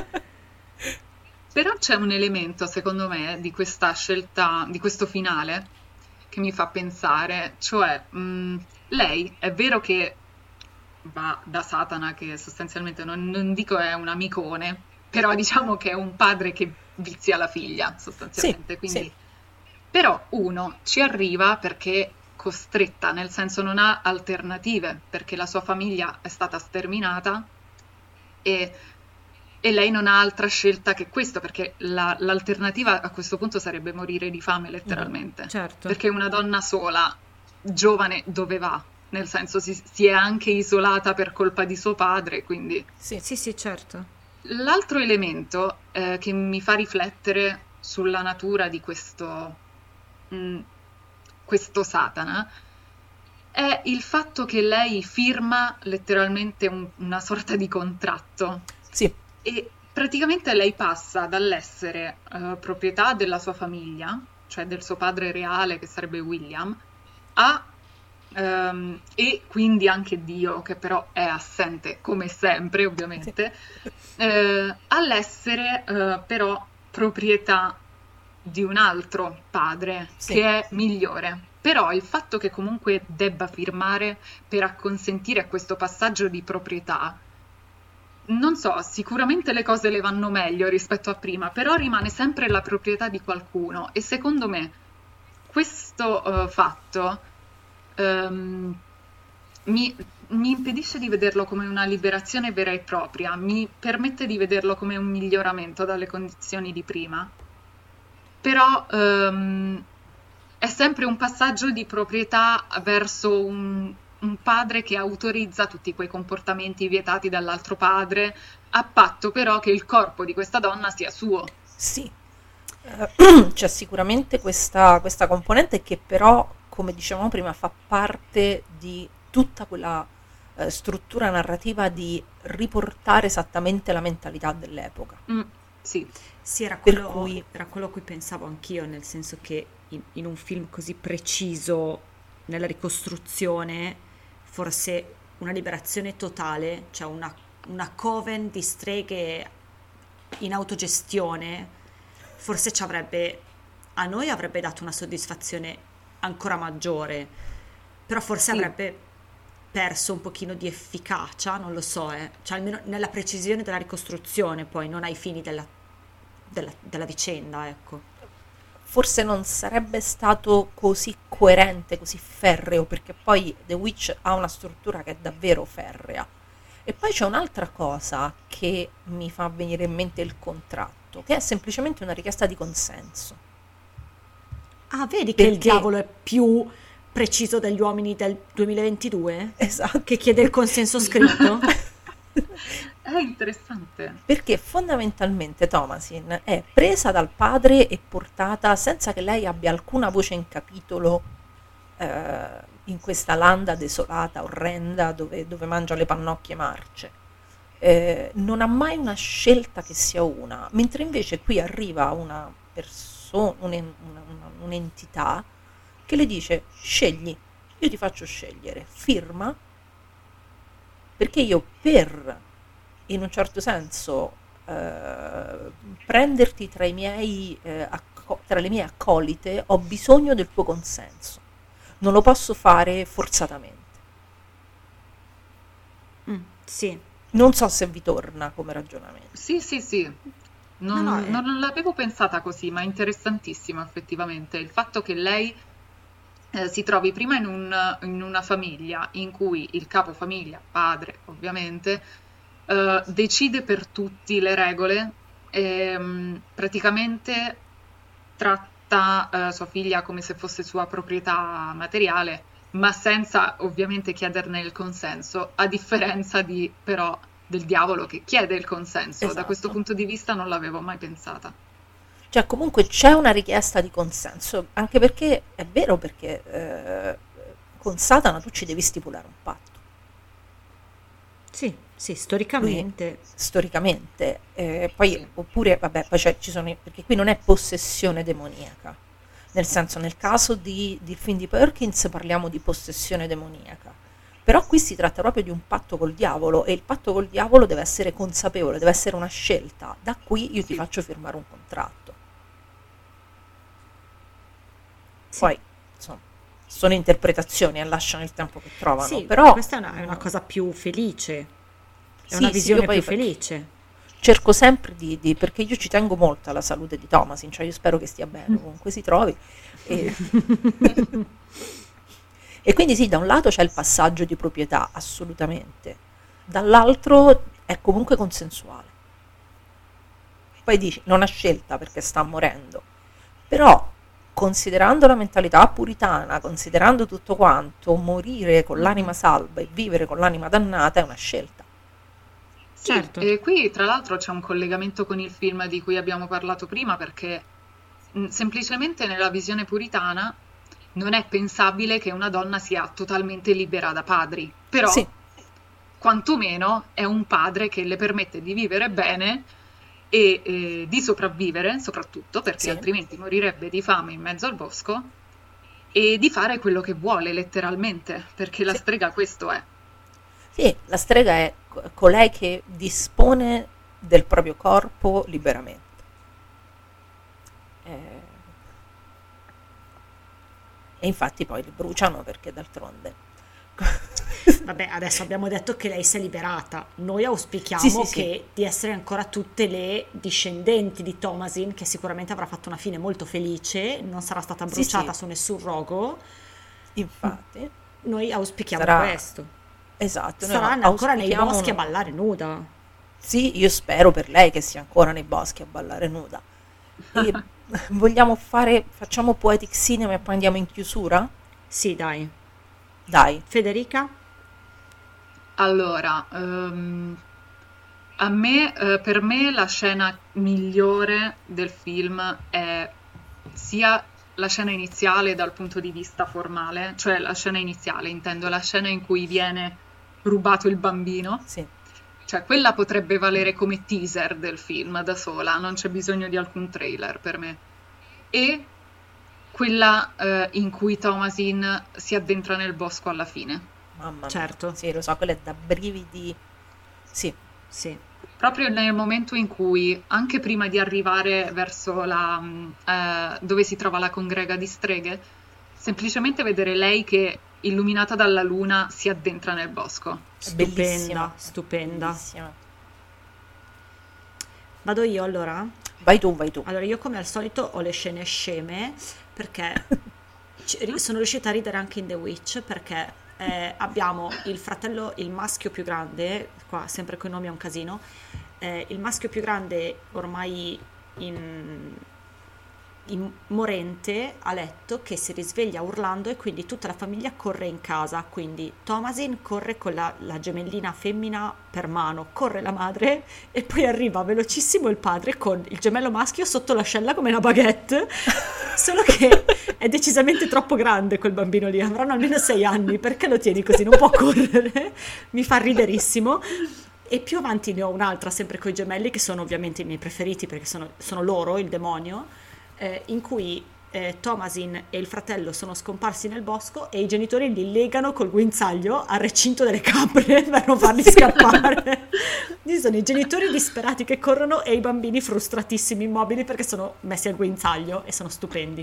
Però c'è un elemento, secondo me, di questa scelta, di questo finale, che mi fa pensare, cioè, mh, lei è vero che va da Satana, che sostanzialmente non, non dico è un amicone, però diciamo che è un padre che vizia la figlia, sostanzialmente. Sì, Quindi, sì. però uno ci arriva perché costretta, nel senso non ha alternative, perché la sua famiglia è stata sterminata e, e lei non ha altra scelta che questo, perché la- l'alternativa a questo punto sarebbe morire di fame, letteralmente. Certo. Perché una donna sola, giovane, dove va? Nel senso si, si è anche isolata per colpa di suo padre, quindi... Sì, Sì, sì, certo. L'altro elemento eh, che mi fa riflettere sulla natura di questo, mh, questo Satana è il fatto che lei firma letteralmente un- una sorta di contratto sì, e praticamente lei passa dall'essere eh, proprietà della sua famiglia, cioè del suo padre reale che sarebbe William, a ehm, e quindi anche Dio, che però è assente come sempre ovviamente, eh, all'essere eh, però proprietà di un altro padre Sì. che è migliore. Però il fatto che comunque debba firmare per acconsentire a questo passaggio di proprietà, non so, sicuramente le cose le vanno meglio rispetto a prima, però rimane sempre la proprietà di qualcuno e secondo me questo eh, fatto ehm, mi, mi impedisce di vederlo come una liberazione vera e propria, mi permette di vederlo come un miglioramento dalle condizioni di prima. Però ehm, è sempre un passaggio di proprietà verso un, un padre che autorizza tutti quei comportamenti vietati dall'altro padre, a patto però che il corpo di questa donna sia suo. Sì, Eh, c'è sicuramente questa, questa componente che però, come dicevamo prima, fa parte di tutta quella eh, struttura narrativa di riportare esattamente la mentalità dell'epoca. Mm, sì, Sì, era Per quello, cui era quello a cui pensavo anch'io, nel senso che in, in un film così preciso, nella ricostruzione, forse una liberazione totale, cioè una, una coven di streghe in autogestione, forse ci avrebbe, a noi avrebbe dato una soddisfazione ancora maggiore, però forse sì, avrebbe perso un pochino di efficacia, non lo so, eh. Cioè almeno nella precisione della ricostruzione, poi non ai fini della, della, della vicenda, ecco. forse non sarebbe stato così coerente, così ferreo, perché poi The Witch ha una struttura che è davvero ferrea. E poi c'è un'altra cosa che mi fa venire in mente il contratto, che è semplicemente una richiesta di consenso. Ah, vedi che il Perché, diavolo è più preciso degli uomini del duemilaventidue? esatto, Che chiede il consenso scritto? è interessante. perché fondamentalmente Thomasin è presa dal padre e portata senza che lei abbia alcuna voce in capitolo eh, in questa landa desolata, orrenda, dove, dove mangia le pannocchie marce. Eh, non ha mai una scelta che sia una, mentre invece qui arriva una persona, un- una- una- un'entità che le dice scegli, io ti faccio scegliere, firma, perché io per, in un certo senso, eh, prenderti tra i miei, eh, acco- tra le mie accolite, ho bisogno del tuo consenso. Non lo posso fare forzatamente. Mm, sì. Non so se vi torna come ragionamento. Sì, sì, sì. No, Non, no, è... non l'avevo pensata così, ma è interessantissimo effettivamente il fatto che lei eh, si trovi prima in, un- in una famiglia in cui il capofamiglia, padre ovviamente, eh, decide per tutti le regole e mm, praticamente tratta eh, sua figlia come se fosse sua proprietà materiale, ma senza ovviamente chiederne il consenso, a differenza di però del diavolo che chiede il consenso. Da questo Esatto. punto di vista non l'avevo mai pensata. Cioè comunque c'è una richiesta di consenso, anche perché è vero, perché eh, con Satana tu ci devi stipulare un patto. Sì, sì, Qui storicamente. storicamente, eh, poi Sì. oppure vabbè, poi c'è- ci sono, i- perché qui non è possessione demoniaca, nel senso nel caso di, di film di Perkins parliamo di possessione demoniaca, però qui si tratta proprio di un patto col diavolo e il patto col diavolo deve essere consapevole, deve essere una scelta, da qui io ti Sì. faccio firmare un contratto. Sì. Poi insomma sono interpretazioni e lasciano il tempo che trovano, Sì, però questa è una, è una cosa più felice, è sì, una sì, visione io poi più felice. cerco sempre di, di- perché io ci tengo molto alla salute di Thomasin, cioè io spero che stia bene ovunque si trovi. E, e quindi sì, da un lato c'è il passaggio di proprietà, assolutamente, dall'altro è comunque consensuale. Poi dici, non ha scelta perché sta morendo, però considerando la mentalità puritana, considerando tutto quanto, morire con l'anima salva e vivere con l'anima dannata è una scelta. Sì, Certo. e qui tra l'altro c'è un collegamento con il film di cui abbiamo parlato prima perché mh, semplicemente nella visione puritana non è pensabile che una donna sia totalmente libera da padri, però Sì, quantomeno è un padre che le permette di vivere bene e eh, di sopravvivere, soprattutto perché sì, altrimenti morirebbe di fame in mezzo al bosco, e di fare quello che vuole letteralmente, perché la Sì. strega questo è. Sì, la strega è co- colei che dispone del proprio corpo liberamente. Eh, E infatti poi li bruciano perché d'altronde. Vabbè, adesso abbiamo detto che lei si è liberata. Noi auspichiamo Sì, sì, sì. che di essere ancora tutte le discendenti di Thomasin, che sicuramente avrà fatto una fine molto felice, non sarà stata Sì, bruciata sì. su nessun rogo. Infatti, Noi auspichiamo Sarà- questo. esatto. noi Saranno ancora nei auspichiamo boschi a una- ballare nuda. Sì, io spero per lei che sia ancora nei boschi a ballare nuda. E vogliamo fare, facciamo poetic cinema e poi andiamo in chiusura? Sì, dai. Dai. Federica? Allora, ehm, a me, eh, per me la scena migliore del film è sia la scena iniziale dal punto di vista formale, cioè la scena iniziale, intendo la scena in cui viene rubato il bambino, Sì. cioè quella potrebbe valere come teaser del film da sola, non c'è bisogno di alcun trailer per me. E quella eh, in cui Thomasin si addentra nel bosco alla fine. Mamma mia. Certo. Sì, lo so, quello è da brividi. Sì, Sì. Proprio nel momento in cui, anche prima di arrivare verso la, mh, eh, dove si trova la congrega di streghe, semplicemente vedere lei che, illuminata dalla luna, si addentra nel bosco. è Stupenda, bellissima. stupenda. Bellissima. Vado io allora? Vai tu, vai tu. Allora, io come al solito ho le scene sceme perché ci- ri- sono riuscita a ridere anche in The Witch perché eh, abbiamo il fratello, il maschio più grande, qua sempre con i nomi è un casino, eh, il maschio più grande ormai in, in morente a letto che si risveglia urlando e quindi tutta la famiglia corre in casa, quindi Thomasin corre con la, la gemellina femmina per mano, corre la madre e poi arriva velocissimo il padre con il gemello maschio sotto l'ascella come una baguette, solo che è decisamente troppo grande quel bambino lì, avranno almeno sei anni, perché lo tieni così, non può correre, mi fa riderissimo. E più avanti ne ho un'altra sempre con i gemelli che sono ovviamente i miei preferiti perché sono, sono loro il demonio, eh, in cui eh, Thomasin e il fratello sono scomparsi nel bosco e i genitori li legano col guinzaglio al recinto delle capre per non farli scappare. Ci sono i genitori disperati che corrono e i bambini frustratissimi immobili perché sono messi al guinzaglio e sono stupendi.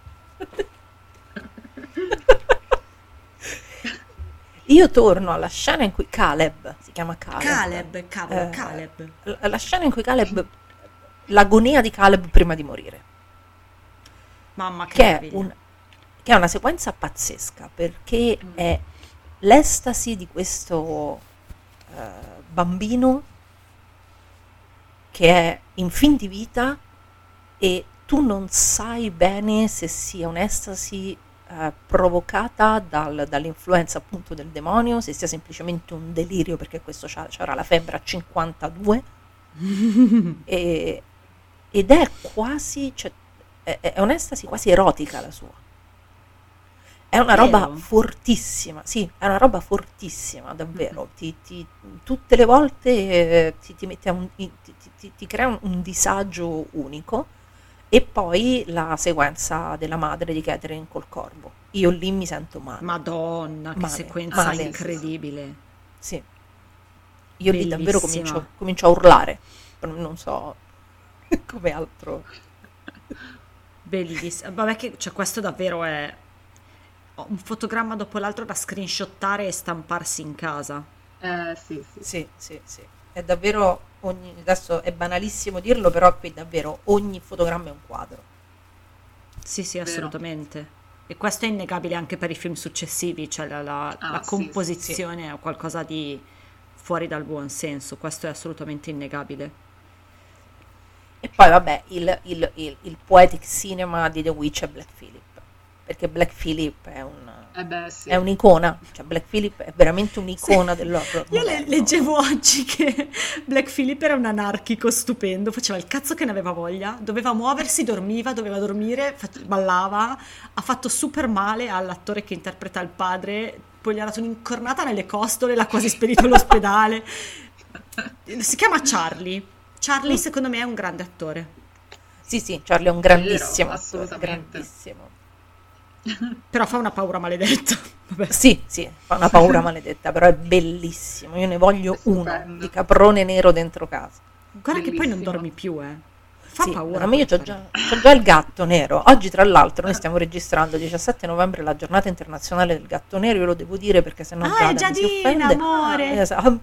Io torno alla scena in cui Caleb, si chiama Caleb. Caleb, cavolo, Eh, Caleb. La, la scena in cui Caleb, l'agonia di Caleb prima di morire, Mamma che che è, meraviglia. un- che è una sequenza pazzesca, perché è l'estasi di questo eh, bambino che è in fin di vita e tu non sai bene se sia un'estasi eh, provocata dal- dall'influenza appunto del demonio, se sia semplicemente un delirio perché questo c'ha, c'era la febbre a cinquantadue e- ed è quasi, cioè, è, è un'estasi quasi erotica la sua. È una roba Vero? fortissima, sì, è una roba fortissima, davvero. Ti, ti- tutte le volte eh, ti, ti mette a un- ti, ti- ti- ti crea un, un disagio unico. E poi la sequenza della madre di Catherine col corvo. Io lì mi sento male. Madonna, che Male, sequenza male. incredibile. Sì. Io lì davvero Bellissima. comincio, comincio a urlare. Però non so come altro. Bellissimo. Vabbè che cioè, questo davvero è un fotogramma dopo l'altro da screenshottare e stamparsi in casa. Eh, sì, sì. Sì, sì, sì. È davvero ogni, adesso è banalissimo dirlo, però qui davvero ogni fotogramma è un quadro. Sì, sì, Vero. assolutamente. E questo è innegabile anche per i film successivi, cioè la, la- Ah, la sì, composizione è qualcosa di fuori dal buon senso, questo è assolutamente innegabile. E poi vabbè, il, il- il- il poetic cinema di The Witch è Black Phillip, perché Black Phillip è un... Eh beh, sì. È un'icona, cioè Black Phillip è veramente un'icona dell'horror Io le- moderno. leggevo oggi che Black Phillip era un anarchico stupendo, faceva il cazzo che ne aveva voglia, doveva muoversi, dormiva, doveva dormire, fac- ballava, ha fatto super male all'attore che interpreta il padre, poi gli ha dato un'incornata nelle costole, l'ha quasi spedito all'ospedale. Si chiama Charlie. Charlie secondo me è un grande attore. Sì, sì, Charlie è un grandissimo Vero, attore, assolutamente. grandissimo. Però fa una paura maledetta. Vabbè. Sì, sì, fa una paura maledetta, però è bellissimo. Io ne voglio È uno stupendo. di caprone nero dentro casa. Guarda che poi non Bellissimo. dormi più, eh. Fa Sì, paura. no, ma io c'ho già, c'ho già il gatto nero. Oggi, tra l'altro, noi stiamo registrando il diciassette novembre, la giornata internazionale del gatto nero. Io lo devo dire perché sennò Ah, Giada è mi si Giadina, offende. amore. Esatto.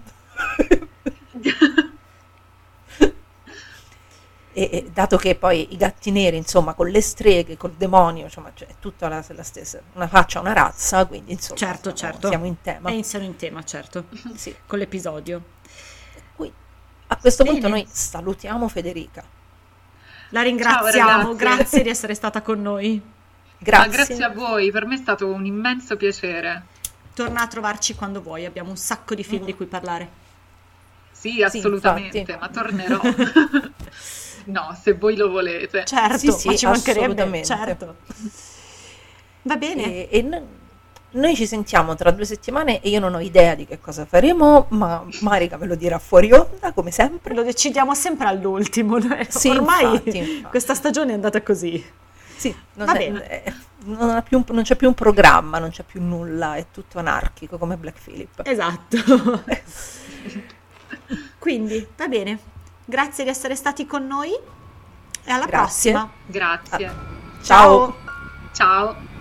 E, e dato che poi i gatti neri, insomma, con le streghe, col demonio, insomma, cioè, è tutta la, la stessa, una faccia, una razza, quindi insomma, Certo, siamo, certo. siamo in tema. È in siamo in tema, certo. Sì. Con l'episodio. Qui, a questo Bene. punto noi salutiamo Federica. La ringraziamo, Ciao, ragazze. grazie di essere stata con noi. Grazie. Ma grazie a voi, per me è stato un immenso piacere. Torna a trovarci quando vuoi, abbiamo un sacco di film di cui parlare. Sì, assolutamente, infatti. ma tornerò. No, se voi lo volete. Certo, Sì, sì, ma ci mancherebbe, assolutamente. certo. Va bene. E, e no- noi ci sentiamo tra due settimane e io non ho idea di che cosa faremo, ma Marica me lo dirà fuori onda, come sempre. Lo decidiamo sempre all'ultimo. noi- Sì, Ormai infatti, infatti. questa stagione è andata così. Sì, non, Va è- bene. è- non ha più un- non c'è più un programma, non c'è più nulla, è tutto anarchico come Black Phillip. Esatto. Quindi, va bene. Grazie di essere stati con noi e alla Grazie. prossima. Grazie. Ciao. Ciao.